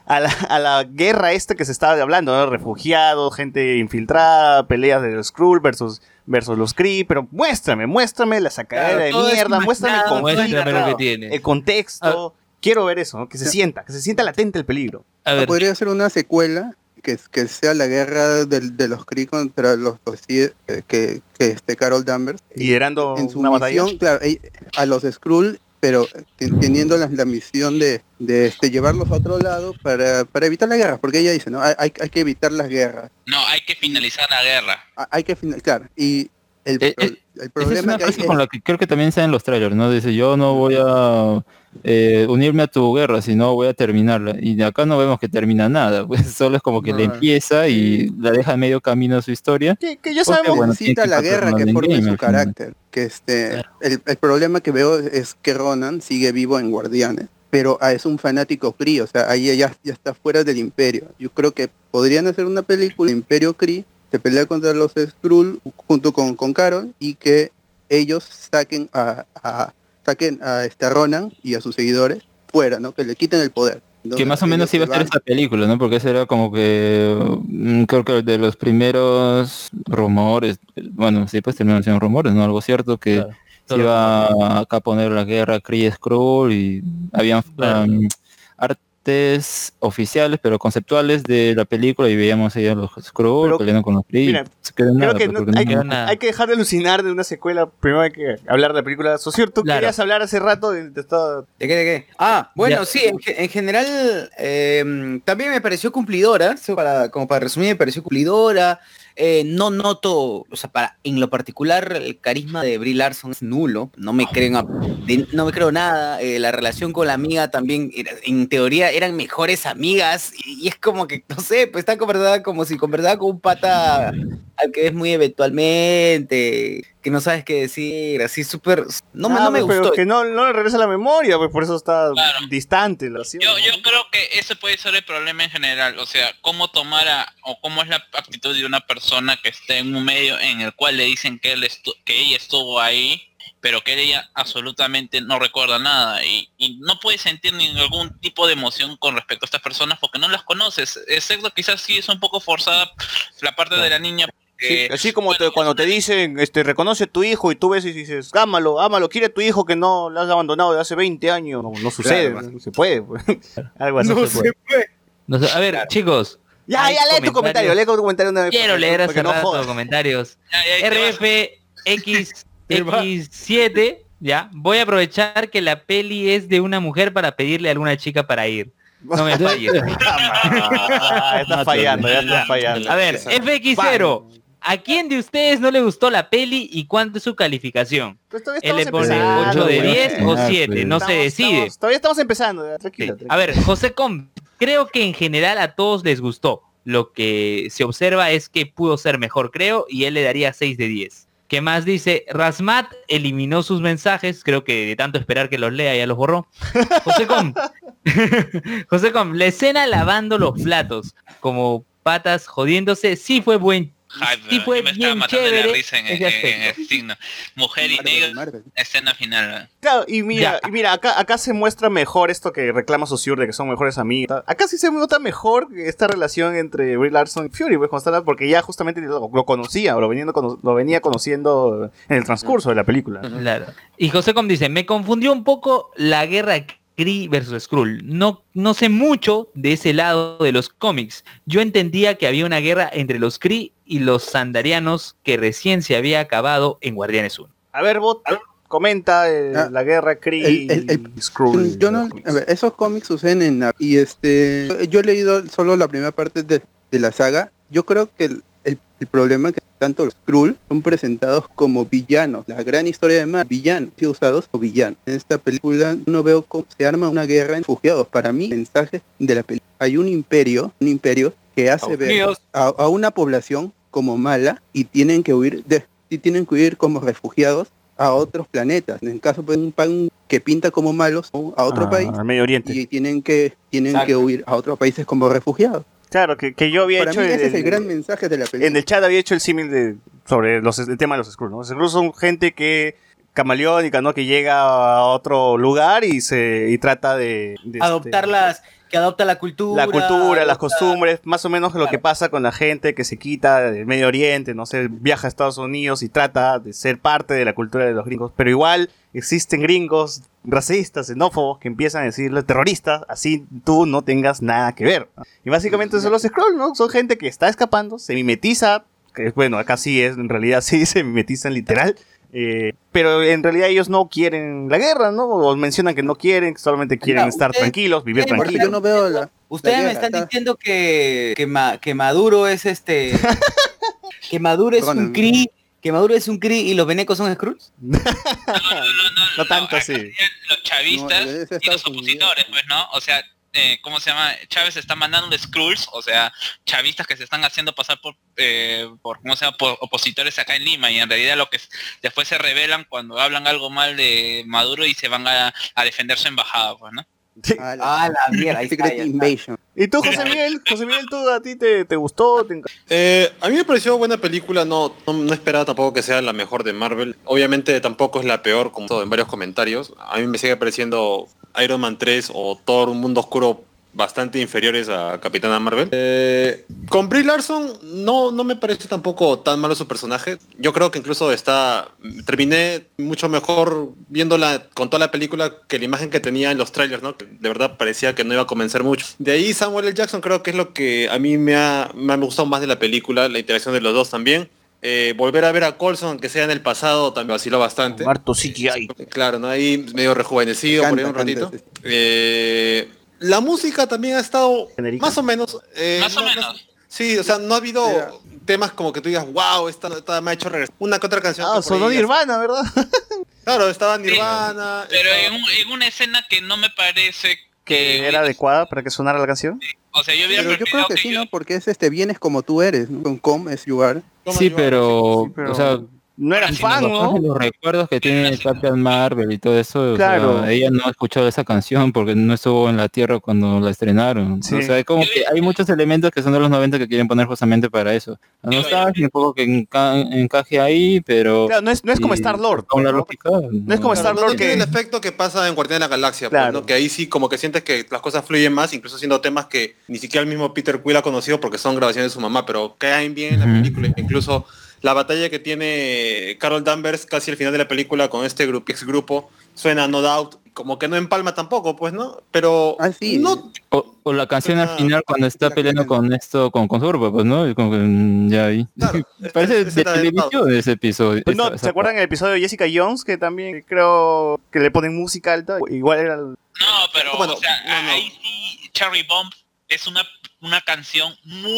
a la, a la guerra esta que se estaba hablando, ¿no? Refugiados, gente infiltrada, peleas de los Skrull versus, versus los Kree, pero muéstrame, muéstrame la sacadera Claro, de todo es mierda, muéstrame el imaginado, conflicto, Muéstrame lo que tiene. el contexto. Quiero ver eso, ¿no? Que se sienta, que se sienta latente el peligro. A ver, Podría ser una secuela que, que sea la guerra del- de, los Kree contra los los Sith, eh, que, que este Carol Danvers Liderando en su una batalla. misión, claro, eh, a los Skrull, pero ten- teniendo la, la misión de, de este, llevarlos a otro lado para, para evitar la guerra, porque ella dice, no, hay, hay hay que evitar las guerras, No, hay que finalizar la guerra. ha- hay que finalizar, y el, Eh, pro- eh, el Esa es problema una que hay frase es- con la que creo que también está en los trailers, ¿no? Dice, yo no voy a eh, unirme a tu guerra, sino voy a terminarla. Y de acá no vemos que termina nada, pues solo es como que le No. empieza y la deja en medio camino a su historia. Que, que ya Porque, sabemos. bueno, necesita tiene la que guerra pasar que en forme game, su al final. carácter. Que este, el, el problema que veo es que Ronan sigue vivo en Guardianes, pero ah, es un fanático Kree, o sea, ahí ya, ya está fuera del Imperio. Yo creo que podrían hacer una película, Imperio Kree, que pelea contra los Skrull junto con, con Carol, y que ellos saquen a, a saquen a este a Ronan y a sus seguidores fuera, ¿no? Que le quiten el poder. Que Entonces, más o menos ellos iba a se ser van. esta película, ¿no? Porque ese era como que, mm, creo que de los primeros rumores, bueno, sí, pues terminaron siendo rumores, ¿no? Algo cierto que Claro. se iba acá a poner la guerra Kree Skrull y habían Claro. um, artes oficiales, pero conceptuales de la película y veíamos ahí a los Skrull Pero, peleando con los Kree. mira, Se quedó en Creo nada, que pues, no- porque hay, no- que, quedó nada. hay que dejar de alucinar de una secuela. Primero hay que hablar de la película. Socio, tú Claro. querías hablar hace rato de, de esta- ¿De qué, de qué? Ah, bueno, Ya. sí, en, ge- en general eh, también me pareció cumplidora, eso para, como para resumir, me pareció cumplidora. Eh, no noto, o sea, para, en lo particular el carisma de Brie Larson es nulo, no me creo, en ap- de- no me creo nada. Eh, la relación con la amiga también, era- en teoría eran mejores amigas y, y es como que, no sé, pues está conversada como si conversaba con un pata al que ves muy eventualmente, que no sabes qué decir, así súper, no, me- Ah, no me pero gustó. que no, no le regresa la memoria, pues por eso está Claro. distante la relación, Yo, ¿no? yo creo que ese puede ser el problema en general, o sea, cómo tomar a, o cómo es la actitud de una persona que esté en un medio en el cual le dicen que él estu- que ella estuvo ahí, pero que ella absolutamente no recuerda nada y, y no puede sentir ningún tipo de emoción con respecto a estas personas porque no las conoces, excepto quizás sí es un poco forzada la parte de la niña. Sí, porque, así como bueno, te- cuando te dicen, este, reconoce a tu hijo y tú ves y dices, ámalo, ámalo, quiere a tu hijo que no lo has abandonado de hace veinte años. No, no sucede, Claro. no se puede. pues. Algo así. No se puede. se puede. no sé, a ver, chicos. Ya, hay ya, lee tu comentario, lee tu comentario una vez. Quiero para- leer para hace que no rato jodas. comentarios. ya, ya, ya, R F X X siete, ya. Voy a aprovechar que la peli es de una mujer para pedirle a alguna chica para ir. No me falles. Ah, está fallando, ya está fallando. A ver, F X cero. ¿A quién de ustedes no le gustó la peli y cuánto es su calificación? Pues todavía Él le estamos pone empezando, ocho de güey. diez o Ah, siete, pues. no se Estamos- decide. estamos- todavía estamos empezando, ya, Sí. tranquilo. A tranquilo. ver, José Com, creo que en general a todos les gustó. Lo que se observa es que pudo ser mejor, creo, y él le daría seis de diez. ¿Qué más dice? Rasmat eliminó sus mensajes, creo que de tanto esperar que los lea ya los borró. José Com, José Com, la escena lavando los platos, como patas jodiéndose, sí fue buen, Ay, sí fue yo me estaba bien matando de la chévere risa en, ese en- en aspecto. el signo. Mujer y Marvel, negro, Marvel. escena final. Claro, y mira, Ya. y mira, acá, acá se muestra mejor esto que reclama Saussure de que son mejores amigas. Acá sí se nota mejor esta relación entre Brie Larson y Fury, pues, cuando está- porque ya justamente lo, lo conocía, o lo, veniendo cono- lo venía conociendo en el transcurso de la película. Claro. Y José Com dice, me confundió un poco la guerra Kree versus Skrull. No, no sé mucho de ese lado de los cómics. Yo entendía que había una guerra entre los Kree y los Sandarianos que recién se había acabado en Guardianes uno. A ver, Bot, comenta eh, Ah, la guerra Kree el- el- el- y Skrull. Yo no, a ver, esos cómics suceden en la- y este yo he leído solo la primera parte de, de la saga. Yo creo que el, el- el problema es que tanto los Skrull son presentados como villanos. La gran historia de Marvel, villanos, sí, usados como villanos. En esta película no veo cómo se arma una guerra en refugiados. Para mí, el mensaje de la película, hay un imperio, un imperio que hace ver a, a una población como mala y tienen que huir de, y tienen que huir como refugiados a otros planetas. En el caso de un pan que pinta como malos ¿no? a otro Ah, país al Medio Oriente. y tienen que tienen Exacto. que huir a otros países como refugiados. Claro, que, que yo había Para hecho mí ese el- es el gran mensaje de la película. en el chat había hecho el símil de sobre los, el tema de los Skrulls, ¿no? Los Skrulls son gente que camaleónica, ¿no? Que llega a otro lugar y se y trata de, de Adoptar este, las, que adopta la cultura. la cultura, las adopta- costumbres, más o menos lo Claro. que pasa con la gente que se quita del Medio Oriente, no sé, viaja a Estados Unidos y trata de ser parte de la cultura de los gringos, pero igual existen gringos racistas, xenófobos que empiezan a decirle terroristas, así tú no tengas nada que ver. Y básicamente son los Skrull, ¿no? Son gente que está escapando, se mimetiza, que bueno, acá sí es, en realidad sí se mimetizan literal. Eh, pero en realidad elos no quieren la guerra, ¿no? O mencionan que no quieren, que solamente quieren Mira, estar ustedes tranquilos, vivir quieren- Porque tranquilos. yo no veo la... Ustedes la me guerra, están está- diciendo que, que, Ma- que Maduro es este... que Maduro es Perdón, un Kree, que Maduro es un Kree y los venecos son Skrulls. No tanto acá así. serían los chavistas No, es y los Estados Unidos. opositores, pues, ¿no? O sea, eh, ¿cómo se llama? Chávez está mandando Skrulls, o sea, chavistas que se están haciendo pasar por, eh, por ¿cómo se llama? Por opositores acá en Lima, y en realidad lo que es- después se revelan cuando hablan algo mal de Maduro y se van a, a defender su embajada, pues, ¿no? Ah, la- Ah, la mierda, ahí está, Secret ya está. Invasion. ¿Y tú, José Miguel? José Miguel, ¿tú a ti te, te gustó? ¿Te enc- Eh, a mí me pareció buena película, no, no, no esperaba tampoco que sea la mejor de Marvel. Obviamente tampoco es la peor, como todo en varios comentarios. A mí me sigue pareciendo Iron Man tres o Thor, Un Mundo Oscuro bastante inferiores a Capitana Marvel. Eh, con Brie Larson no, no me parece tampoco tan malo su personaje. Yo creo que incluso está... Terminé mucho mejor viéndola con toda la película que la imagen que tenía en los trailers, ¿no? Que de verdad parecía que no iba a convencer mucho. De ahí Samuel L. Jackson creo que es lo que a mí me ha, me ha gustado más de la película, la interacción de los dos también. Eh, volver a ver a Coulson, aunque sea en el pasado, también vaciló bastante. Harto C G I. Claro, ¿no? Ahí medio rejuvenecido por ahí un Canta, ratito. canta, sí. Eh, la música también ha estado Genérica. más o menos. eh, Más o no- no- menos. sí, o sea, no ha habido Era- temas como que tú digas, wow, esta, esta me ha hecho regresar. Una que otra canción. Ah, que por sonó ahí- Nirvana, ¿verdad? Claro, estaba Nirvana. Pero estaba- en, un- en una escena que no me parece Que que... era adecuada para que sonara la canción. O sea, yo hubiera Pero yo creo preferido que que sí, yo- ¿no? Porque es este vienes como tú eres, ¿no? Con com es lugar. ¿Cómo Sí, ayudar? pero, Sí, pero o sea, no era sí, fan, los, ¿no? los recuerdos que tiene Captain Marvel y todo eso, o Claro. sea, ella no ha escuchado esa canción porque no estuvo en la Tierra cuando la estrenaron. Sí. O sea, es como que hay muchos elementos que son de los noventa que quieren poner justamente para eso. La nostalgia, un poco que enca- encaje ahí, pero... Claro, no es, no es como y Star-Lord. Con la ¿no? lógica. No es como Claro, Star-Lord no tiene que- el efecto que pasa en Guardián de la Galaxia, pues, Claro. ¿no? Que ahí sí como que sientes que las cosas fluyen más, incluso siendo temas que ni siquiera el mismo Peter Quill ha conocido porque son grabaciones de su mamá, pero caen bien en la Ujú. película. Incluso la batalla que tiene Carol Danvers casi al final de la película con este grupo, ex grupo suena No Doubt, como que no empalma tampoco, pues, ¿no? Pero Ah, sí. no, O, o la canción al Ah, final cuando está la peleando canción. con esto, con, con Zorba, pues, ¿no? Y como que, mm, ya ahí. claro, Parece ese de era de televisión ese episodio. Pues no, esa- ¿se esa acuerdan el episodio de Jessica Jones? Que también creo que le ponen música alta. Igual era el- No, pero Bueno, o sea, no, no. ahí sí Cherry Bomb es una, una canción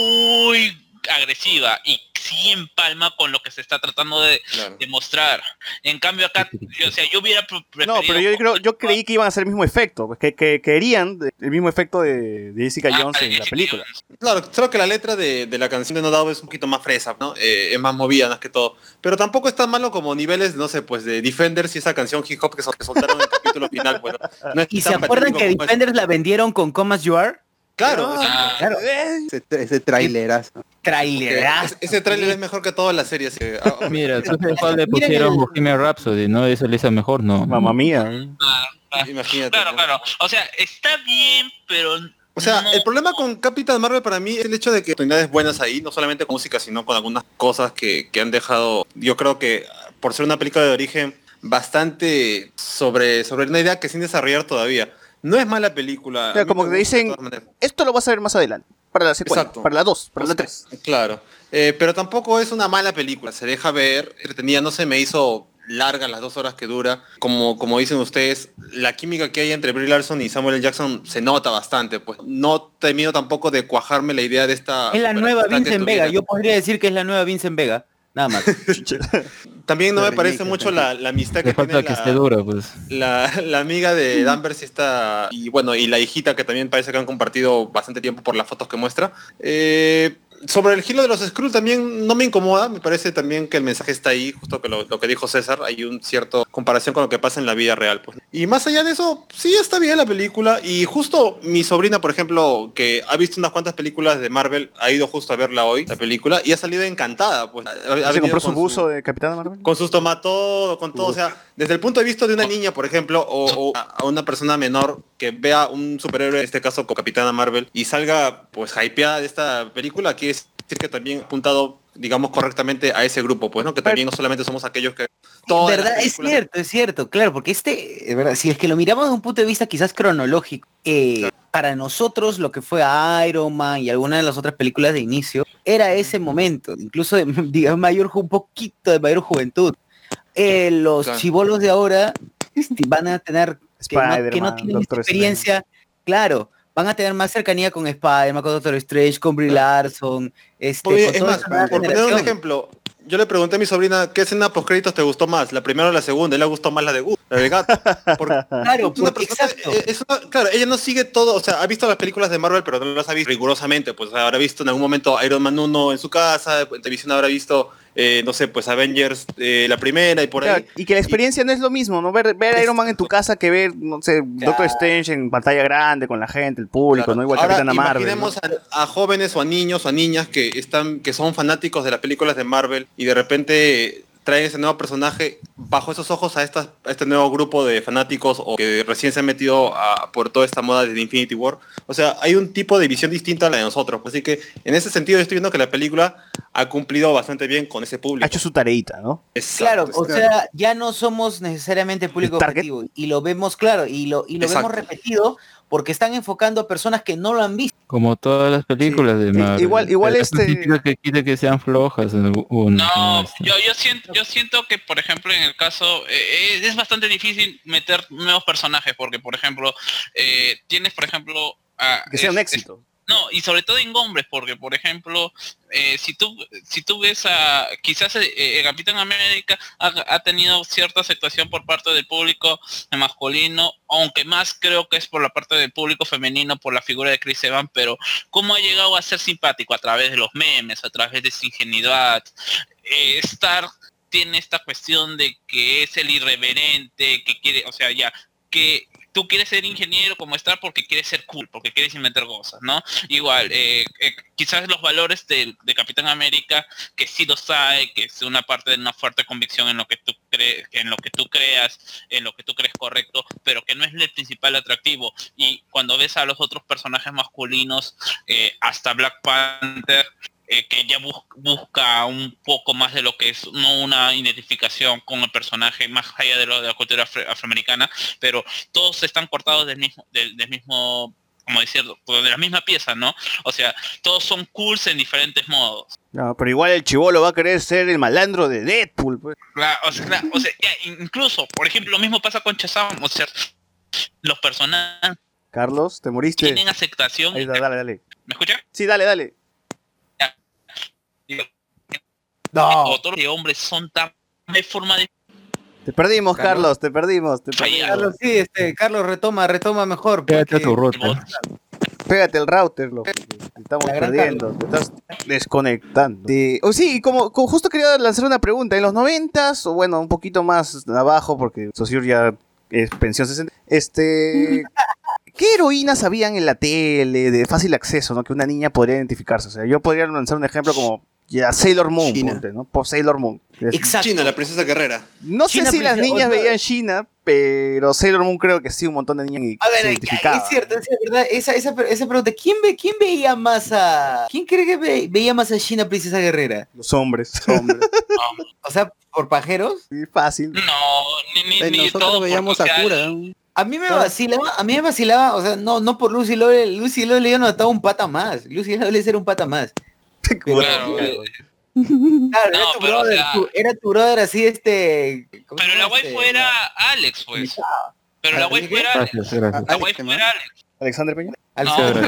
muy agresiva y sí empalma con lo que se está tratando de Claro. demostrar. En cambio acá, yo, o sea, yo hubiera pre- preferido... No, pero yo creo, yo creí que iban a hacer el mismo efecto, pues, que, que querían de- el mismo efecto de, de Jessica Ah, Jones de en la Jessica película. Jones. Claro, creo que la letra de, de la canción de No Doubt es un poquito más fresa, ¿no? Eh, es más movida más que todo. Pero tampoco es tan malo como niveles, no sé, pues de Defenders y esa canción hip hop que, sol- que soltaron en el capítulo final, pues, ¿no? No es ¿Y se tan acuerdan patético que como es. Defenders la vendieron con Come As You Are? Claro, Ah, Claro, Ese, ese trailerazo. que trailerazo. ese, ese tráiler es mejor que toda la serie. Así que, ah, Mira, tú sabes cuál le Miren pusieron el- Bohemian Rhapsody, ¿no? Eso le hizo mejor, no. Mamma mía. ah, imagínate. claro, ¿no? claro. O sea, está bien, pero... O sea, no- el problema con Capitán Marvel para mí es el hecho de que hay oportunidades buenas ahí, no solamente con música, sino con algunas cosas que, que han dejado, yo creo que por ser una película de origen bastante sobre, sobre una idea que sin desarrollar todavía. No es mala película. O sea, a mí como me que gusta de dicen, todas maneras. esto lo vas a ver más adelante. Para la secuela, Exacto. para la dos, para la tres. Claro. Eh, pero tampoco es una mala película. Se deja ver, entretenida, no se me hizo larga las dos horas que dura. Como, como dicen ustedes, la química que hay entre Brie Larson y Samuel L. Jackson se nota bastante. Pues no termino tampoco de cuajarme la idea de esta... Es la nueva superamistad que Vincent Vega. tuvieron. Yo podría decir que es la nueva Vincent Vega. Nada más. También no La me parece remake, mucho la la, la amistad Le que tiene falta que la, esté dura, pues. la, la amiga de Danvers y esta, y bueno, y la hijita que también parece que han compartido bastante tiempo por las fotos que muestra. Eh, sobre el giro de los Skrull también no me incomoda, me parece también que el mensaje está ahí, justo que lo, lo que dijo César, hay un cierto comparación con lo que pasa en la vida real. Pues. Y más allá de eso, sí está bien la película, y justo mi sobrina, por ejemplo, que ha visto unas cuantas películas de Marvel, ha ido justo a verla hoy, la película, y ha salido encantada. Pues. Ha, ha ¿Se venido compró su con buzo de Capitán Marvel? Con sus tomatodos, con todo, o sea, desde el punto de vista de una niña, por ejemplo, o, o a una persona menor que vea un superhéroe, en este caso con Capitana Marvel, y salga pues hypeada de esta película, quiere decir que también ha apuntado, digamos, correctamente a ese grupo, pues, ¿no? Que también no solamente somos aquellos que... todas las ¿Verdad? Es películas- cierto, es cierto, claro, porque este, es verdad, si es que lo miramos desde un punto de vista quizás cronológico, eh, para nosotros lo que fue Iron Man y algunas de las otras películas de inicio, era ese momento, incluso de, digamos, mayor, ju- un poquito de mayor juventud. Eh, los Claro. chibolos de ahora este, van a tener que no, que no Spider-Man, tienen Doctor experiencia, claro, van a tener más cercanía con Spider-Man, con Doctor Strange, con Brie Larson, este, Oye, con es toda más, esa nueva por poner un generación. ejemplo, yo le pregunté a mi sobrina qué escena post créditos te gustó más, la primera o la segunda, y le gustó más la de Gus, la de gato. Porque Claro, es una porque- persona- exacto. eh, es una- claro, ella no sigue todo, o sea, ha visto las películas de Marvel, pero no las ha visto rigurosamente, pues habrá visto en algún momento Iron Man uno en su casa, en televisión habrá visto, eh, no sé, pues Avengers, eh, la primera y por Claro, ahí. y que la experiencia no es lo mismo, ¿no? Ver, ver a Iron Man en tu casa que ver, no sé, Doctor Strange en pantalla grande, con la gente, el público, Claro. ¿no? Igual Ahora, Capitana Marvel. ¿no? imaginemos a, a jóvenes o a niños o a niñas que están, que son fanáticos de las películas de Marvel y de repente traen ese nuevo personaje bajo esos ojos a, estas, a este nuevo grupo de fanáticos o que recién se han metido a- por toda esta moda de Infinity War. O sea, hay un tipo de visión distinta a la de nosotros. Así que en ese sentido yo estoy viendo que la película ha cumplido bastante bien con ese público. Ha hecho su tareita, ¿no? Claro, Exacto, o sea, ya no somos necesariamente el público ¿El target? objetivo y lo vemos claro y lo y lo Exacto. vemos repetido porque están enfocando a personas que no lo han visto. Como todas las películas de Marvel. igual- igual Eso este- significa que quiere que sean flojas. en algunas, No, ¿no? yo, yo siento, yo siento que, por ejemplo, en el caso, eh, es bastante difícil meter nuevos personajes, porque, por ejemplo, eh, tienes, por ejemplo, a- Que sea un es- éxito. No, y sobre todo en hombres, porque por ejemplo, eh, si tú si tú ves a quizás eh, el Capitán América ha, ha tenido cierta aceptación por parte del público masculino, aunque más creo que es por la parte del público femenino por la figura de Chris Evans, pero cómo ha llegado a ser simpático a través de los memes, a través de su ingenuidad. Eh, Stark tiene esta cuestión de que es el irreverente, que quiere, o sea, ya, que tú quieres ser ingeniero como Stark porque quieres ser cool, porque quieres inventar cosas, ¿no? Igual, eh, eh, quizás los valores de, de Capitán América, que sí los hay, que es una parte de una fuerte convicción en lo que tú crees, en lo que tú creas, en lo que tú crees correcto, pero que no es el principal atractivo. Y cuando ves a los otros personajes masculinos, eh, hasta Black Panther, eh, que ya bus- busca un poco más de lo que es no una identificación con el personaje más allá de, lo, de la cultura afro- afroamericana, pero todos están cortados del mismo, del, del mismo, como decirlo, de la misma pieza, ¿no? O sea, todos son cools en diferentes modos. No, pero igual el chibolo va a querer ser el malandro de Deadpool. Pues. Claro, o sea, claro, o sea, ya, incluso, por ejemplo, lo mismo pasa con Shazam, o sea, los personajes Carlos, ¿te moriste? tienen aceptación. Ahí está, dale, dale. ¿Me escucha? Sí, dale, dale. No. Otros de hombres son tan de forma de Te perdimos, Carlos. Carlos, te perdimos. Te Ahí, perdimos. Carlos, sí, este, Carlos, retoma, retoma mejor. Quédate a porque- tu router. Pégate el router, lo te estamos La gran perdiendo, te estás desconectando. Sí, oh, sí, como, como justo quería lanzar una pregunta. En los noventas, o bueno, un poquito más abajo, porque Saussure ya es pensión sesenta. Este, ¿qué heroínas habían en la tele de fácil acceso, no? Que una niña podría identificarse. O sea, yo podría lanzar un ejemplo como ya Sailor Moon, China. ponte, ¿no? Por Sailor Moon. Exacto. China, la princesa guerrera. No sé China, si las princesa- niñas otra- veían China, pero Sailor Moon creo que sí, un montón de niñas y A se ver, identificaban. es cierto, es verdad, esa, esa, esa pregunta, ¿quién, ve, ¿quién veía más a... ¿Quién cree que ve- veía más a China Princesa Guerrera? Los hombres, hombres. O sea, ¿por pajeros? Sí, fácil. No, ni, ni, Eh, ni Nosotros todo, veíamos porque, o a sea, Cura. ¿no? A mí me vacilaba, a mí me vacilaba, o sea, no, no por Lucy Lowell, Lucy Lowell yo notaba un pata más, Lucy Lowell era un pata más. Pero- Claro, Claro, era, No, tu pero, o brother, sea- tu- era tu brother así, este... ¿cómo se Pero la llama waifu este? era Alex, pues. Pero la ¿Ah, waifu qué? era Alex. Gracias, gracias. La Alex, waifu ¿qué más? era Alex. Alexander Peña. Al No, Cedro.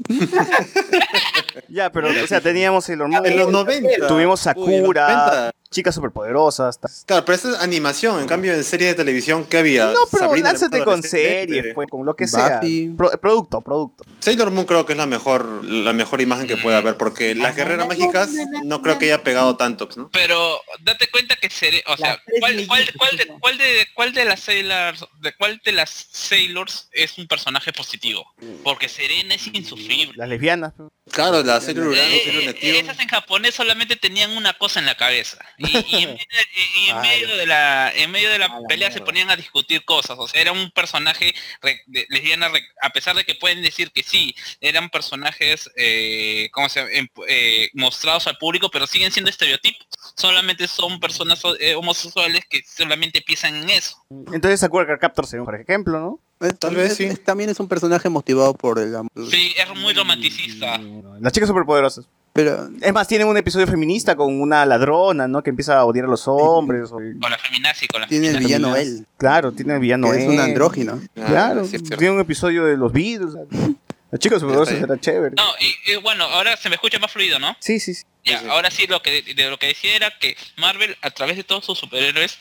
Ya, pero, o sea, teníamos Sailor Moon, En los noventa. tuvimos Uy, en los Sakura, noventa. chicas superpoderosas. ta- Claro, pero eso es animación. En cambio, en serie de televisión, ¿qué había? No, pero Sabrina, lánzate la con adolescente. series, pues, con lo que sea. Buffy. Pro- producto, producto. Sailor Moon creo que es la mejor, la mejor imagen que puede haber, porque las guerreras mágicas no creo que haya pegado tanto, ¿no? Pero date cuenta que seré, o sea, tres ¿cuál, cuál, mellizos, cuál de, ¿no? cuál de cuál de las Sailors, de cuál de las Sailors es un personaje positivo? Porque Serena es insufrible. Las lesbianas. pues. Claro, la Sailor Urano, Eh, Sailor eh, Neptune. esas en japonés solamente tenían una cosa en la cabeza y, y en, medio, y- y en Ah, medio de la en medio de la A la pelea se mierda. ponían a discutir cosas, o sea, era un personaje re- de- lesbiana re- a pesar de que pueden decir que sí eran personajes eh, ¿cómo se llama? Em- eh, mostrados al público, pero siguen siendo estereotipos, solamente son personas eh, homosexuales que solamente piensan en eso. Entonces Sakura Card Captor sería un por ejemplo, ¿no? Eh, Tal vez es- sí. es- también es un personaje motivado por el amor. Sí, es muy romanticista. Las chicas superpoderosas. Pero Es más, tienen un episodio feminista con una ladrona, ¿no? Que empieza a odiar a los hombres. o- Con la feminazi, con la tiene el feminazi. villano él, Claro, tiene el villano que es un él. andrógino. Ah, Claro, sí, es cierto. tiene un episodio de los Beatles. Las chicas superpoderosas Ya está era chévere. No, y, y bueno, ahora se me escucha más fluido, ¿no? Sí, sí, sí. Ya, Sí, sí. ahora sí lo que de lo que decía era que Marvel a través de todos sus superhéroes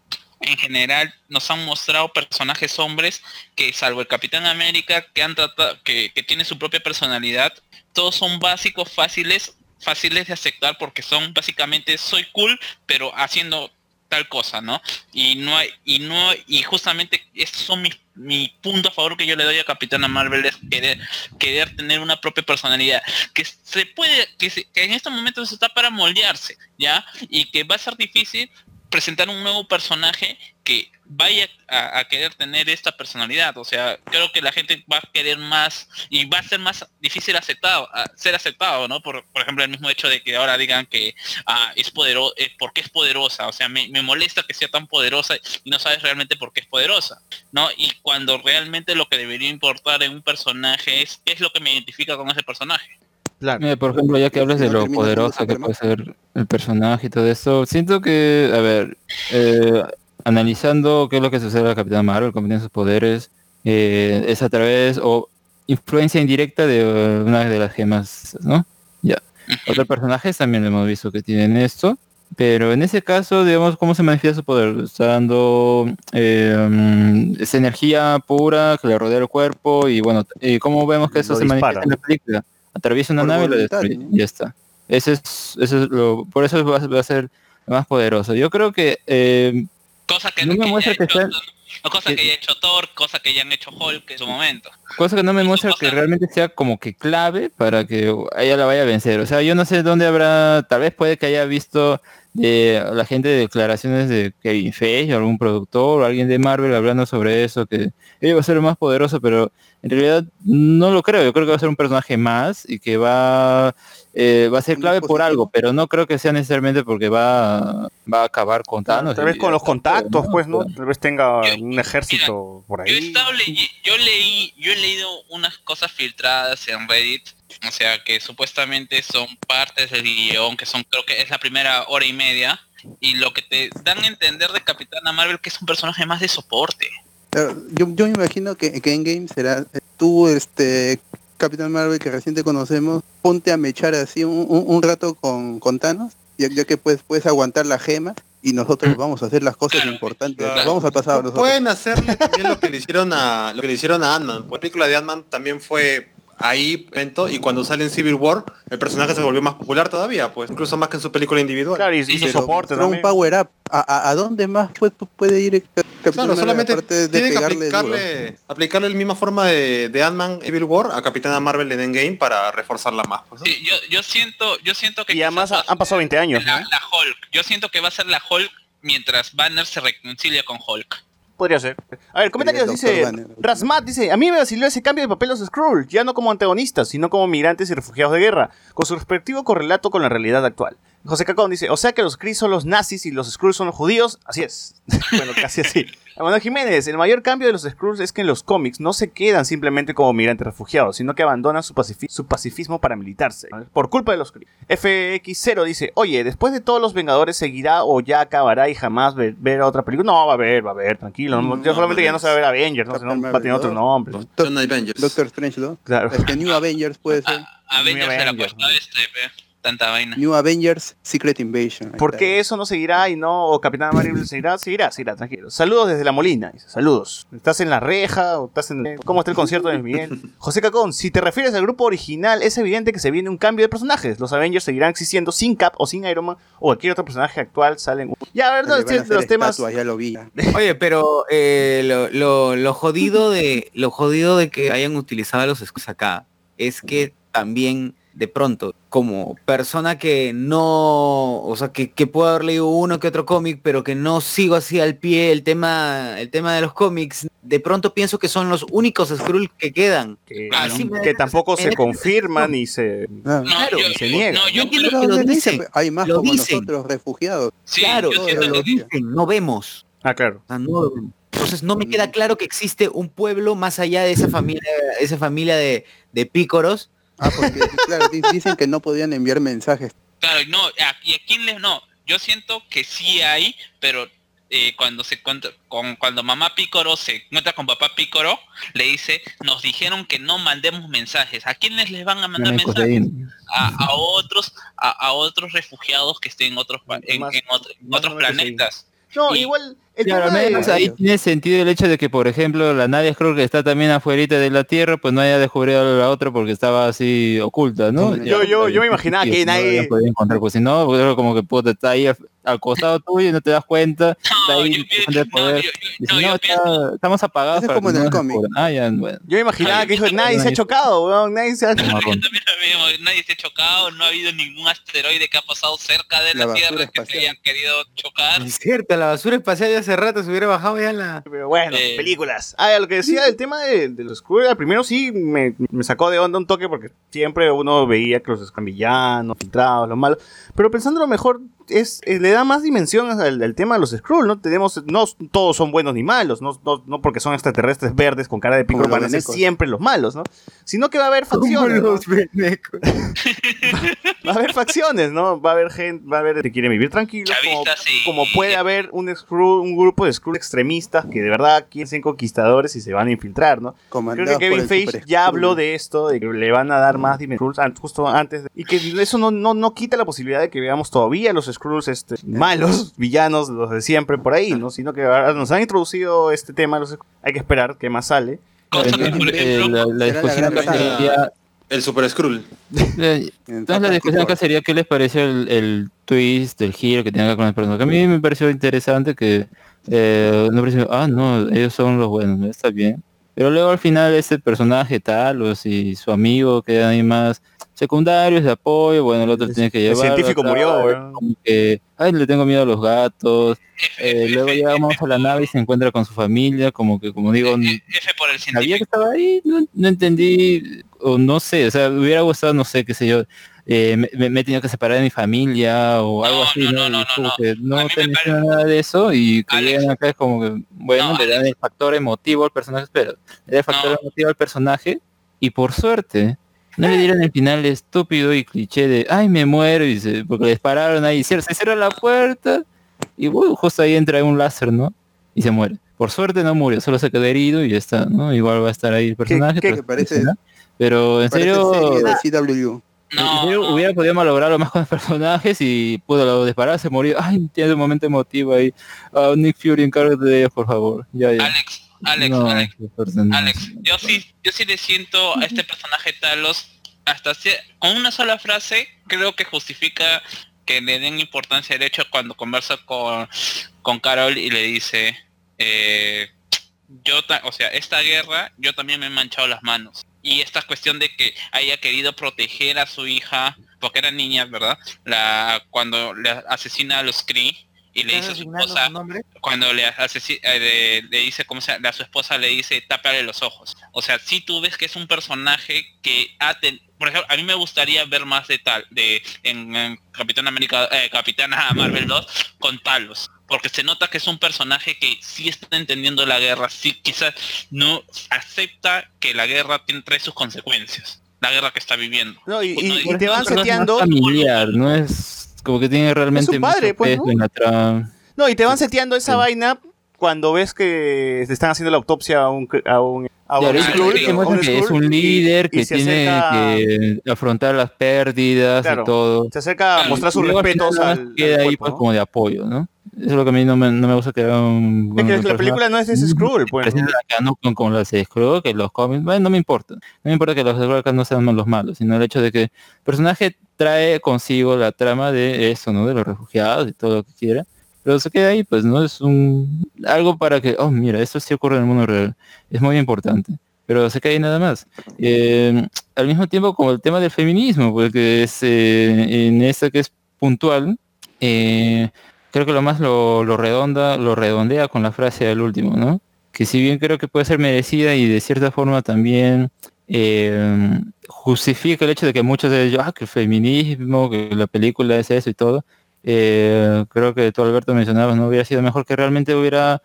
en general nos han mostrado personajes hombres que salvo el Capitán América que han tratado que, que tiene su propia personalidad, todos son básicos, fáciles, fáciles de aceptar porque son básicamente soy cool pero haciendo tal cosa, ¿no? Y no hay, y no y justamente estos son mis mi punto a favor que yo le doy a Capitana Marvel es querer querer tener una propia personalidad que se puede que, se- que en estos momentos está para moldearse, ¿ya? Y que va a ser difícil presentar un nuevo personaje que vaya a, a querer tener esta personalidad, o sea, creo que la gente va a querer más y va a ser más difícil aceptado, a- ser aceptado, ¿no? Por, por ejemplo, el mismo hecho de que ahora digan que ah, es poderosa, porque es poderosa, o sea, me, me molesta que sea tan poderosa y no sabes realmente por qué es poderosa, ¿no? Y cuando realmente lo que debería importar en un personaje es qué es lo que me identifica con ese personaje. Claro. Mira, por ejemplo, ya que hablas de No lo termina siendo poderosa que Superman. puede ser el personaje y todo eso, siento que, a ver, eh, analizando qué es lo que sucede a la Capitana Marvel, cómo tiene sus poderes, eh, es a través o influencia indirecta de eh, una de las gemas, ¿no? Ya. Otros personajes también lo hemos visto que tienen esto, pero en ese caso, digamos, ¿cómo se manifiesta su poder? Está dando eh, mm, esa energía pura que le rodea el cuerpo y bueno, y cómo vemos que eso Lo se dispara. manifiesta en la película. Atraviesa una Por nave y lo voluntad, destruye. ¿no? Y ya está. Ese es, eso es lo, por eso va, a- va a ser más poderoso. Yo creo que eh, Cosa que no me que muestra haya que hecho- sea, no, cosa que- que haya hecho Thor, cosa que hayan hecho Hulk en su momento. cosa que no me muestra que cosa- realmente sea como que clave para que ella la vaya a vencer. O sea, yo no sé dónde habrá, tal vez puede que haya visto de la gente de declaraciones de Kevin Feige o algún productor o alguien de Marvel hablando sobre eso, que ella va a ser el más poderoso, pero en realidad no lo creo. Yo creo que va a ser un personaje más y que va eh, va a ser Un clave por dispositivo. algo, pero no creo que sea necesariamente porque va, va a acabar con Thanos. Tal vez y con ya los está, contactos, ¿no? pues, ¿no? O sea, Tal vez tenga Yo- un ejército por Yo he ahí. estado ley- yo leí, yo he leído unas cosas filtradas en Reddit, o sea que supuestamente son partes del guión, que son creo que es la primera hora y media, y lo que te dan a entender de Capitana Marvel que es un personaje más de soporte. Claro, yo, yo me imagino que, que Endgame será eh, tú, este Capitán Marvel que recién te conocemos, ponte a mechar así un, un, un rato con, con Thanos, ya, ya que puedes, puedes aguantar la gema y nosotros vamos a hacer las cosas Claro, importantes, claro. vamos al pasado nosotros. Pueden hacerle también lo que le hicieron a lo que le hicieron a Ant-Man. La película de Ant-Man también fue ahí evento y cuando sale en Civil War el personaje se volvió más popular todavía, pues incluso más que en su película individual. Claro, y hizo Pero soporte fue un también. power up. ¿A, a, a dónde más pues, puede ir el Capitán Claro, Marvel solamente aparte de tiene que pegarle duro? aplicarle, aplicarle la misma forma de, de Ant-Man Civil War a Capitana Marvel en Endgame para reforzarla más. Pues, ¿no? Sí, yo, yo siento, yo siento que Y además quizás ha- han pasado veinte años, la, ¿no? la Hulk. Yo siento que va a ser la Hulk mientras Banner se reconcilia con Hulk. Podría ser. A ver, comentarios El Doctor dice, Banner. Rasmat dice, a mí me vaciló ese cambio de papel los Skrull, ya no como antagonistas, sino como migrantes y refugiados de guerra, con su respectivo correlato con la realidad actual. José Cacón dice, o sea que los Kree son los nazis y los Skrull son los judíos, así es. Bueno, casi así. Manuel Jiménez, el mayor cambio de los Skrulls es que en los cómics no se quedan simplemente como migrantes refugiados, sino que abandonan su, pacifi- su pacifismo para militarse, ¿vale? Por culpa de los Kree. F X cero dice, oye, después de todos los Vengadores seguirá o ya acabará y jamás ver, ver otra película. No, va a haber, va a haber, tranquilo. No, No, yo solamente no, ya no se va a ver Avengers, ¿no? Captain Sino va a Marvel tener otro dos. nombre, ¿no? Son Avengers. Doctor Strange, ¿no? Claro. Este New Avengers puede ser. A- Avengers de la Avengers, costa ¿no? este, pe. tanta vaina. New Avengers Secret Invasion. Ahí ¿Por está. qué eso no seguirá y no? ¿O Capitán Marvel seguirá? Seguirá, seguirá, tranquilo. Saludos desde La Molina, dice, saludos. ¿Estás en La Reja o estás en... ¿Cómo está el concierto de Luis Miguel? José Cacón, si te refieres al grupo original, es evidente que se viene un cambio de personajes. Los Avengers seguirán existiendo sin Cap o sin Iron Man o cualquier otro personaje actual salen... Ya, a ver, Le no, van a este- de hacer los temas... estatuas, ya lo vi. Oye, pero eh, lo, lo, lo jodido de lo jodido de que hayan utilizado los escudos acá es que también de pronto, como persona que no, o sea, que, que puedo haber leído uno que otro cómic, pero que no sigo así al pie el tema, el tema de los cómics, de pronto pienso que son los únicos Skrull que quedan. Que, Claro. Así me- que tampoco me se da confirman ni se... Ah, No, Claro, yo, y se yo- niega. no, yo No creo- entiendo pero que lo ¿dónde dice? dicen. Hay más Lo como dicen. nosotros refugiados. sí, Claro, yo todo siento pero lo lo que- dicen, no vemos. Ah, claro. O sea, no- entonces no me queda claro que existe un pueblo más allá de esa familia, esa familia de, de pícoros. Ah, porque claro, di- dicen que no podían enviar mensajes. Claro, no, a- y a quién les no. Yo siento que sí hay, pero eh, cuando se encuentra con cuando mamá Pícoro se encuentra con papá Pícoro, le dice, nos dijeron que no mandemos mensajes. ¿A quiénes les van a mandar Gané mensajes? cocaína. A, a otros, a, a otros refugiados que estén en otros pa- en, Más- en otro- en más otros o menos planetas. No, Y- igual... El Claro, al tema de- menos ahí tiene sentido el hecho de que, por ejemplo, la Nadia Skrull que está también afuerita de la Tierra, pues no haya descubierto a la otra porque estaba así oculta, ¿no? Yo- yo- yo- yo me imaginaba que no nadie- la podía encontrar, pues si no, pues era como que puta, está ahí al, al costado tuyo y no te das cuenta, está No, ahí yo, yo- dejando de no, poder. yo- yo- Dice, no, no, yo está- pienso- estamos apagados Eso es para como que en no el nos cómic. descubran. Ah, ya, bueno. Yo me imaginaba Ay, que dijo, yo- nadie se ha chocado, weón, nadie se ha... Yo también lo mismo, nadie se ha chocado, no ha habido ningún asteroide que ha pasado cerca de La la, basura Tierra que se espacial. haya querido chocar. Es cierto, la basura espacial de hace rato se hubiera bajado ya en la... Pero bueno, Eh. películas. Ah, lo que decía del tema de, de los Skrull, al primero sí me, me sacó de onda un toque porque siempre uno veía que los villanos, filtrados, los malos. Pero pensándolo mejor, es eh, le da más dimensión al, al tema de los Skrull, ¿no? Tenemos, no todos son buenos ni malos, no, no, no porque son extraterrestres verdes con cara de Como pico los van a ser venecos. siempre los malos, ¿no? Sino que va a haber facciones, ¿no? venecos. Va a haber facciones, ¿no? Va a haber gente, va a haber que quieren vivir tranquilos, como, Chavistas y- como puede haber un Skrull, un grupo de Skrull extremistas que de verdad quieren ser conquistadores y se van a infiltrar, ¿no? Creo que Comandados Kevin por el Feige Super ya Skrull. habló de esto, de que le van a dar más dimensiones an- justo antes, de- y que eso no, no, no quita la posibilidad de que veamos todavía los Skrulls este, malos, villanos, los de siempre por ahí, ¿no? Sino que ahora nos han introducido este tema, los Skrull. Hay que esperar qué más sale. Cosa que, por Entonces, eh, ejemplo, la, la será la discusión gran acá saga. sería, El Super Skrull. eh, entonces la discusión acá sería qué les pareció el, el twist, el giro que tiene acá con el personaje. A mí me pareció interesante que eh, no pareció, ah no, ellos son los buenos, ¿no? Está bien. Pero luego al final ese personaje Talos y su amigo quedan ahí más secundarios de apoyo, bueno, el otro El- tiene que el llevar. científico murió, weón. como que, ay, le tengo miedo a los gatos. Eh, luego llegamos a la nave y se encuentra con su familia, como que, como digo, F por el sabía que científico. estaba ahí, no, no entendí, o no sé, o sea, me hubiera gustado, no sé, qué sé yo, eh, me, me- me he tenido que separar de mi familia o algo No, así, no, ¿no? no, Y no, como no. que A no mí te me menciona pare- nada de eso y que Alex. llegan acá es como que, bueno, No, le dan Alex. el factor emotivo al personaje, espera, le dan el factor No. emotivo al personaje y por suerte no le dieron el final estúpido y cliché de, ay, me muero, y se, porque le dispararon ahí, se se cierra la puerta y uh, justo ahí entra un láser, ¿no? Y se muere. Por suerte no murió, solo se quedó herido y ya está, ¿no? Igual va a estar ahí el personaje. qué- tras- que parece- ¿no? Pero en Parece serio, serie de C W U. en No, serio, no. hubiera podido malograrlo más con los personajes y pudo disparar, se murió. Ay, tiene un momento emotivo ahí. Ah, Nick Fury, encárgate de ellos, por favor. Ya, ya. Alex, Alex, No, Alex, qué fuerte, no. Alex, yo sí, yo sí le siento a este personaje Talos hasta cier- con una sola frase creo que justifica que le den importancia al hecho cuando conversa con, con Carol y le dice eh, yo ta- o sea, esta guerra yo también me he manchado las manos. Y esta cuestión de que haya querido proteger a su hija, porque era niña, ¿verdad? La cuando le asesina a los Kree y le dice a su esposa, cuando le asesi- eh, le, le dice cómo se a su esposa le dice tápale los ojos. O sea, si tú ves que es un personaje que ha ten- por ejemplo, a mí me gustaría ver más de tal de en, en Capitán América, eh, Capitana Marvel dos con Talos, porque se nota que es un personaje que sí está entendiendo la guerra, sí quizás no acepta que la guerra tiene trae sus consecuencias, la guerra que está viviendo. No, y, Pues y- no, y y- te van Es más seteando... familiar, no es como que tiene realmente Es un padre, mucho pues, peso ¿no? en la trama. No, y te van seteando esa Sí. vaina cuando ves que te están haciendo la autopsia a un, a un, a Claro, un y Skrull, te muestran a un que es Skrull, un y- líder y que se tiene acerca- que afrontar las pérdidas Claro, y todo. se acerca a mostrar sus Y luego al final respetos nada más al, al queda ahí cuerpo, pues ¿no? como de apoyo, ¿no? Eso es lo que a mí no me, no me gusta que haga un... Es bueno, que el la personaje película no es de ese Skrull, pues. ¿no? presenta a Canuck con, con las de Skrull, que los cómics, bueno, no me importa. No me importa que los Skrull acá no sean los malos, sino el hecho de que el personaje trae consigo la trama de eso, ¿no? De los refugiados y todo lo que quiera. Pero se queda ahí, pues, ¿no? Es un algo para que, oh, mira, esto sí ocurre en el mundo real. Es muy importante. Pero se queda ahí nada más. Eh, al mismo tiempo como el tema del feminismo, porque es eh, en esta que es puntual, eh, creo que lo más lo, lo redonda, lo redondea con la frase del último, ¿no? Que si bien creo que puede ser merecida y de cierta forma también eh, justifica el hecho de que muchos de ellos, ah, que el feminismo, que la película es eso y todo, eh, creo que tú Alberto mencionabas, no hubiera sido mejor que realmente hubiera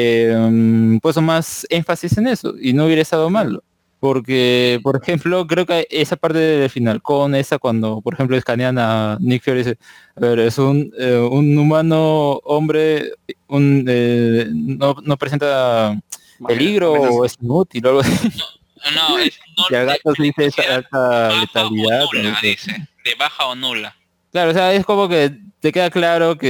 eh, puesto más énfasis en eso y no hubiera estado mal. Porque, por ejemplo, creo que esa parte del final, con esa cuando, por ejemplo, escanean a Nick Fury y dice, a ver, es un, eh, un humano hombre, un, eh, no, no presenta peligro o es inútil o algo así. No, es Y al gato se dice esa alta letalidad. nula, ¿no? dice, de baja o nula. Claro, o sea, es como que te queda claro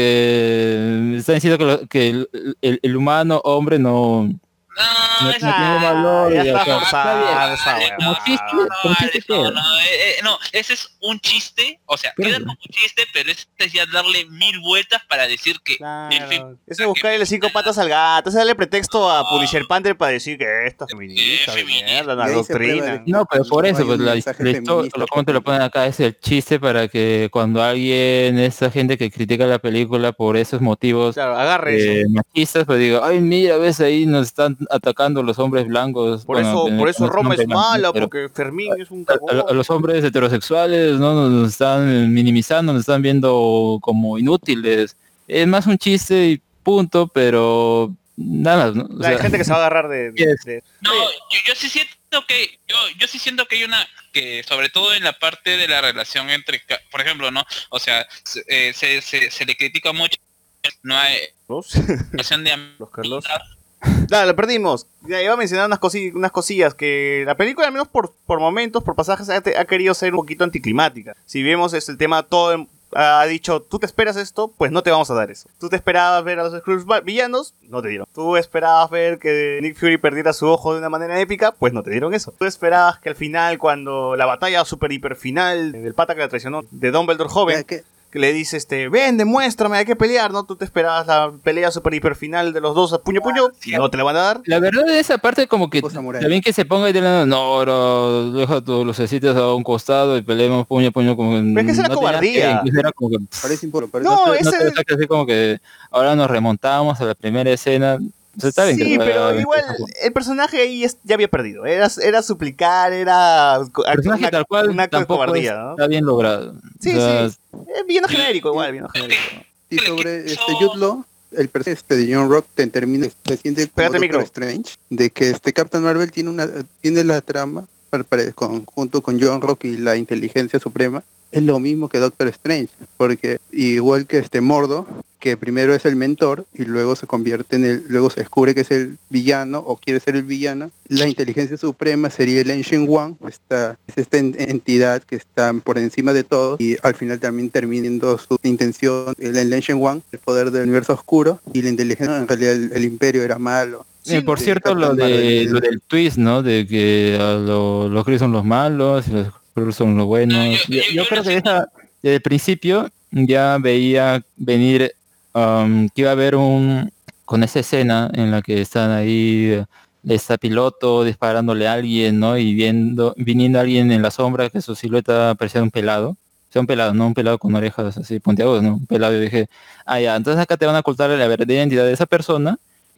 que están diciendo que, lo- que el, el- el humano hombre no, no, no tiene valor. ya y, está o sea, forzada está bien. esa Como huevada. chiste, como chiste No, queda. no, eh, eh, no, ese es un chiste, o sea, queda como un chiste, pero este es ya darle mil vueltas para decir que, en fin, Ese buscarle cinco patas al gato, ese darle pretexto a Punisher Panther para decir que esto es feminista, de mierda, la Y ahí se prueba doctrina. de que No, pero por no eso, hay pues un la, mensaje la histo- feminista lo como te lo ponen acá es el chiste para que cuando alguien, esa gente que critica la película por esos motivos Claro, agarre eh, machistas, pues diga, ay mira, ves ahí nos están atacando los hombres blancos. Por bueno, eso, que por eso no son Roma es hombres blancos, mala, pero porque Fermín es un a, a- cagón. a los hombres heterosexuales, ¿no? Nos, nos están minimizando, nos están viendo como inútiles. Es más un chiste y punto, pero nada más, ¿no? O Hay sea, gente que se va a agarrar de... de- de- no, yo, yo sí siento que, yo, yo sí siento que hay una, que sobre todo en la parte de la relación entre, ca- por ejemplo, ¿no? O sea, se, eh, se, se, se le critica mucho, no hay relación de Los Carlos. Dale, lo perdimos. Ya iba a mencionar unas, cosi- unas cosillas que la película, al menos por, por momentos, por pasajes, ha, te- ha querido ser un poquito anticlimática. Si vemos es el tema, todo el- ha dicho, tú te esperas esto, pues no te vamos a dar eso. Tú te esperabas ver a los Skrulls va- villanos, no te dieron. Tú esperabas ver que Nick Fury perdiera su ojo de una manera épica, pues no te dieron eso. Tú esperabas que al final, cuando la batalla super hiper final del pata que la traicionó, de Dumbledore joven, que le dice, este, ven, demuéstrame, hay que pelear, ¿no? Tú te esperabas la pelea super hiper final de los dos a puño a puño, no te la van a dar. La verdad de esa parte como que también que se ponga y digan, no, no, deja tus lucecitas a un costado y peleemos puño a puño como que Pero es que esa era no tenía cobardía. que, incluso era como que Parece importante. No, no, te- no ese- te saques así como que ahora nos remontamos a la primera escena. O sea, está bien que Sí, lo pero haga de igual esa forma. el personaje ahí es- ya había perdido. Era, era suplicar, era co- El personaje una- tal cual un acto de tampoco cobardía, es- ¿no? está bien logrado. Sí, O sea, sí. Es bien genérico igual, bien genérico. Y sobre este Jude Law, el personaje este de John Rock te termina se siente como Pégate el Doctor micro. Strange, de que este Captain Marvel tiene una tiene la trama para, para- con- junto con John Rock y la inteligencia suprema, es lo mismo que Doctor Strange, porque igual que este Mordo, que primero es el mentor y luego se convierte en el, luego se descubre que es el villano o quiere ser el villano, la inteligencia suprema sería el Ancient One, esta, es esta en- entidad que está por encima de todo y al final también terminando su intención, el, el Ancient One, el poder del universo oscuro, y la inteligencia, en realidad el, el imperio era malo. Eh, por de cierto, lo, Captain de, Marvel. lo del twist, ¿no? De que a lo- los Kree son los malos y los Kree son los buenos. Yo, yo creo que esa- desde el principio ya veía venir um, que iba a haber un... con esa escena en la que están ahí, eh, está piloto disparándole a alguien, ¿no? Y viendo, viniendo alguien en la sombra que su silueta parecía un pelado. O sea, un pelado, no un pelado con orejas así puntiagudas, ¿no? Un pelado. Y dije, ah, ya, entonces acá te van a ocultar la verdadera identidad de esa persona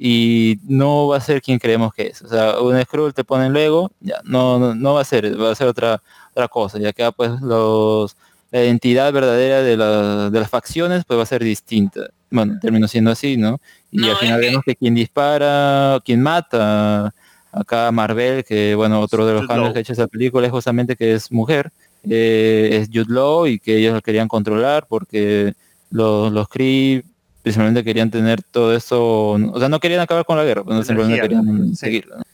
y no va a ser quien creemos que es. O sea, un Skrull te ponen luego, ya, no, no, no va a ser, va a ser otra, otra cosa. Ya que pues los la identidad verdadera de, la- de las facciones pues va a ser distinta. Bueno, terminó siendo así, ¿no? Y al final vemos que quien dispara, quien mata acá Marvel, que bueno, otro de los Jude cambios Law. que ha hecho esa película es justamente que es mujer, eh, es Jude Law y que ellos lo querían controlar porque los, los Kree principalmente querían tener todo eso, o sea, no querían acabar con la guerra, pues, no simplemente Energía, querían sí. seguirla. ¿no?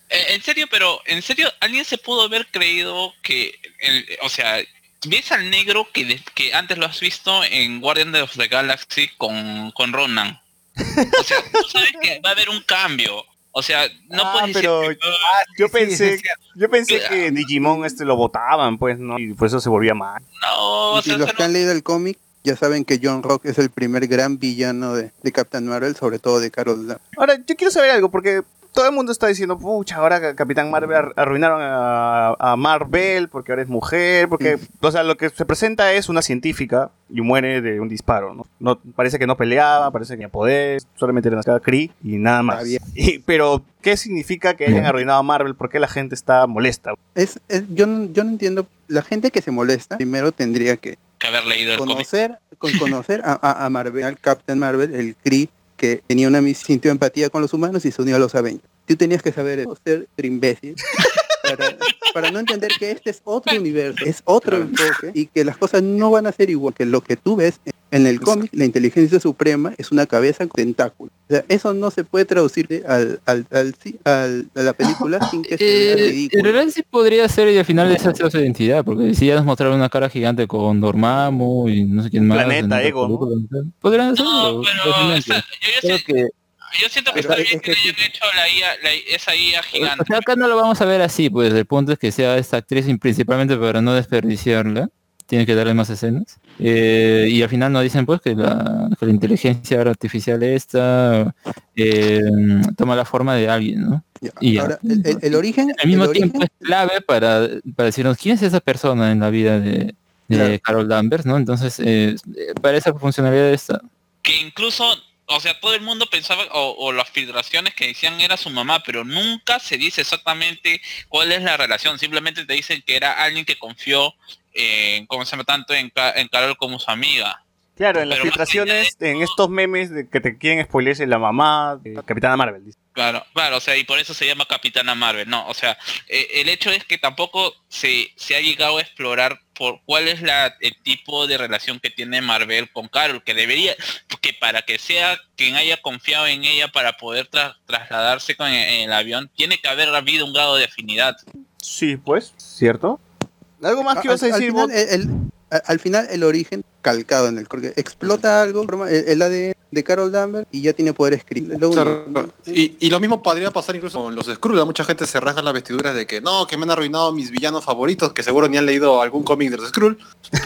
Eh, en serio, pero en serio, alguien se pudo haber creído que, el, o sea, ves al negro que, de- que antes lo has visto en Guardian of the Galaxy con, con Ronan. O sea, tú sabes que va a haber un cambio. O sea, no Ah, puedes decir pero que, ah, yo sí, pensé, sí, es cierto. yo pensé que en Digimon este lo botaban, pues, ¿no? Y por eso se volvía mal. No, o Y sea, los se que han leído el cómic ya saben que John Rock es el primer gran villano de, de Captain Marvel, sobre todo de Carol Danvers. Ahora, yo quiero saber algo, porque todo el mundo está diciendo, pucha, ahora Ca- Capitán Marvel ar- arruinaron a, a Marvel porque ahora es mujer, porque, o sea, lo que se presenta es una científica y muere de un disparo, ¿no? No parece que no peleaba, parece que tenía poder, solamente era una Kree y nada más. Y- pero, ¿qué significa que hayan arruinado a Marvel? ¿Por qué la gente está molesta? Es, es- yo, no- yo no entiendo, la gente que se molesta primero tendría que que haber leído el cómic. conocer, con conocer a, a, a Marvel, al Captain Marvel, el Kree, que tenía una mis- sintió empatía con los humanos y se unió a los Avengers. Tú tenías que saber eso, ser imbécil. Para, para no entender que este es otro universo, es otro enfoque y que las cosas no van a ser igual que lo que tú ves en el cómic. La inteligencia suprema es una cabeza con tentáculos. O sea, eso no se puede traducir al, al, al, sí- al- a la película sin que se vea Eh, ridículo. en realidad sí podría ser y al final esa sea su identidad, porque si ya nos mostraron una cara gigante con Dormammu y no sé quién más. Planeta en otra Ego, ¿no? película, Podrían hacerlo. fácilmente. Creo que, Yo siento que Pero está bien es que le hayan hecho la I A, la- esa I A o gigante. sea, acá no lo vamos a ver así, pues el punto es que sea esta actriz y principalmente para no desperdiciarla, tiene que darle más escenas. Eh, y al final nos dicen pues que la, que la inteligencia artificial esta eh, toma la forma de alguien, ¿no? Y ya. Ahora, el, el- el origen, al mismo el origen tiempo es clave para, para decirnos quién es esa persona en la vida de, de Claro. Carol Danvers, ¿no? Entonces, eh, eh, para esa funcionalidad esta. Que incluso, o sea, todo el mundo pensaba, o, o las filtraciones que decían era su mamá, pero nunca se dice exactamente cuál es la relación. Simplemente te dicen que era alguien que confió en, ¿cómo se llama? Tanto en, Ca- en Carol como su amiga. Claro, en las Pero más filtraciones, en estos memes de que te quieren spoilerse la mamá de Capitana Marvel. dice. Claro, claro, o sea, y por eso se llama Capitana Marvel, no, o sea, eh, el hecho es que tampoco se, se ha llegado a explorar por cuál es la, el tipo de relación que tiene Marvel con Carol, que debería, que para que sea quien haya confiado en ella para poder tra- trasladarse con el, en el avión, tiene que haber habido un grado de afinidad. Sí, pues, ¿cierto? ¿Algo más que ibas a al, al decir, final, Bot? el, el- a- al final el origen calcado en el porque explota algo, forma el, el A D N de Carol Danvers y ya tiene poderes Kree. Lo único, ¿no? Y, y lo mismo podría pasar incluso con los Skrull. Mucha gente se rasga las vestiduras de que no, que me han arruinado mis villanos favoritos, que seguro ni han leído algún cómic de los Skrull.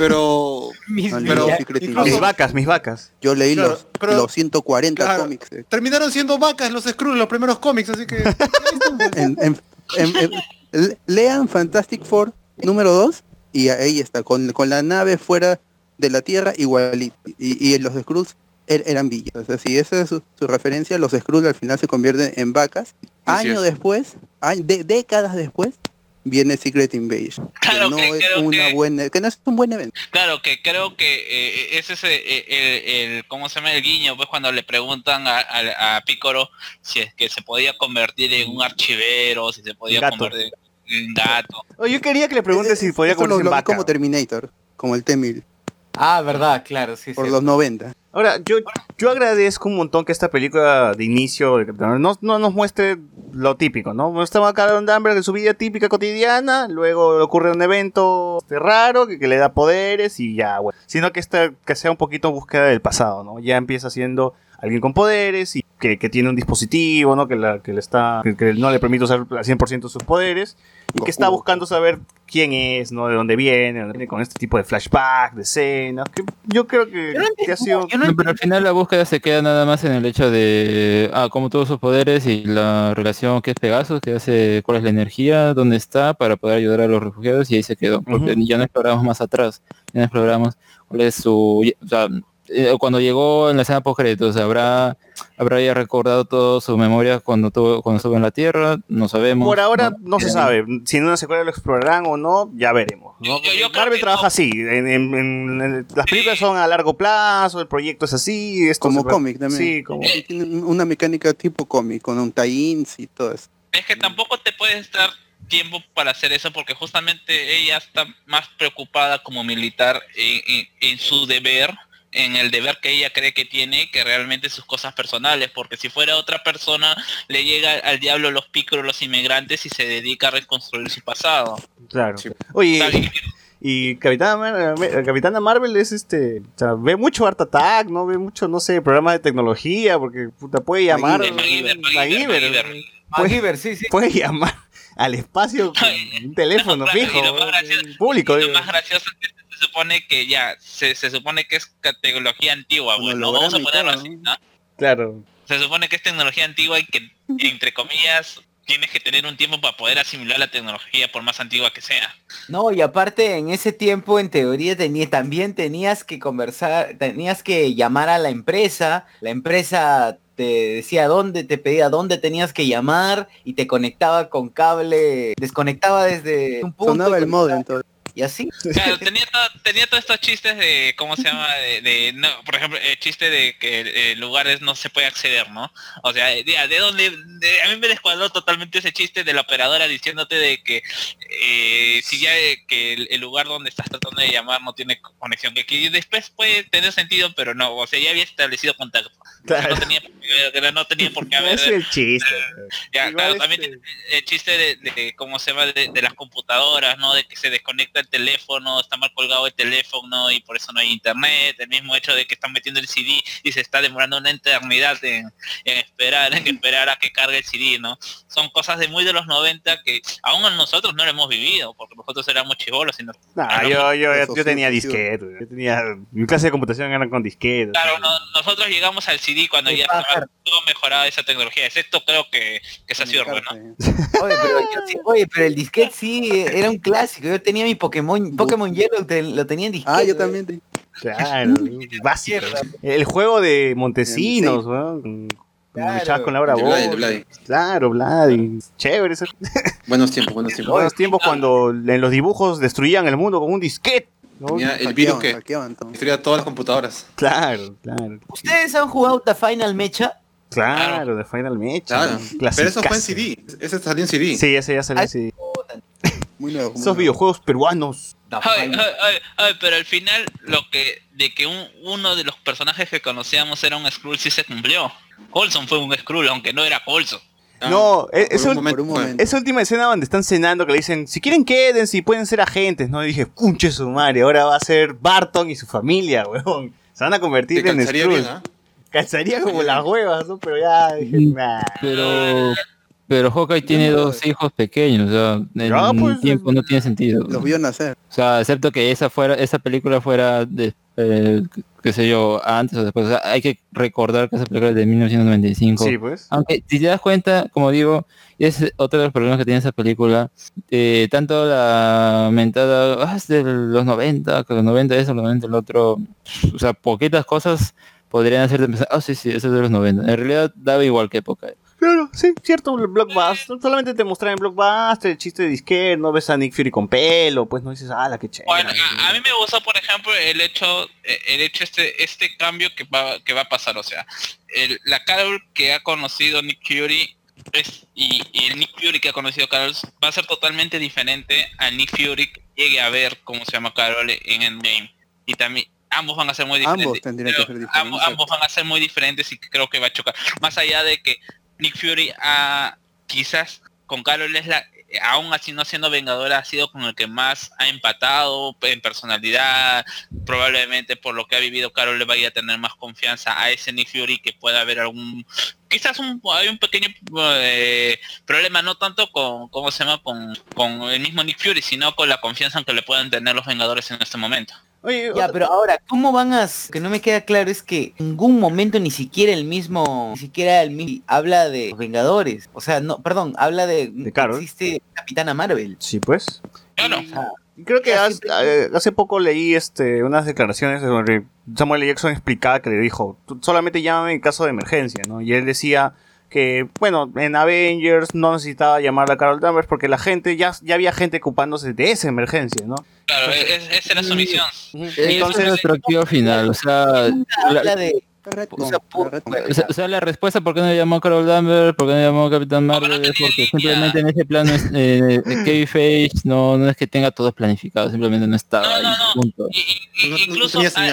Pero, Mis pero villanos. Secret incluso- Mis vacas, mis vacas. Yo leí Claro, los, pero- los ciento cuarenta claro, cómics. eh. terminaron siendo vacas los Skrull, los primeros cómics, así que En- en- en- en- le- lean Fantastic Four número dos y ahí está, con, con la nave fuera de la Tierra igualito. Y, y los Skrulls er- eran villanos. O sea, si esa es su, su referencia, los Skrulls al final se convierten en vacas. Años cierto. después, año- de, décadas después, viene Secret Invasion. Claro, que no que es creo una que- buena, que no es un buen evento. Claro, que creo que eh, ese es el, el, el- ¿cómo se llama? El guiño, pues cuando le preguntan a, a, a Pícoro si es que se podía convertir en un archivero, si se podía Gato. convertir en gato. Oye, yo quería que le pregunte si podía Esto lo, convertirse en lo vi vaca. como Terminator, como el T mil, Ah, verdad, claro, sí, por sí. los noventa. Ahora, yo, yo agradezco un montón que esta película de inicio de Capitán Marvel no, no nos muestre lo típico, ¿no? Muestra a Carol Danvers en su vida típica cotidiana, luego ocurre un evento este, raro que, que le da poderes y ya, bueno. Sino que, esta, que sea un poquito búsqueda del pasado, ¿no? Ya empieza siendo alguien con poderes y que, que tiene un dispositivo, ¿no? Que, la, que, le está, que, que no le permite usar al cien por ciento sus poderes y que está buscando saber quién es, ¿no? De dónde viene, de dónde viene con este tipo de flashback, de escenas, que yo creo que, que ha sido... No, pero al final la búsqueda se queda nada más en el hecho de ah, cómo tuvo sus poderes y la relación que es Pegasus, que hace cuál es la energía, dónde está para poder ayudar a los refugiados y ahí se quedó, porque Ujú. ya no exploramos más atrás, ya no exploramos cuál es su, o sea, eh, cuando llegó en la escena post créditos, habrá habrá ya recordado toda su memoria cuando tuvo, cuando estuvo en la Tierra, no sabemos. Por ahora ¿no? no se Eh, sabe. Si en una secuela lo explorarán o no, ya veremos, ¿no? Yo- yo creo Marvel que trabaja no. así. En, en- en- en- las películas son a largo plazo, el proyecto es así. Esto Como se- cómic también. Sí, como... Tiene una mecánica tipo cómic, con un tie-ins y todo eso. Es que tampoco te puedes dar tiempo para hacer eso porque justamente ella está más preocupada como militar en, en- en su deber en el deber que ella cree que tiene que realmente sus cosas personales, porque si fuera otra persona le llega al diablo los pícaros, los inmigrantes y se dedica a reconstruir su pasado. Claro. Oye, Está bien. y Capitana, Mar- Capitana Marvel es este, o sea, ve mucho Art Attack, no ve mucho, no sé, programas de tecnología, porque puta puede llamar MacGyver, MacGyver, MacGyver, MacGyver. puede, MacGyver, sí, sí. puede llamar al espacio con un teléfono Claro, fijo, y lo más gracioso- público. y lo digo. más gracioso es que se supone que ya, se, se supone que es tecnología antigua, Con bueno, vamos a holograma y ponerlo todo, así, ¿no? ¿no? Claro. Se supone que es tecnología antigua y que, entre comillas, tienes que tener un tiempo para poder asimilar la tecnología por más antigua que sea. No, y aparte en ese tiempo en teoría tenía, también tenías que conversar, tenías que llamar a la empresa, la empresa te decía dónde, te pedía dónde tenías que llamar y te conectaba con cable, desconectaba desde un punto. Sonaba el y modem todo. Y así. Claro, tenía, todo- tenía todos estos chistes de, ¿cómo se llama? De, de- no, por ejemplo, el chiste de que eh, lugares no se puede acceder, ¿no? O sea, de, de dónde, de- a mí me descuadró totalmente ese chiste de la operadora diciéndote de que eh, si ya eh, que el, el lugar donde estás tratando de llamar no tiene conexión, que, que después puede tener sentido, pero no, o sea, ya había establecido contacto. Claro. No tenía, por qué- no tenía por qué haber. Ese es el chiste. Ya, Igual claro, este- también tiene el chiste de, de cómo se llama de, de las computadoras, ¿no? De que se desconecta el teléfono, está mal colgado el teléfono y por eso no hay internet, el mismo hecho de que están metiendo el C D y se está demorando una eternidad en, en esperar, en esperar a que cargue el C D, ¿no? Son cosas de muy de los noventa que aún nosotros no lo hemos vivido, porque nosotros éramos chibolos y no. Nah, yo, yo, yo, yo tenía disquete, yo tenía, mi clase de computación era con disquete. Claro, no- nosotros llegamos al C D cuando ya estaba todo mejorada esa tecnología, excepto creo que, que se ha sido bueno. Oye, pero, yo sí- oye, pero el disquete sí era un clásico. Yo tenía mi Pokémon, Pokémon Yellow, te- lo tenía en disquete. Ah, yo también. te- Claro, básico. El juego de Montesinos, ¿no? Claro. Luchabas con Laura De Vladi, Boy. de Vladi. Claro, Vladi. Chévere. Eso. Buenos tiempos, buenos tiempos. Buenos tiempos cuando en los dibujos destruían el mundo con un disquete. ¿no? Tenía el virus Hackeaban, que hackeaban todo. destruía todas las computadoras. Claro, claro. ¿Ustedes han jugado The Final Mecha? Claro, de Final Mecha. Claro. ¿no? Pero eso fue en Clasicazo. C D. Ese salió en C D. Sí, ese ya salió en C D. Muy nuevo. muy Esos nuevo. videojuegos peruanos. Ay, ay, ay, ay, pero al final lo que de que un, uno de los personajes que conocíamos era un Skrull sí se cumplió. Coulson fue un Skrull, aunque no era Coulson. No, e- por esa, un momento por un fue. momento. esa última escena donde están cenando que le dicen, si quieren queden, si pueden ser agentes, ¿no? Y dije, punche su madre, ahora va a ser Barton y su familia, weón. Se van a convertir Te en calzaría Skrull. bien, ¿ah? Calzaría como las huevas, ¿no? Pero ya dije, nah. Pero pero Hawkeye tiene dos hijos pequeños, o sea, en Ya, pues, tiempo no tiene sentido. Los vio nacer. O sea, excepto que esa fuera esa película fuera de eh, qué sé yo, antes o después. O sea, hay que recordar que esa película es de mil novecientos noventa y cinco. Sí, pues. Aunque si te das cuenta, como digo, es otro de los problemas que tiene esa película. Eh, tanto la mentada, ah, es de los noventa, que los noventa eso, los noventa el otro. O sea, poquitas cosas podrían hacerte pensar, ah, sí, sí, eso es de los noventa. En realidad daba igual que época. Claro, sí, cierto, el Blockbuster. Solamente te mostraban en Blockbuster el chiste de disquete, no ves a Nick Fury con pelo, pues no dices, ah, la que chévere. Bueno, a, a mí me gusta, por ejemplo, el hecho, eh, el hecho este, este cambio que va, que va a pasar, o sea, el- la Carol que ha conocido Nick Fury es, y, y el Nick Fury que ha conocido Carol va a ser totalmente diferente al Nick Fury que llegue a ver cómo se llama Carol en Endgame. Y también ambos van a ser muy diferentes. Ambos tendrían que Creo- ser diferentes. ambos, ambos van a ser muy diferentes y creo que va a chocar. Más allá de que Nick Fury ha, quizás con Carol es la, aún así no siendo Vengadora, ha sido con el que más ha empatado en personalidad. Probablemente por lo que ha vivido Carol le vaya a tener más confianza a ese Nick Fury, que pueda haber algún, quizás un, hay un pequeño eh, problema, no tanto con, ¿cómo se llama? Con, con el mismo Nick Fury, sino con la confianza que le puedan tener los Vengadores en este momento. Oye, Ya, pero ahora, ¿cómo van a...? Que no me queda claro es que en ningún momento ni siquiera el mismo, ni siquiera el mismo, habla de los Vengadores. O sea, no, perdón, habla de... De Carol. Existe Capitana Marvel. sí, pues. Claro. O sea, Creo que Ya hace, siempre- eh, hace poco leí este unas declaraciones donde Samuel L. Jackson explicaba que le dijo, "Tú solamente llámame en caso de emergencia, ¿no?" Y él decía que, bueno, en Avengers no necesitaba llamar a Carol Danvers porque la gente, ya, ya había gente ocupándose de esa emergencia, ¿no? Claro, es- esa era su misión. Ese Entonces, es nuestro objetivo final, o sea, habla la, de... Retcon, O sea, po- retcon. o sea, o sea, la respuesta por qué no llamó a Carol Danvers, por qué no llamó a Capitán Marvel, no es tenía porque línea. simplemente en ese plano es, eh, Kevin Feige no, no es que tenga todo planificado, simplemente no estaba No, no, ahí, no. punto. Y- y- y- No- no incluso tenía ah, señal.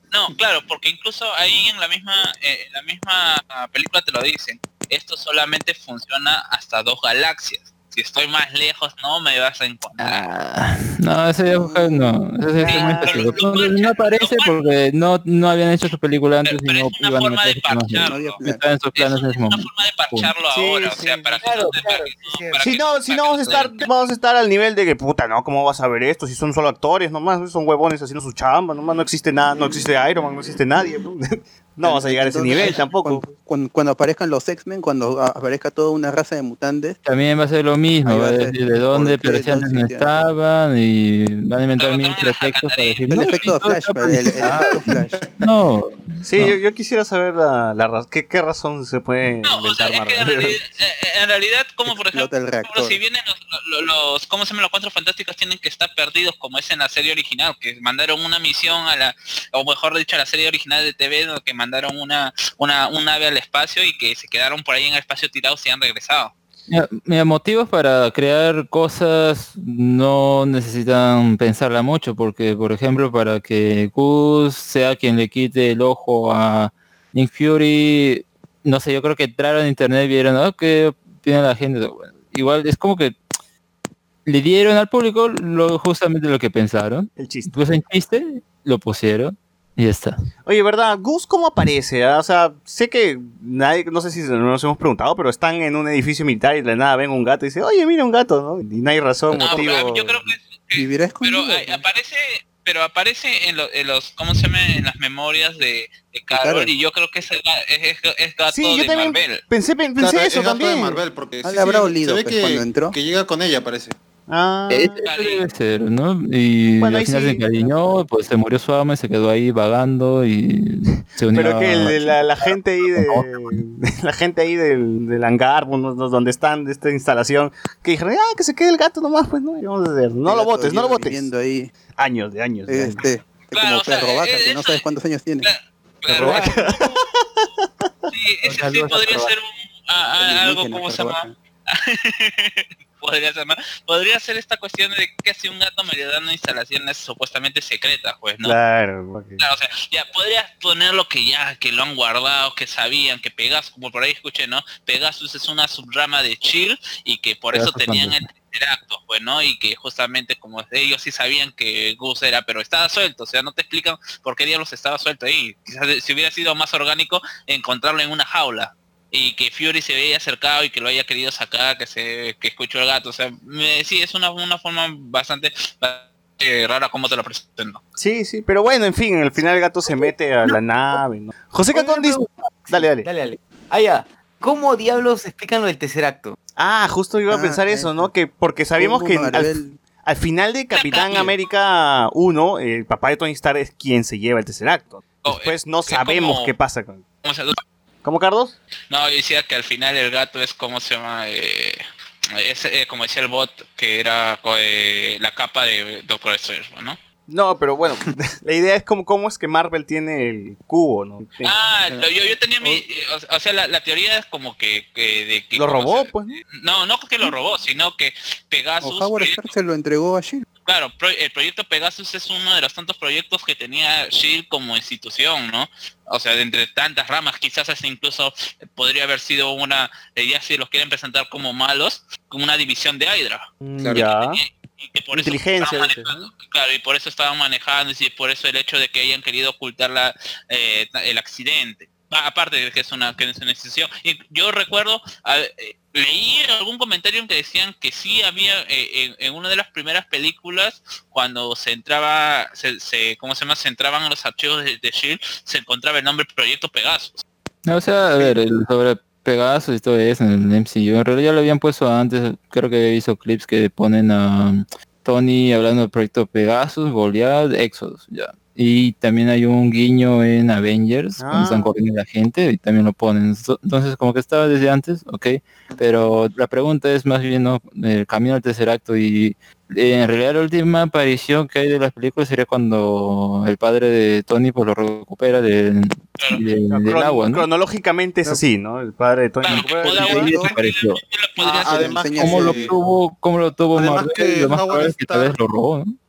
No, claro, porque incluso ahí en la misma eh, en la misma película te lo dicen. Esto solamente funciona hasta dos galaxias. Si estoy más lejos, no me vas a encontrar. Ah, no, ese ya fue- no, ese sí es muy específico. No, no aparece porque no, no habían hecho su película antes y no iban a meter más de- estaban en sus planes en ese momento. Parcharlo Sí, ahora, sí. o sea, para que no te para que no- para Si que- no, si no vamos a estar, vamos a estar al nivel de que puta, no, ¿cómo vas a ver esto? Si son solo actores nomás, son huevones haciendo su chamba, nomás no existe nada, no existe Iron Man, no existe nadie. No, no vas a llegar a ese Entonces, nivel tampoco. Cuando, cuando- cuando aparezcan los X-Men, cuando a- aparezca toda una raza de mutantes, También va a ser lo mismo, Ahí va va a a ser, decir de dónde, ¿por qué pero si no antes no existían? estaban y van a inventar mil pretextos para decir el no, efecto de todo Flash, está el, el planificado. efecto Flash. No, Sí, no. yo, yo quisiera saber la, la raz- ¿qué, qué razón se puede No, o sea, inventar es que en Marvel. realidad, eh, en realidad, como por ejemplo, Explota el por ejemplo, reactor. si vienen los, los, los- ¿cómo se llaman? Los Cuatro Fantásticos tienen que estar perdidos, como es en la serie original, que mandaron una misión a la, o mejor dicho, a la serie original de T V, donde que mandaron una, una, un ave al espacio y que se quedaron por ahí en el espacio tirados y han regresado. Mira, mira, motivos para crear cosas no necesitan pensarla mucho, porque por ejemplo para que Gus sea quien le quite el ojo a Nick Fury, no sé, yo creo que entraron en internet y vieron, "Ah, ¿qué opina la gente?". Bueno, igual es como que le dieron al público lo, justamente lo que pensaron. El chiste. Pues en chiste lo pusieron y ya está. Oye, ¿verdad? Gus, ¿cómo aparece? ah? O sea, sé que nadie, no sé si nos hemos preguntado, pero están en un edificio militar y de la nada ven un gato y dicen, oye, mira un gato, ¿no? Y no hay razón, No, motivo. pero yo creo que Vivirá escondido. pero eh, aparece pero aparece en, lo- en los ¿cómo se llama? En las memorias de, de Carol, Carol. y yo creo que es, el ga- es, es- es gato Sí, yo de también Marvel. pensé, pen- pensé Claro, eso es gato de también. Marvel, porque Ah, sí, le habrá sí, olido, se ve pues, que, cuando entró. que llega con ella, parece. Ah, Eso debe ser, ¿no? Y Bueno, ahí al final sí. se encariñó, pues se murió su ama y se quedó ahí vagando y se unió pero que a- el- la, la gente ahí de la gente ahí del, del hangar, bueno, no- donde están de esta instalación, que dijeron, ah, que se quede el gato nomás, pues no, y vamos a hacer, no El lo gato botes, no lo lleva botes. viviendo ahí, Años, de años. De años. este, es Claro, como o sea, perro vaca, eh, que no eso- sabes cuántos años tiene. Claro, Perro claro. vaca. Sí, ese sí Saludos a podría Perro ser un, a- a- algo Alienígena, como se perro llama. vaca. podría ser más- podría ser esta cuestión de que si un gato me le dan instalaciones supuestamente secretas, pues, ¿no? Claro, ok. Claro, o sea, ya podrías poner lo que ya, que lo han guardado, que sabían, que Pegasus, como por ahí escuché, ¿no? Pegasus es una subrama de Shield y que por eso Pegasus tenían el Fantasma. tercer acto, pues, ¿no? Y que justamente como ellos sí sabían que Gus era, pero estaba suelto, o sea, no te explican por qué diablos estaba suelto ahí. Quizás si hubiera sido más orgánico encontrarlo en una jaula. Y que Fury se veía acercado y que lo haya querido sacar, que se que escuchó el gato, o sea, me, sí, es una, una forma bastante, bastante rara como te lo presento. Sí, sí, pero bueno, en fin, al final el gato se mete a la nave, ¿no? José Cacón dice... Dale, dale. Dale, dale. Ah, ya. ¿Cómo diablos explican lo del tercer acto? Ah, justo iba a Ah, pensar eso, ¿no? Que porque sabíamos Como que al, Marvel- al final de Capitán América uno, el papá de Tony Stark es quien se lleva el tercer acto. Oh, Después eh, no es sabemos como- qué pasa con... ¿Cómo se- ¿Cómo, Carlos? No, yo decía que al final el gato es como se llama, eh, es eh, como decía el bot, que era eh, la capa de Doctor Strange, ¿no? No, pero bueno, la idea es como cómo es que Marvel tiene el cubo, ¿no? Ah, lo- yo, yo tenía mi, eh, o, o sea, la, la teoría es como que, que de que... Lo como robó, se- pues, ¿no? No, no que lo robó, sino que Pegasus... O Howard Stark se lo entregó a Shield. Claro, pro- el proyecto Pegasus es uno de los tantos proyectos que tenía Shield como institución, ¿no? O sea, de entre tantas ramas, quizás hasta incluso podría haber sido una, eh, ya si los quieren presentar como malos, como una división de Hydra. Claro. Ya. Y que por eso Inteligencia, estaban dices, manejando- claro, y por eso estaban manejando, y por eso el hecho de que hayan querido ocultar la, eh, el accidente. Ah, aparte de que es una, que es una institución. Y yo recuerdo, a- eh, leí algún comentario en que decían que sí había, eh, en, en una de las primeras películas, cuando se entraba, se, se, ¿cómo se llama? Se entraban en los archivos de, de Shield, se encontraba el nombre Proyecto Pegasus. No, o sea, a ver, el sobre Pegasus y todo eso en el M C U, en realidad lo habían puesto antes, creo que he visto clips que ponen a Tony hablando del proyecto Pegasus, Goliath, Exodus, ya. Y también hay un guiño en Avengers, cuando Ah. están corriendo la gente, y también lo ponen. So- Entonces, como que estaba desde antes, ok. Pero la pregunta es más bien, ¿no? El camino al tercer acto. Y eh, en realidad la última aparición que hay de las películas sería cuando el padre de Tony pues lo recupera del, del- del Cron- agua, ¿no? Cronológicamente es así, ¿no? El padre de Tony Claro, recupera que el podría- agua. Ahí desapareció. Podría Ah, ser- además enseña ¿Cómo lo ese- tuvo, cómo lo tuvo Además Marvel? que Lo más Howard probable es que tal Stark- vez lo robó, ¿no?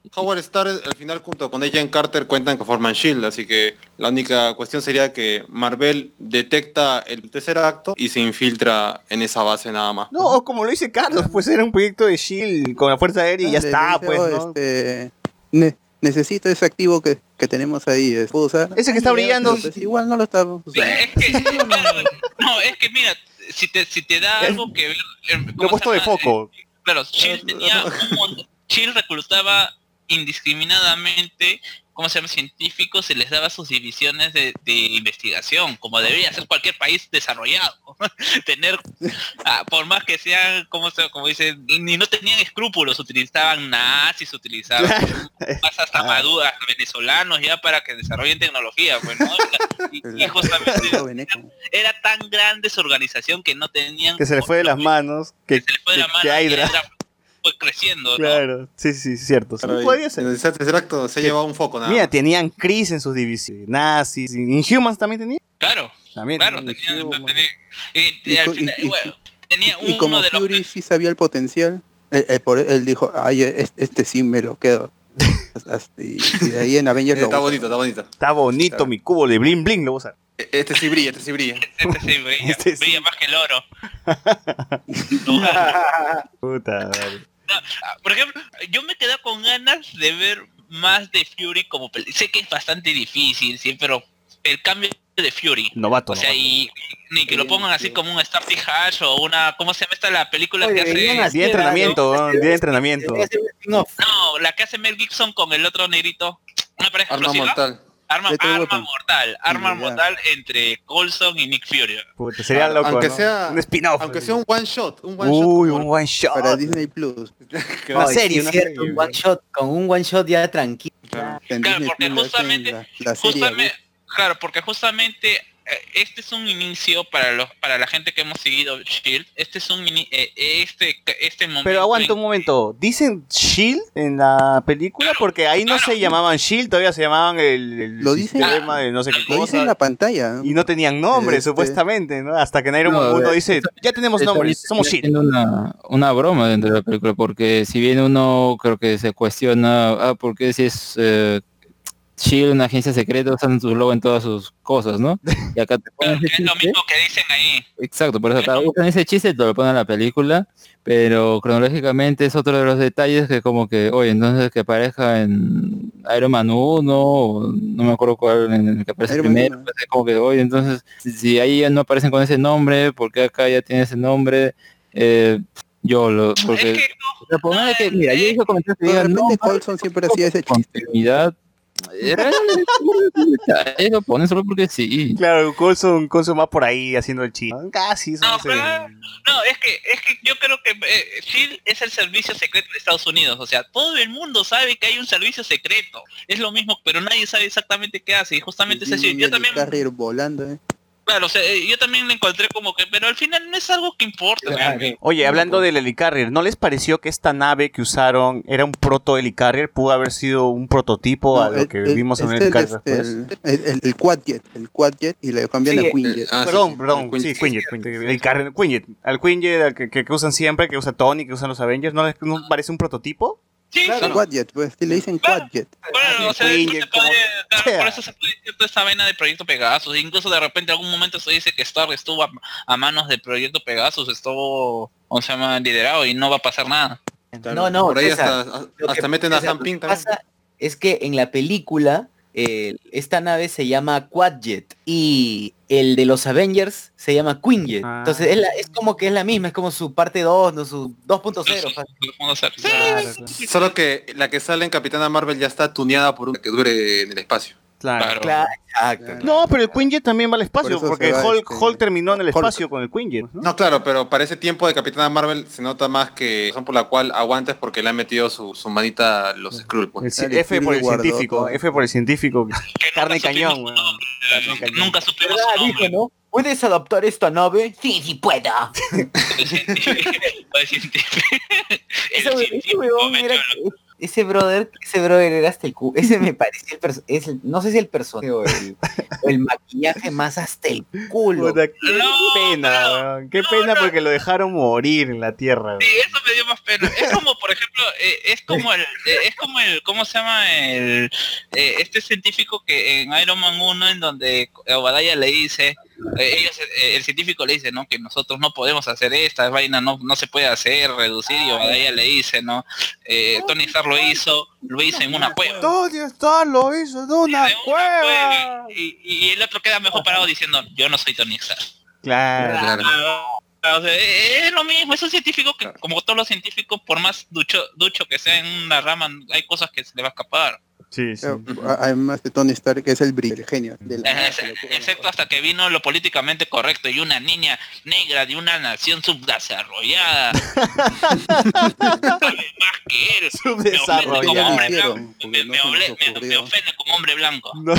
Howard Stark al final junto con Agent Carter cuentan que forman Shield, así que la única cuestión sería que Marvel detecta el tercer acto y se infiltra en esa base nada más. No, o como lo dice Carlos, pues era un proyecto de Shield con la Fuerza Aérea y ya Le está, dice, pues, "Oh, ¿no? este, ne- necesito ese activo que, que tenemos ahí. es- puedo usar". Ese que está brillando. Pero, pues, igual no lo estamos usando. Es que, claro, no, es que mira, si te, si te da algo que ver, eh, Lo he ¿cómo puesto se de llama? foco. Eh, Claro, Shield tenía un montón, Shield reclutaba indiscriminadamente, ¿cómo se llama? Científicos y les daba sus divisiones de, de investigación, como debería ser cualquier país desarrollado. Tener, ah, por más que sean, como se, como dicen, ni no tenían escrúpulos, utilizaban nazis, utilizaban más hasta maduras, venezolanos ya para que desarrollen tecnología, pues, ¿no? Y, y justamente era tan grande su organización que no tenían Que se le fue de las manos. Que, fue de que- la mano que y Hydra. Hydra fue creciendo, ¿no? Claro, sí, sí, cierto. Sí, Claro, y podría ser. en el tercer acto se ha llevado un foco nada Mira, más. tenían Chris en sus divisiones. Nazis. Inhumans también tenían. Claro, También. claro, tenían tenía, Inhumans. tenía- y- y Y al co- final, y- y- bueno, tenía Y uno como de los Fury sí sabía el potencial, eh, eh, por él dijo, ay, este, este sí me lo quedo. Hasta- y, y de ahí en Avengers lo Está usa. bonito, está bonito. Está bonito mi cubo de bling bling, lo voy a usar. E- Este sí brilla, este sí brilla. este sí brilla, Este sí. brilla más que el oro. Puta madre. Ah, Por ejemplo, yo me quedé con ganas de ver más de Fury como pel- sé que es bastante difícil, sí, pero el cambio de Fury. Novato. O sea, novato. y ni que lo pongan así como un Starty Hash o una, ¿cómo se llama esta la película Oye, que deberían hace? hacer Día de entrenamiento, weón, día de entrenamiento. Debería ser un spin-off. No, la que hace Mel Gibson con el otro negrito. Una pareja Arma explosiva. mortal. Arma, Lethal arma Weapon. mortal, arma Ya. mortal entre Coulson y Nick Fury. Puta, sería loco, Aunque ¿no? sea, Un spin-off. aunque sea un one shot, un one Uy, shot. un one shot. Para Disney Plus. Una Ay, serie, sí, una cierto, serie. un one shot, con un one shot ya tranquilo. Claro. En Claro, Disney porque Plus le hacen justamente, la, la serie. justamente claro, porque justamente eh, este es un inicio para los para la gente que hemos seguido Shield. Este es un ini- eh, este este momento. Pero aguanta un en- momento, ¿dicen Shield en la película? Porque ahí no claro. se llamaban Shield, todavía se llamaban el, el Lo dicen- sistema de no sé qué Lo dice en la cosa. pantalla. ¿no? Y no tenían nombre, Este- supuestamente, ¿no? Hasta que Nairo No, a uno ver, dice, ya tenemos Está nombres, bien, somos está Shield. haciendo una, una broma dentro de la película, porque si bien uno creo que se cuestiona, ah, ¿por qué si es eh, Shield, una agencia secreta, usan su logo en todas sus cosas, ¿no? Y acá te ponen Claro, ese que es lo chiste. mismo que dicen ahí. Exacto, por eso acá usan ese chiste y te lo ponen en la película, pero cronológicamente es otro de los detalles que como que, oye, entonces que aparezca en Iron Man uno, o no me acuerdo cuál, en el que aparece Iron Man primero, uno. pues, es como que, oye, entonces, si, si ahí ya no aparecen con ese nombre, porque acá ya tiene ese nombre, eh, yo lo, porque, Es que o sea, por más de que, mira, yo hice comentarios que De digan, no, repente Coulson siempre hacía ese chiste. continuidad, era, ahí lo ponen solo porque sí. Claro, Coulson, Coulson va por ahí haciendo el chiste. Casi, eso No, no sé. claro. No, es que es que yo creo que eh, Shield es el servicio secreto de Estados Unidos. O sea, todo el mundo sabe que hay un servicio secreto. Es lo mismo, pero nadie sabe exactamente qué hace. Y justamente es así. Yo también, Carrier volando, ¿eh? claro, o sea, eh, yo también le encontré como que, pero al final no es algo que importa. realmente. Oye, hablando del Helicarrier, ¿no les pareció que esta nave que usaron era un proto Helicarrier? ¿Pudo haber sido un prototipo a No, lo el- que el- vimos en un este, Helicarrier este, después? el, el, el Quadjet, el Quadjet y le cambian Sí, a Quinjet. Ah, sí, Perdón, sí, perdón, el Quinjet. sí, Quinjet, Quinjet, el Carrier, Quinjet, al Quinjet al que, que, que usan siempre, que usa Tony, que usan los Avengers, ¿no les no parece un prototipo? Sí, El sí. Quadjet, pues, sí, le dicen Claro. Quadjet. Bueno, o sea, eso Quinjet, se puede- como claro, sea. por eso se puede decir toda esta vaina de Proyecto Pegasus. Incluso de repente en algún momento se dice que Stark estuvo a, a manos del Proyecto Pegasus, estuvo, ¿cómo se llama?, liderado y no va a pasar nada. No, no, Por ahí César, hasta, lo que- hasta meten a César, Sam lo Pink que también. pasa es que en la película eh, esta nave se llama Quadjet y el de los Avengers se llama Quinjet. Ah. Entonces es, la- es como que es la misma, es como su parte dos, no su dos punto cero. fácil. Vamos a hacer. Claro, claro. Solo que la que sale en Capitana Marvel ya está tuneada por una que dure en el espacio. Claro. Claro. Claro, exacto. No, pero el Quinjet también va al Por espacio, eso porque se va, Hulk, este, Hulk terminó en el Hulk. espacio con el Quinjet. ¿no? No, claro, pero para ese tiempo de Capitana Marvel se nota más que la razón por la cual aguanta es porque le han metido su, su manita a los Skrull. El Pues. ci- Dale, F por el Fury guardó científico, todo. F por el científico. Que Carne y nunca cañón, supimos weón. su nombre, Carne y que cañón. Nunca supimos ¿Verdad? su Dijo, nombre. ¿no? ¿Puedes adaptar esta nave? Sí, sí puedo. El científico. El científico. El Ese, ese científico huevón era, metió ese brother, ese brother era hasta el cu, ese me parecía el perso- es el- no sé si el personaje o el, o el maquillaje más hasta el culo. Puta, qué pena, weón. Qué pena porque lo dejaron morir en la tierra. weón. Sí, eso me dio más pena. Es como, por ejemplo, eh, es como el, eh, es como el, ¿cómo se llama? El, eh, este científico que en Iron Man uno, en donde Obadiah le dice, eh, ellos, eh, el científico le dice, ¿no? Que nosotros no podemos hacer esta vaina, no, no se puede hacer, reducir, y Obadiah le dice, ¿no? Eh, Tony Stark lo hizo, lo hizo en una cueva. Tony Stark lo hizo en una cueva. Y, y el otro queda mejor parado diciendo, yo no soy Tony Stark. Claro, claro. O sea, es lo mismo, es un científico que, como todos los científicos, por más ducho, ducho que sea en una rama, hay cosas que se le va a escapar. Sí, sí. A- Además de Tony Stark, que es el brillo, el genio. De la, Es- excepto hasta que vino lo políticamente correcto y una niña negra de una nación subdesarrollada sabe más que él. Subdesarrollada. Me ofende como hombre blanco. Me, me ole- me- me ofende como hombre blanco. No.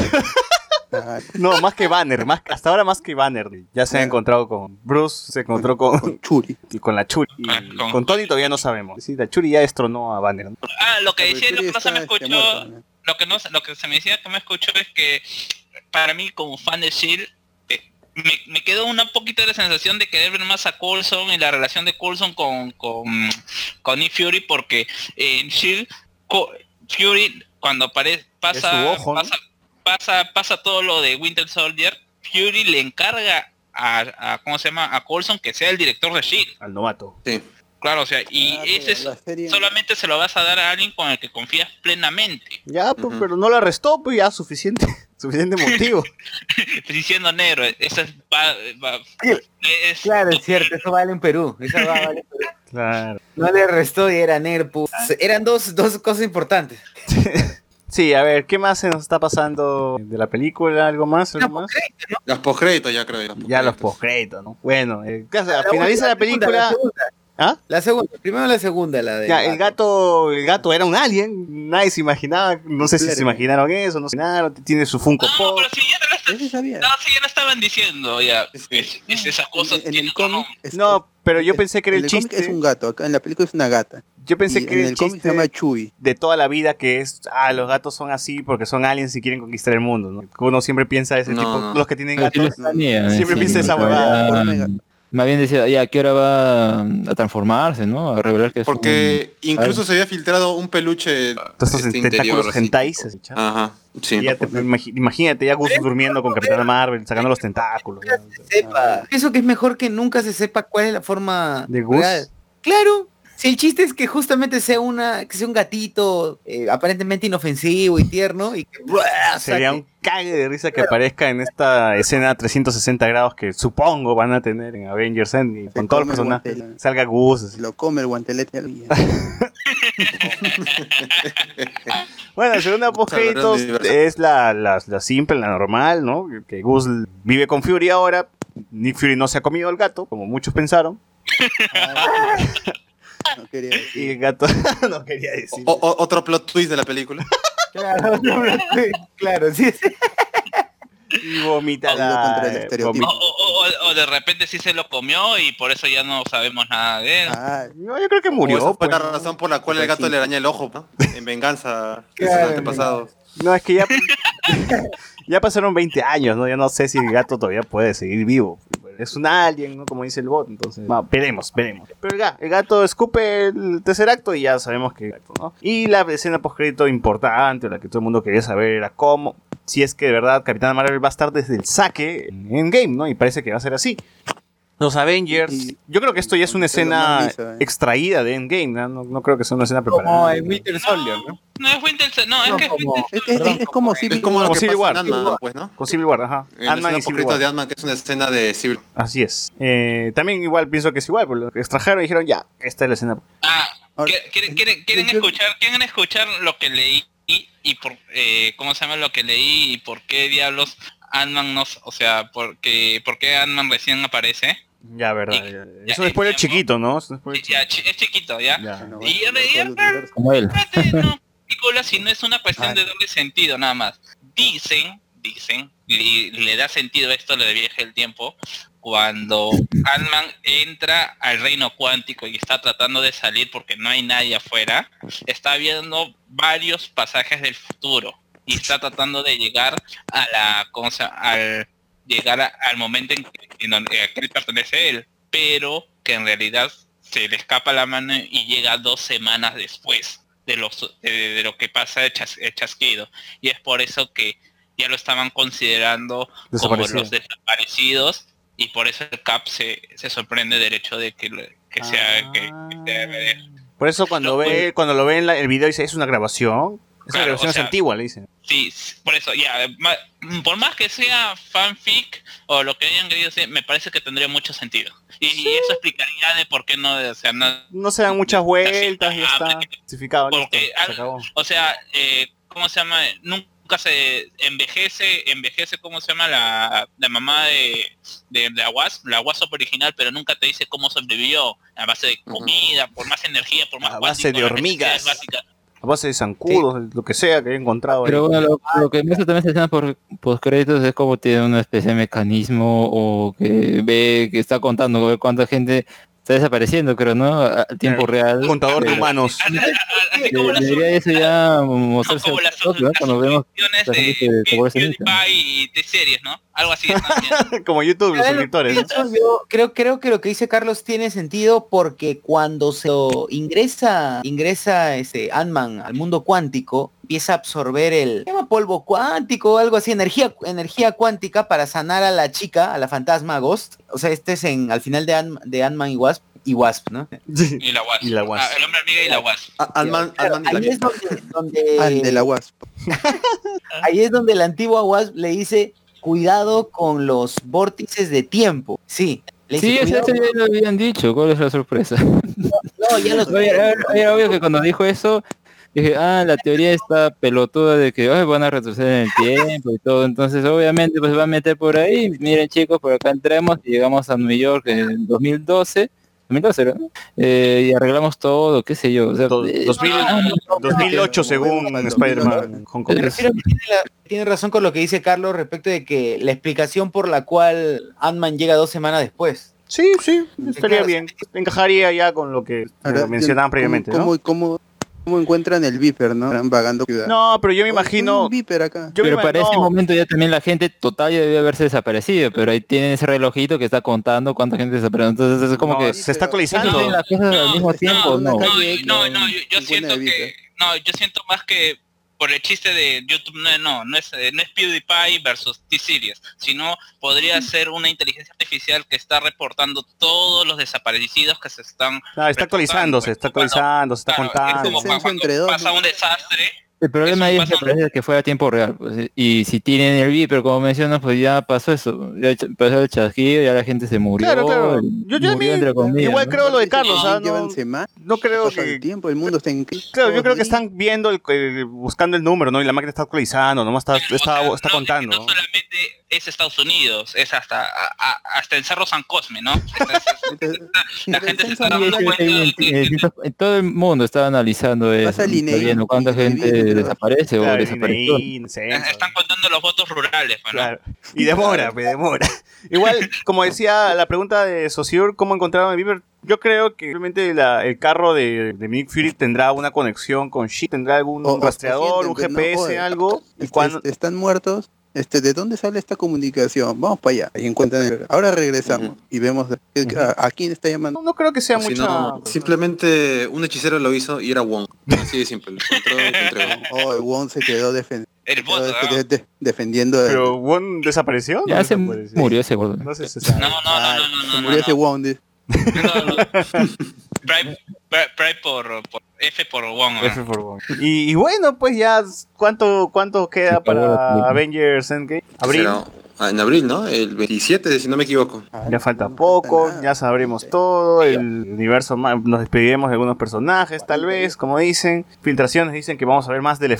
No, más que Banner, más que- hasta ahora más que Banner. Ya se ha encontrado con Bruce, se encontró con, Churi y con la Churi. Y Ah, con- con Tony todavía no sabemos. Sí, la Churi ya destronó a Banner, ¿no? Ah, lo que decía, lo que no Está- se me está escuchó, muerto, ¿no? lo que no lo que se me decía que me escuchó es que para mí como fan de Shield eh, me, me quedó una poquito de la sensación de querer ver más a Coulson y la relación de Coulson con con, con Nick Fury, porque en Shield Co- Fury cuando aparece pasa, Es su ojo, ¿no? pasa pasa pasa todo lo de Winter Soldier, Fury le encarga a, a ¿cómo se llama? A Coulson que sea el director de Shield. Al novato. Sí. Claro, o sea, y Ah, ese pero la es, serie- solamente se lo vas a dar a alguien con el que confías plenamente. Ya, pues, pero no lo arrestó, pues ya suficiente, suficiente motivo. Diciendo negro, eso es, va- va- es- Claro, es cierto, eso vale en Perú. Eso va- vale en Perú. Claro. No le restó y era negro. pu- Eran dos, dos cosas importantes. Sí, a ver, ¿qué más se nos está pasando de la película? ¿Algo más? ¿Algo más? Los postcréditos ya creo. Ya los postcréditos, ¿no? Bueno, eh, ¿qué hace? La finaliza la segunda, película. La segunda, ¿Ah? la segunda, primero la segunda, la de. Ya, el gato, el gato era un alien, nadie se imaginaba, no sé si se imaginaron eso, no se imaginaron, tiene su Funko Pop. pero si ya te lo, Ese sabía. no, si ya lo estaban diciendo, ya, es, es esas cosas. En el cómic es- No, pero yo pensé que era en el cómic es chiste, un gato, acá en la película es una gata. yo pensé Y que en era el el cómic se llama chiste Chewie. de toda la vida que es, ah, los gatos son así porque son aliens y quieren conquistar el mundo, ¿no? Uno siempre piensa ese No, tipo, no. los que tienen Pero gatos, tiene manía, siempre sí, piensa esa porque huevada. ya- Forma de gato. Más bien decía, ya, ¿qué hora va a transformarse, no? A revelar que es Porque un- incluso se había filtrado un peluche Todos estos este, tentáculos interior, así. hentais, así, chaval. Ajá, sí. Y ya te- imagi- imagínate, ya Gus durmiendo con Capitana Marvel, sacando los tentáculos. ya. Sepa. Pienso que es mejor que nunca se sepa cuál es la forma ¿De Gus? real. Claro. Si el chiste es que justamente sea una, que sea un gatito eh, aparentemente inofensivo y tierno y que ¡buah! Sería saque- un cague de risa que aparezca en esta escena trescientos sesenta grados que supongo van a tener en Avengers Endgame con todos los come el personajes. guantelete. Salga Gus. así. Lo come el guantelete al día. Bueno, la segunda post créditos es la, la, la simple, la normal, ¿no? Que Gus vive con Fury ahora. Nick Fury no se ha comido al gato, como muchos pensaron. No quería decir. Y el gato no quería decir. O- o- otro plot twist de la película. Claro, claro, sí, sí. Y vomita Algo contra el la... estereotipo. O, o- o- o de repente sí se lo comió y por eso ya no sabemos nada de él. Ah, No, yo creo que O murió. esa fue pues, la ¿no? razón por la cual el gato le araña el ojo, ¿no? En venganza de sus Claro, antepasados. No, es que ya, ya pasaron veinte años, ¿no? Ya no sé si el gato todavía puede seguir vivo. Es un alien, ¿no? Como dice el bot, entonces... va, veremos, veremos. Pero el, ga- el gato escupe el tercer acto y ya sabemos que... ¿no? Y la escena postcrédito importante, la que todo el mundo quería saber era cómo... Si es que de verdad Capitana Marvel va a estar desde el saque en Endgame, ¿no? Y parece que va a ser así. Los Avengers... Y- yo creo que esto ya es una Se lo escena normaliza, ¿eh? extraída de Endgame, ¿no? No, no creo que sea una escena Como preparada. en Winter Soldier, ¿no? No es Winter Soldier, no, es No, que es como- Winter Es, es- es como Es Civil como lo Como que Civil pasa War. en Ant-Man, pues, ¿no? Con Civil War, ajá. En la Ant-Man escena y Civil post-créditos War. de Ant-Man, que es una escena de Civil War. Así es. Eh, también igual pienso que es igual, porque lo extrajeron y dijeron, ya, esta es la escena. Ah, Ahora, ¿qui- ¿quieren, quieren, quieren yo- escuchar, quieren escuchar lo que leí y, y por eh, cómo se llama lo que leí y por qué diablos Ant-Man nos, o sea, porque por qué Ant-Man recién aparece? Ya, verdad. Y- ya. ya, Es un spoiler ya, chiquito, ¿no? Es un spoiler Ya, chi- es chiquito, ¿ya? chiquito. Ya. No, Y en bueno, realidad, todo el universo. Como él. realmente no película si no es una cuestión Ah. de darle sentido nada más. Dicen, dicen, y le da sentido esto, le de viaje el tiempo, cuando Ant-Man entra al reino cuántico y está tratando de salir porque no hay nadie afuera, está viendo varios pasajes del futuro y está tratando de llegar a la cosa, al llegar a- al momento en que, en donde- a que él pertenece él, pero que en realidad se le escapa la mano y llega dos semanas después de, los, de, de lo que pasa de chas- el chasquido. Y es por eso que ya lo estaban considerando como Desaparecido. los desaparecidos y por eso el Cap se, se sorprende del hecho de que, lo- que sea que, que sea él. Por eso cuando ve, cuando lo ve en la- el video dice, es una grabación. Esa Claro, grabación o es sea, antigua, le dicen. Sí, s- por eso, ya, ma- por más que sea fanfic o lo que hayan querido decir, me parece que tendría mucho sentido. Y, y eso explicaría de por qué no, o sea, no, No se dan muchas vueltas, ya está justificado, listo, porque, se acabó. o sea, eh, ¿cómo se llama? Nunca se envejece, envejece, ¿cómo se llama? La, la mamá de, de, de la Wasp, la Wasp original, pero nunca te dice cómo sobrevivió, a base de comida, por más energía, por más A base cuántico, de las hormigas. necesidades básicas. A base de zancudos, lo que sea que haya encontrado ahí. Pero bueno, lo, lo que muestra también esa escena por postcréditos es como tiene una especie de mecanismo o que ve que está contando ve cuánta gente está desapareciendo, creo, ¿no? A, a tiempo real. Contador de Pero- humanos. Así como de- las, Debería eso ya mostrarse como al las, toque, ¿no? las Cuando vemos suscripciones la gente de que se vuelve ceniza. PewDiePie y de series, ¿no? Algo así también. Como YouTube, los Claro, suscriptores. ¿no? eso yo creo, creo que lo que dice Carlos tiene sentido porque cuando se ingresa, ingresa este Ant-Man al mundo cuántico, empieza a absorber el ¿qué llama? Polvo cuántico o algo así, energía, energía cuántica para sanar a la chica, a la fantasma Ghost. O sea, este es en al final de Ant- de Ant-Man y Wasp y Wasp, ¿no? Y la Wasp. Y la Wasp. Ah, el hombre hormiga y la Wasp. Ant-Man Claro, Ant-Man y la ahí es donde, donde- Al de la Wasp. ahí es donde la antigua Wasp le dice cuidado con los vórtices de tiempo. Sí. Le Sí, dice, eso, "Cuidado eso ya lo habían dicho, ¿cuál es la sorpresa? No, ya lo Oye, era, era obvio que cuando dijo eso, dije, ah, la teoría está pelotuda de que "Ay, van a retroceder en el tiempo y todo, entonces obviamente pues va a meter por ahí, miren chicos, por acá entramos y llegamos a New York en dos mil doce, dos mil doce, ¿no? Eh, y arreglamos todo, qué sé yo, o sea, Do- eh, dos mil dos mil ocho según Spider-Man Hong Kong. Prefiero que tiene, la- tiene razón con lo que dice Carlos respecto de que la explicación por la cual Ant-Man llega dos semanas después. Sí, sí, estaría bien. Encajaría ya con lo que Ahora, eh, mencionaban ¿cómo- previamente, ¿cómo, ¿no? cómo, cómo encuentran el Viper, no? Están vagando ciudad. No, pero yo me Oye, hay imagino... un Viper acá. Yo me pero ima- para ese no, momento ya también la gente total ya debió haberse desaparecido, pero ahí tienen ese relojito que está contando cuánta gente desapareció, entonces es como no, que se está no actualizando. tienen las cosas al mismo tiempo, una no. calle No, X, no, no, yo, yo ninguna siento de que Viper. no, yo siento más que por el chiste de YouTube no, no, no es eh, no es PewDiePie versus T-Series, sino podría ser una inteligencia artificial que está reportando todos los desaparecidos que se están Ah, está actualizándose, está actualizando, se está claro, es contando. como Censo cuando entre dos, pasa ¿no? un desastre. El problema ahí Eso es que pasa- parece que fue a tiempo real, pues, y si tienen el V, pero como mencionas, pues ya pasó eso, ya ch- pasó el chasquido, ya la gente se murió, Claro, claro. y Yo también, murió entre comillas, igual ¿no? creo lo de Carlos, ¿ah? Llevan No, semanas, no creo pasa que... el tiempo, el mundo está en crisis. Claro, yo todos creo que días. están viendo, el, el- buscando el número, ¿no? Y la máquina está actualizando, nomás está, Pero, o está, sea, está no, contando. No solamente es Estados Unidos, es hasta a- a- hasta el Cerro San Cosme, ¿no? Entonces, Entonces, la gente se censo está Sí, dando sí, cuenta sí, de en- que- en distintos- en todo el mundo está analizando eso, Pasa el está I N E I, viendo cuánta y lo gente divide, pero- desaparece o Claro, desapareció. I N E I, censo. están contando los votos rurales, pues, ¿no? Claro. Y demora, me demora. Igual, como decía la pregunta de Saussure, ¿cómo encontraron el Viper? Yo creo que realmente la- el carro de, de Nick Fury tendrá una conexión con Shield, tendrá algún O- o- rastreador, o un sienten, G P S, ¿no? Oye, algo. Y este, cuando... este, están muertos. Este, ¿de dónde sale esta comunicación? Vamos para allá. Y encuentran el... Ahora regresamos y vemos que- a, a quién está llamando. No, no creo que sea O si mucha... no, simplemente un hechicero lo hizo y era Wong. Así de simple. Lo encontró y lo entregó. Oh, el Wong se quedó, defen- El quedó voto, de- ¿no? de- de- defendiendo. el- Pero Won desapareció. Ya ¿No se desapareció? murió ese gordo. No sé si se sabe. No, no, no, Ah, no, no, no, se no, murió no. ese Wong. dice. No, no. Bribe, bribe- bribe por, por F por Wong. ¿no? F for Won. Y, y bueno, pues ya, ¿cuánto, cuánto queda Se acabó la para película. Avengers Endgame? Abril. Será- ah, en abril, ¿no? El veintisiete, si no me equivoco. Ya falta poco, ya sabremos todo, el universo, ma- nos despediremos de algunos personajes, tal vez, como dicen. Filtraciones dicen que vamos a ver más del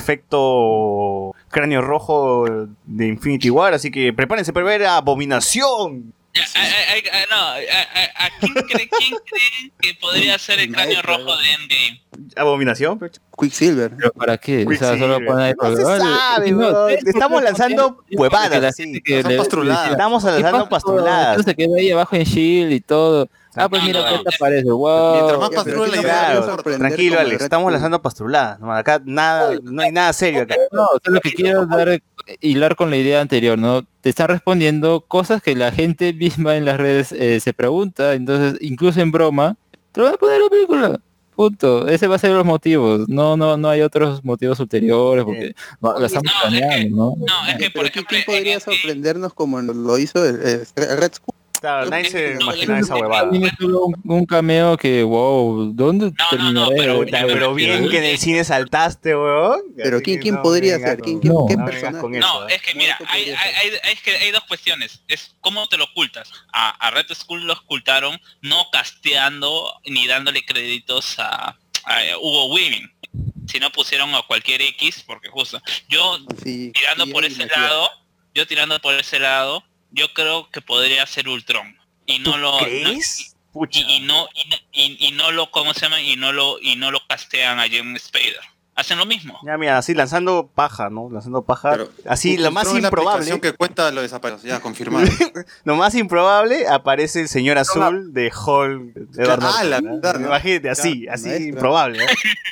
efecto cráneo rojo de Infinity War, así que prepárense para ver a Abominación Ya, a- a- a- a- no, a, a- a quién cree, quién cree que podría ser el cráneo rojo de Endgame? Abominación, pero... Quicksilver. ¿Pero para qué? O sea, solo Quicksilver. ponen ahí No se colgado. sabe, No, weón. ustedes Estamos por qué lanzando ponen- porque huevadas, la así. gente que Son le- pastruladas. Estamos ¿Qué lanzando pasa? pastruladas. Entonces se quedó ahí abajo en Shield y todo. Ah, pues No, mira, no, ¿qué no. te parece? Wow. Mientras más Ya, pero pastrula ¿qué la nos idea, podría Claro, sorprender tranquilo, como el Alex. Red Estamos Bull? lanzando pastruladas. No, acá nada, no hay nada serio acá. No, o sea, lo que quiero dar hilar con la idea anterior, ¿no? Te están respondiendo cosas que la gente misma en las redes eh, se pregunta, entonces incluso en broma, te lo van a poner en la película. Punto. Ese va a ser los motivos. No, no, no hay otros motivos ulteriores porque no, la estamos No, es que- planeando, ¿no? No, es que por Pero ¿quién, ejemplo, quién podría en Endgame- sorprendernos como lo hizo el, el- el Red Skull? Claro, nadie se No, imaginaba no, esa no, huevada. Viene solo un, un cameo que, wow, ¿dónde no, terminaré? pero- Puta, pero bien que en el cine saltaste, weón. Pero Así ¿quién, que quién no podría vengas ser? con- ¿Quién, quién, No, qué no vengas personaje? con eso. No, es que mira, ¿Cómo hay, podría hay, hay- es que hay dos cuestiones. Es cómo te lo ocultas. A, a Red Skull lo ocultaron no casteando ni dándole créditos a, a Hugo Weaving, sino pusieron a cualquier X, porque justo yo Sí, tirando sí, por ahí ese me quedo. lado, yo tirando por ese lado, yo creo que podría ser Ultron y no ¿Tú lo crees? no- Pucha. y, y no y, no- y- y no lo cómo se llama y no lo y no lo castean a James Spader. Hacen lo mismo. Ya, mira, así lanzando paja, ¿no? Lanzando paja. Pero así, lo más Ultron es la improbable, aplicación que cuenta lo desaparecido, ya confirmado. lo más improbable, aparece el señor azul de Hall. Edward Ah, la Norton, ¿no? verdad, ¿no? Imagínate, así, Claro, así maestro. improbable, ¿eh?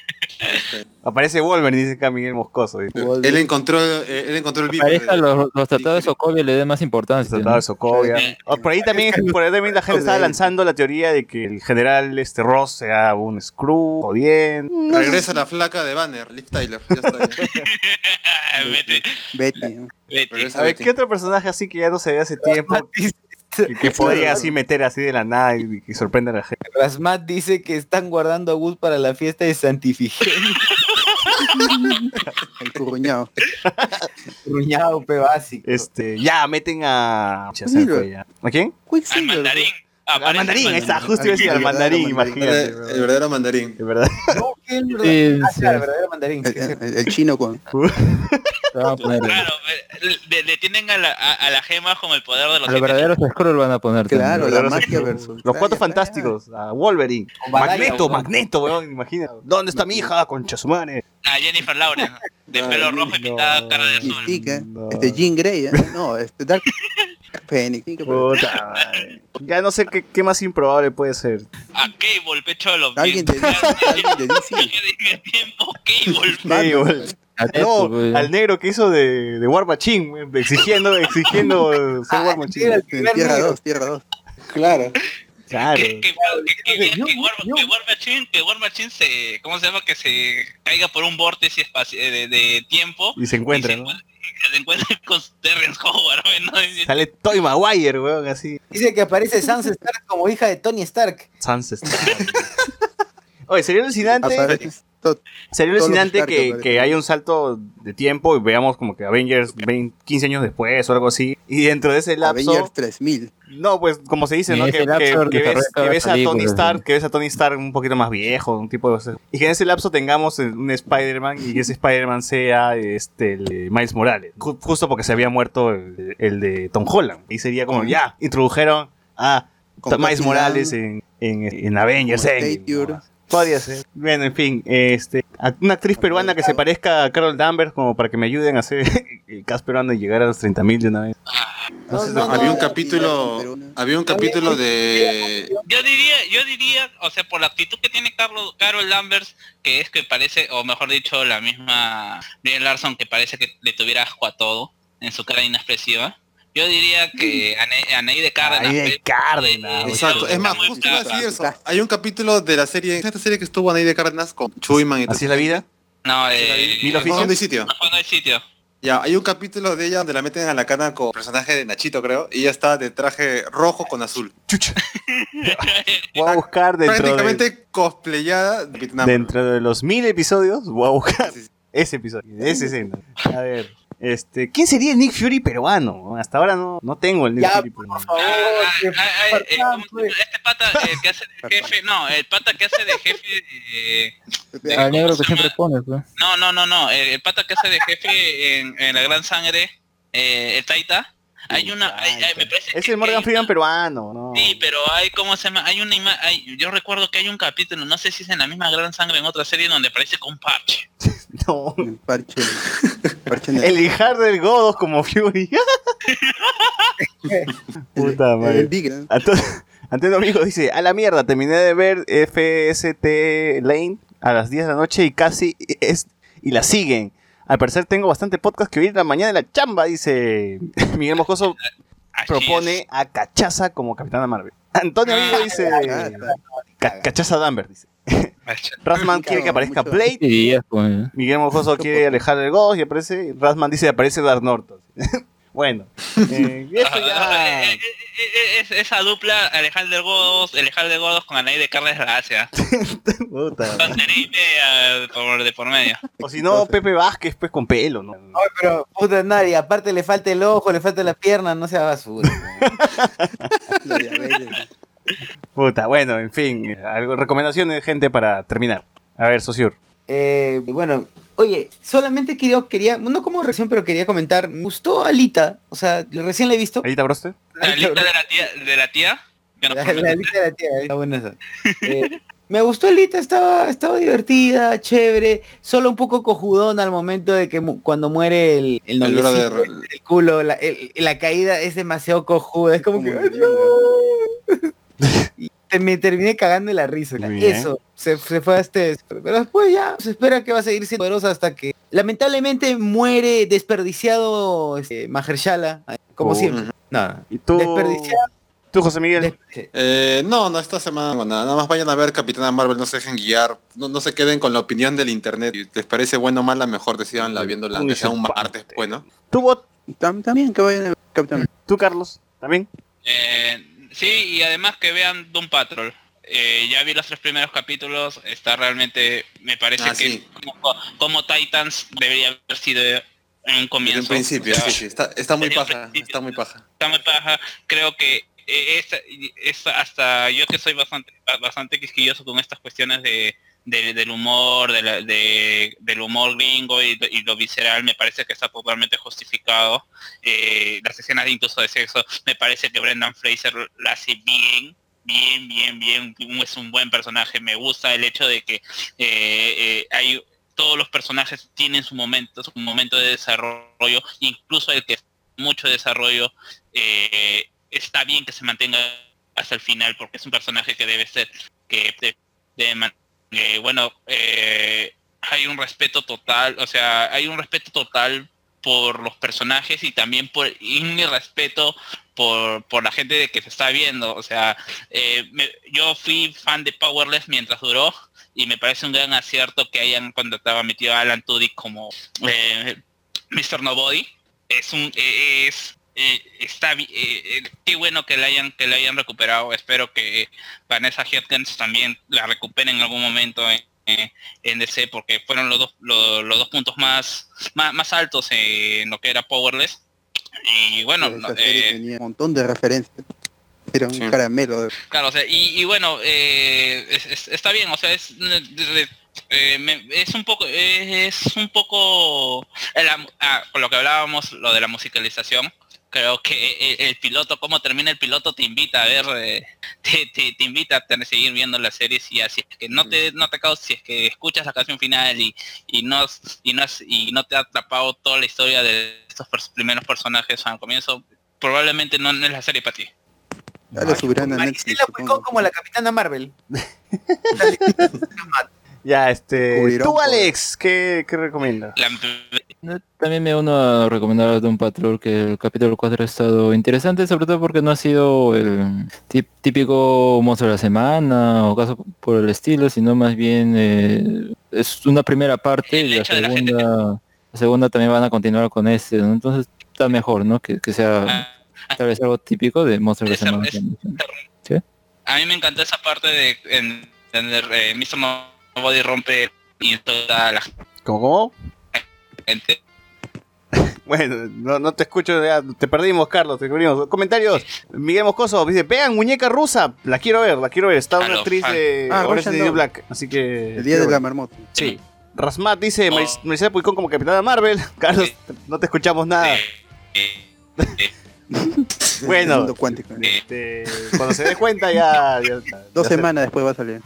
Aparece Wolverine, dice acá Miguel Moscoso. ¿viste? Él encontró, eh, él encontró el vivo. Pareja de- los, los tratados de Sokovia le den más importancia. Tratado de ¿no? Sokovia. Sí. Oh, por ahí también, por ahí también la gente estaba lanzando la teoría de que el general este Ross sea un Screw, jodiendo. Regresa la flaca de Banner, Liv Tyler. Ya está. ya. Vete, Betty, ¿no? vete. Regresa A ver, Betty. ¿qué otro personaje así que ya no se ve hace tiempo que, que podría así meter así de la nada y que sorprenda a la gente? Rasmat dice que están guardando a Gus para la fiesta de Santifigenio. El curruñado. Ruñado, pe básico. Este, ya, meten a... Ya se me fue ya. ¿A quién? Al Quicksilver. mandarín. Al Aparece mandarín, el ahí está, justo iba a decir al El mandarín, verdadero mandarín. imagínate. El, el verdadero mandarín. De verdad. No, que el Sí, verdadero, ah, sí. claro, el verdadero mandarín. El, el- el chino con... Te van a poner- Claro, le, le tienen a la, a, a la gema con el poder de los A los siete verdaderos Skrull van a poner. también. Claro, la Verdaderos magia Skrull. versus... Los cuatro Ya, ya, fantásticos, a Wolverine, Con batalla, Magneto, weón. Magneto, weón, imagina. ¿Dónde está mi hija? Concha su madre. a Jennifer Lawrence, de pelo rojo y pintada cara de ya. azul. Mystique, ¿eh? No. Este Jean Grey, ¿eh? No, este Dark Phoenix. ¿sí? Puta madre. Ya no sé qué, qué más improbable puede ser. A Cable, pecho de los Alguien de, bien- alguien de D C. ¿Qué tiempo? Cable. Cable. A No, Deadpool, pues. al negro que hizo de, de War Machine, weón, exigiendo, exigiendo ser War Machine. En Tierra dos, Tierra dos. Claro. Claro. Que, que, que, que, que, War, que War Machine, que War Machine se, ¿cómo se llama? Que se caiga por un vórtice espacio, de, de tiempo. Y se encuentra, y se, ¿no? encuentra- y se encuentra con Terrence Howard, ¿no? Sale Tobey Maguire, weón, así. Dice que aparece Sansa Stark como hija de Tony Stark. Sunset. Oye, sería alucinante. Aparece todo- Sería todos los alucinante Stark que, aparecen. que haya un salto de tiempo y veamos como que Avengers veinte, quince años después o algo así. Y dentro de ese lapso... Avengers tres mil. No, pues como se dice, En ¿no? ese Que, lapso que- que ves, desarrolla que cada ves a Tony película, Stark, sí. que ves a Tony Stark un poquito más viejo, un tipo de... Y que en ese lapso tengamos un Spider-Man y que ese Spider-Man sea este el de Miles Morales. Ju- Justo porque se había muerto el, el de Tom Holland. Y sería como, ya, introdujeron a Con Miles Bucky Morales Lang, en, en, en Avengers. como Endgame, Stature. ¿no? Podría ser. Bueno, en fin, este, a- una actriz peruana que se parezca a Carol Danvers como para que me ayuden a hacer el cast peruano y llegar a los treinta mil de una vez. No, sé, no, había no, un capítulo, pero una- había un capítulo de Yo diría, yo diría, o sea, por la actitud que tiene Carlos, Carol Danvers, que es que parece, o mejor dicho, la misma Brie Larson, que parece que le tuviera asco a todo en su cara inexpresiva. Yo diría que Ane- Anaí Cárdenas. Anaí de pues, Cárdenas, eh, Exacto, está es más, muy justo iba a clara. decir eso. Hay un capítulo de la serie, esta serie que estuvo Anaí de Cárdenas con Chuyman y ¿Así es la vida? No, eh, ¿Mil No, oficios? ¿dónde hay sitio? no, no hay sitio. Ya, hay un capítulo de ella donde la meten a la cana con el personaje de Nachito, creo, y ella está de traje rojo con azul. Chucha. Voy a buscar dentro de, Prácticamente cosplayada de Vietnam. dentro de los mil episodios, voy a buscar Sí, sí. ese episodio, esa escena. A ver, este, ¿quién sería el Nick Fury peruano? Hasta ahora no, no tengo el Nick Ya, Fury por peruano. favor, Ah, que ah, ah, eh, Farfán, ¿cómo se pues. llama? Este pata el que hace de jefe, no, el pata que hace de jefe de, de- Al negro ¿cómo que se llama? siempre pones, pues. No, no, no, no, el, el pata que hace de jefe en, en la Gran Sangre, eh, el Taita, Hay una, hay- hay- me parece Es que- el Morgan que hay Freeman una- peruano, ¿no? Sí, pero hay, ¿cómo se llama? Hay una ima- hay, yo recuerdo que hay un capítulo, no sé si es en la misma Gran Sangre en otra serie, donde aparece con parche. No. El parche. parche negro. El hijar del Godos como Fury. Puta madre. El Tigre. Anto- Antonio Amigo dice, a la mierda, terminé de ver F S T Lane a las diez de la noche y casi es y la siguen. Al parecer tengo bastante podcast que oír la mañana en la chamba, dice Miguel Moscoso. Así Propone es. a Cachaza como Capitana Marvel. Antonio Amigo dice Ca- Cachaza Danvers, dice. Rasman quiere que aparezca mucho. Blade. Y ya, pues, Miguel Mojoso quiere alejar el Ghost y aparece. Rasman dice aparece Dark Norton. Bueno, eh, y esto ya. Eh, eh, eh, es- esa dupla, Alejandro Godos, Alejandro Godos con Anaí de Carles Gracia. Puta. Tontería y media por, de por medio. O si no, Pepe Vázquez, pues con pelo, ¿no? Ay, pero puta nadie, aparte le falta el ojo, le falta la pierna, no sea basura. La diabetes. Puta, bueno, en fin. Algo, recomendaciones, gente, para terminar. A ver, Sociur. Eh, bueno, oye, solamente quería, quería, no como reacción, pero quería comentar, me gustó Alita, o sea, recién la he visto. ¿Alita Broster? La lista de la tía, de la tía, que no La, promete. la Alita de la tía, está buena esa. Eh, me gustó Alita, estaba, estaba divertida, chévere, solo un poco cojudona al momento de que mu- cuando muere el, el El noviecito, brother. el, el culo, la, el- la caída es demasiado cojuda, es como que... Como ¡ay, no! Y te- me terminé cagando de la risa. Muy bien. Eso, se, se fue a este... Pero después ya se espera que va a seguir siendo poderosa hasta que lamentablemente muere desperdiciado este, Mahershala, como Oh. siempre. No, ¿Y tú? desperdiciado. ¿Tú, José Miguel? des- Eh, no, no, esta semana no, nada, nada más vayan a ver Capitana Marvel, no se dejen guiar, no, no se queden con la opinión del internet. Si les parece bueno o mala, mejor decidanla viéndola, aunque sea un martes, pues, ¿no? ¿Tú, Bot? Tam- También que vayan a ver Capitán. ¿Tú, Carlos? ¿También? Eh, sí, y además que vean Doom Patrol. Eh, ya vi los tres primeros capítulos, está realmente, me parece Ah, que sí. como, como Titans debería haber sido en un Desde comienzo. un principio, O sea, sí, sí, está, está muy desde un paja, principio. está muy paja. está muy paja. Creo que eh, esta- esta- hasta yo que soy bastante bastante quisquilloso con estas cuestiones de, de- del humor, de la- de- del humor gringo y, y lo visceral, me parece que está totalmente justificado. Eh, las escenas de incluso de sexo, me parece que Brendan Fraser la hace bien. Bien, bien, bien, es un buen personaje. Me gusta el hecho de que eh, eh, hay todos los personajes tienen su momento, su momento de desarrollo, incluso el que mucho desarrollo, eh, está bien que se mantenga hasta el final porque es un personaje que debe ser, que de- debe man- eh, bueno, eh, hay un respeto total, o sea, hay un respeto total por los personajes y también por y un respeto por, por la gente de que se está viendo, o sea, eh, me- yo fui fan de Powerless mientras duró y me parece un gran acierto que hayan contratado a mi tío Alan Tudyk como eh, mister Nobody. Es un eh, es eh, está bi- eh, eh, qué bueno que la hayan que la hayan recuperado. Espero que Vanessa Hudgens también la recupere en algún momento en, eh, en D C porque fueron los dos los, los dos puntos más, más más altos en lo que era Powerless. Y bueno, Esa no, serie eh, tenía un montón de referencias. Era un Sí. caramelo. de- claro, o sea, y, y bueno, eh, es- es- está bien, o sea, es, eh, me- es un poco, es un poco, el am- ah, con lo que hablábamos, lo de la musicalización, creo que el, el piloto, cómo termina el piloto, te invita a ver, eh, te, te, te invita a tener- seguir viendo las series y así es que no te, no te causa, si es que escuchas la canción final y, y no, y no, has- y no te ha atrapado toda la historia de estos pers- primeros personajes al comienzo, probablemente no, no es la serie para ti. Ya lo subirán a Netflix. Maricela Puicó supongo. como la Capitana Marvel. Ya, este... Cubrirán ¿Tú, por- Alex? ¿Qué, qué recomiendas? La- No, también me uno a recomendar a Doom Patrol, que el capítulo cuatro ha estado interesante, sobre todo porque no ha sido el tip- típico monstruo de la semana o caso por el estilo, sino más bien eh, es una primera parte El y la hecho de la gente- segunda, la segunda también van a continuar con este, ¿no? Entonces está mejor, ¿no? Que, que sea Ah, tal vez algo típico de monstruos de la Esa- semana. es- A mí me encantó esa parte de en, en el, eh, mister Nobody rompe y toda la ¿Cómo, cómo? gente. Bueno, no, no te escucho, ya, te perdimos, Carlos, te perdimos. Comentarios. Miguel Moscoso dice, vean, muñeca rusa. La quiero ver, la quiero ver. Está una Aló, actriz fan. de Ah, Orange is the Russian New Doll. Black. Así que... El día quiero de la ver. marmota. Sí. Rasmat dice, Oh. Maris- Maricela Puicón como Capitana Marvel. Carlos, no te escuchamos nada. Eh, eh, eh, Bueno, Mundo cuántico. este, cuando se dé cuenta ya... ya está. Dos Ya se- semanas después va a salir.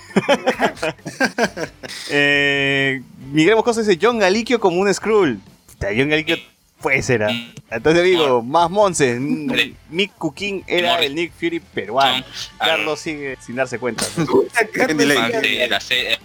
Eh, Miguel Moscoso dice John Galiquio como un Skrull. Puta, John Galiquio puede ser. ¿ah? Entonces digo, más Monse. n- Mick Cooking era el Nick Fury peruano. Carlos sigue sin darse cuenta. De la serie.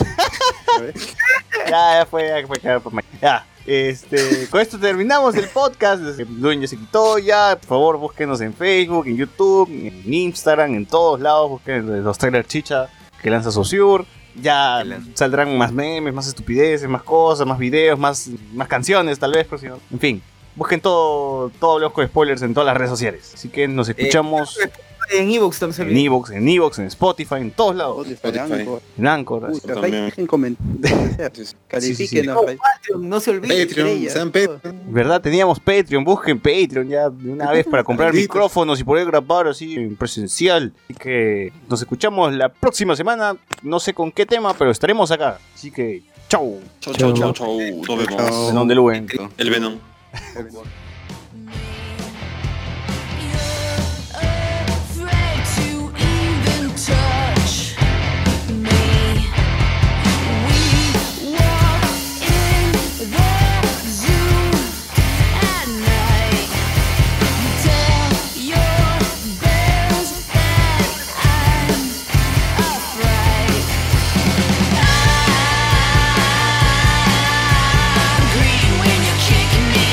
Ya, ya fue, ya fue, ya fue. Ya, este, con esto terminamos el podcast. Duen ya se quitó, ya. Por favor, búsquenos en Facebook, en YouTube, en Instagram, en todos lados. Busquen los trailers chicha que lanza Sociur. Ya saldrán más memes, más estupideces, más cosas, más videos, más, más canciones, tal vez. Próximo. En fin, busquen todo, todo Hablemos con Spoilers en todas las redes sociales. Así que nos escuchamos En Evox también. en Evox, en Evox, en Spotify, en todos lados. Spotify, Anchor. En Anchor. así. Puta, dejen comentarios. Califíquenos. No, Patreon, no se olviden. Patreon, estrellas, sean todo. Patreon. ¿Verdad? Teníamos Patreon, busquen Patreon ya de una vez para comprar Malditos. micrófonos y poder grabar así en presencial. Así que nos escuchamos la próxima semana, no sé con qué tema, pero estaremos acá. Así que, chau. Chau, chau, chau, chau. Nos vemos. Venom de Luen. El Venom. Afraid to even touch me. We walk in the zoo at night. Tell your bears that I'm afraid. I'm green when you're kicking me.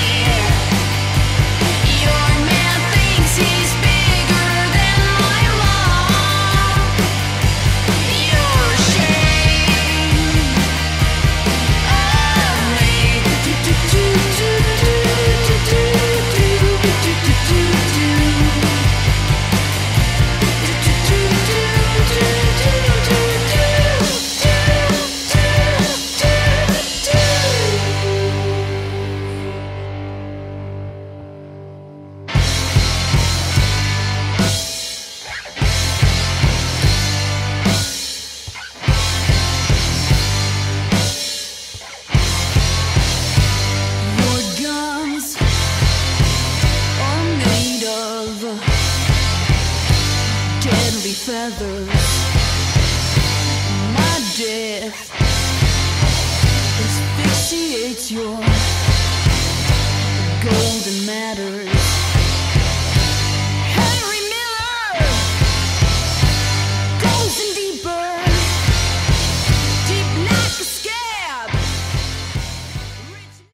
Your man thinks he's bigger than my mom. You're ashamed of me. Do do do do do do do do do do do Your gums are made of deadly feathers. My death asphyxiates your golden matter.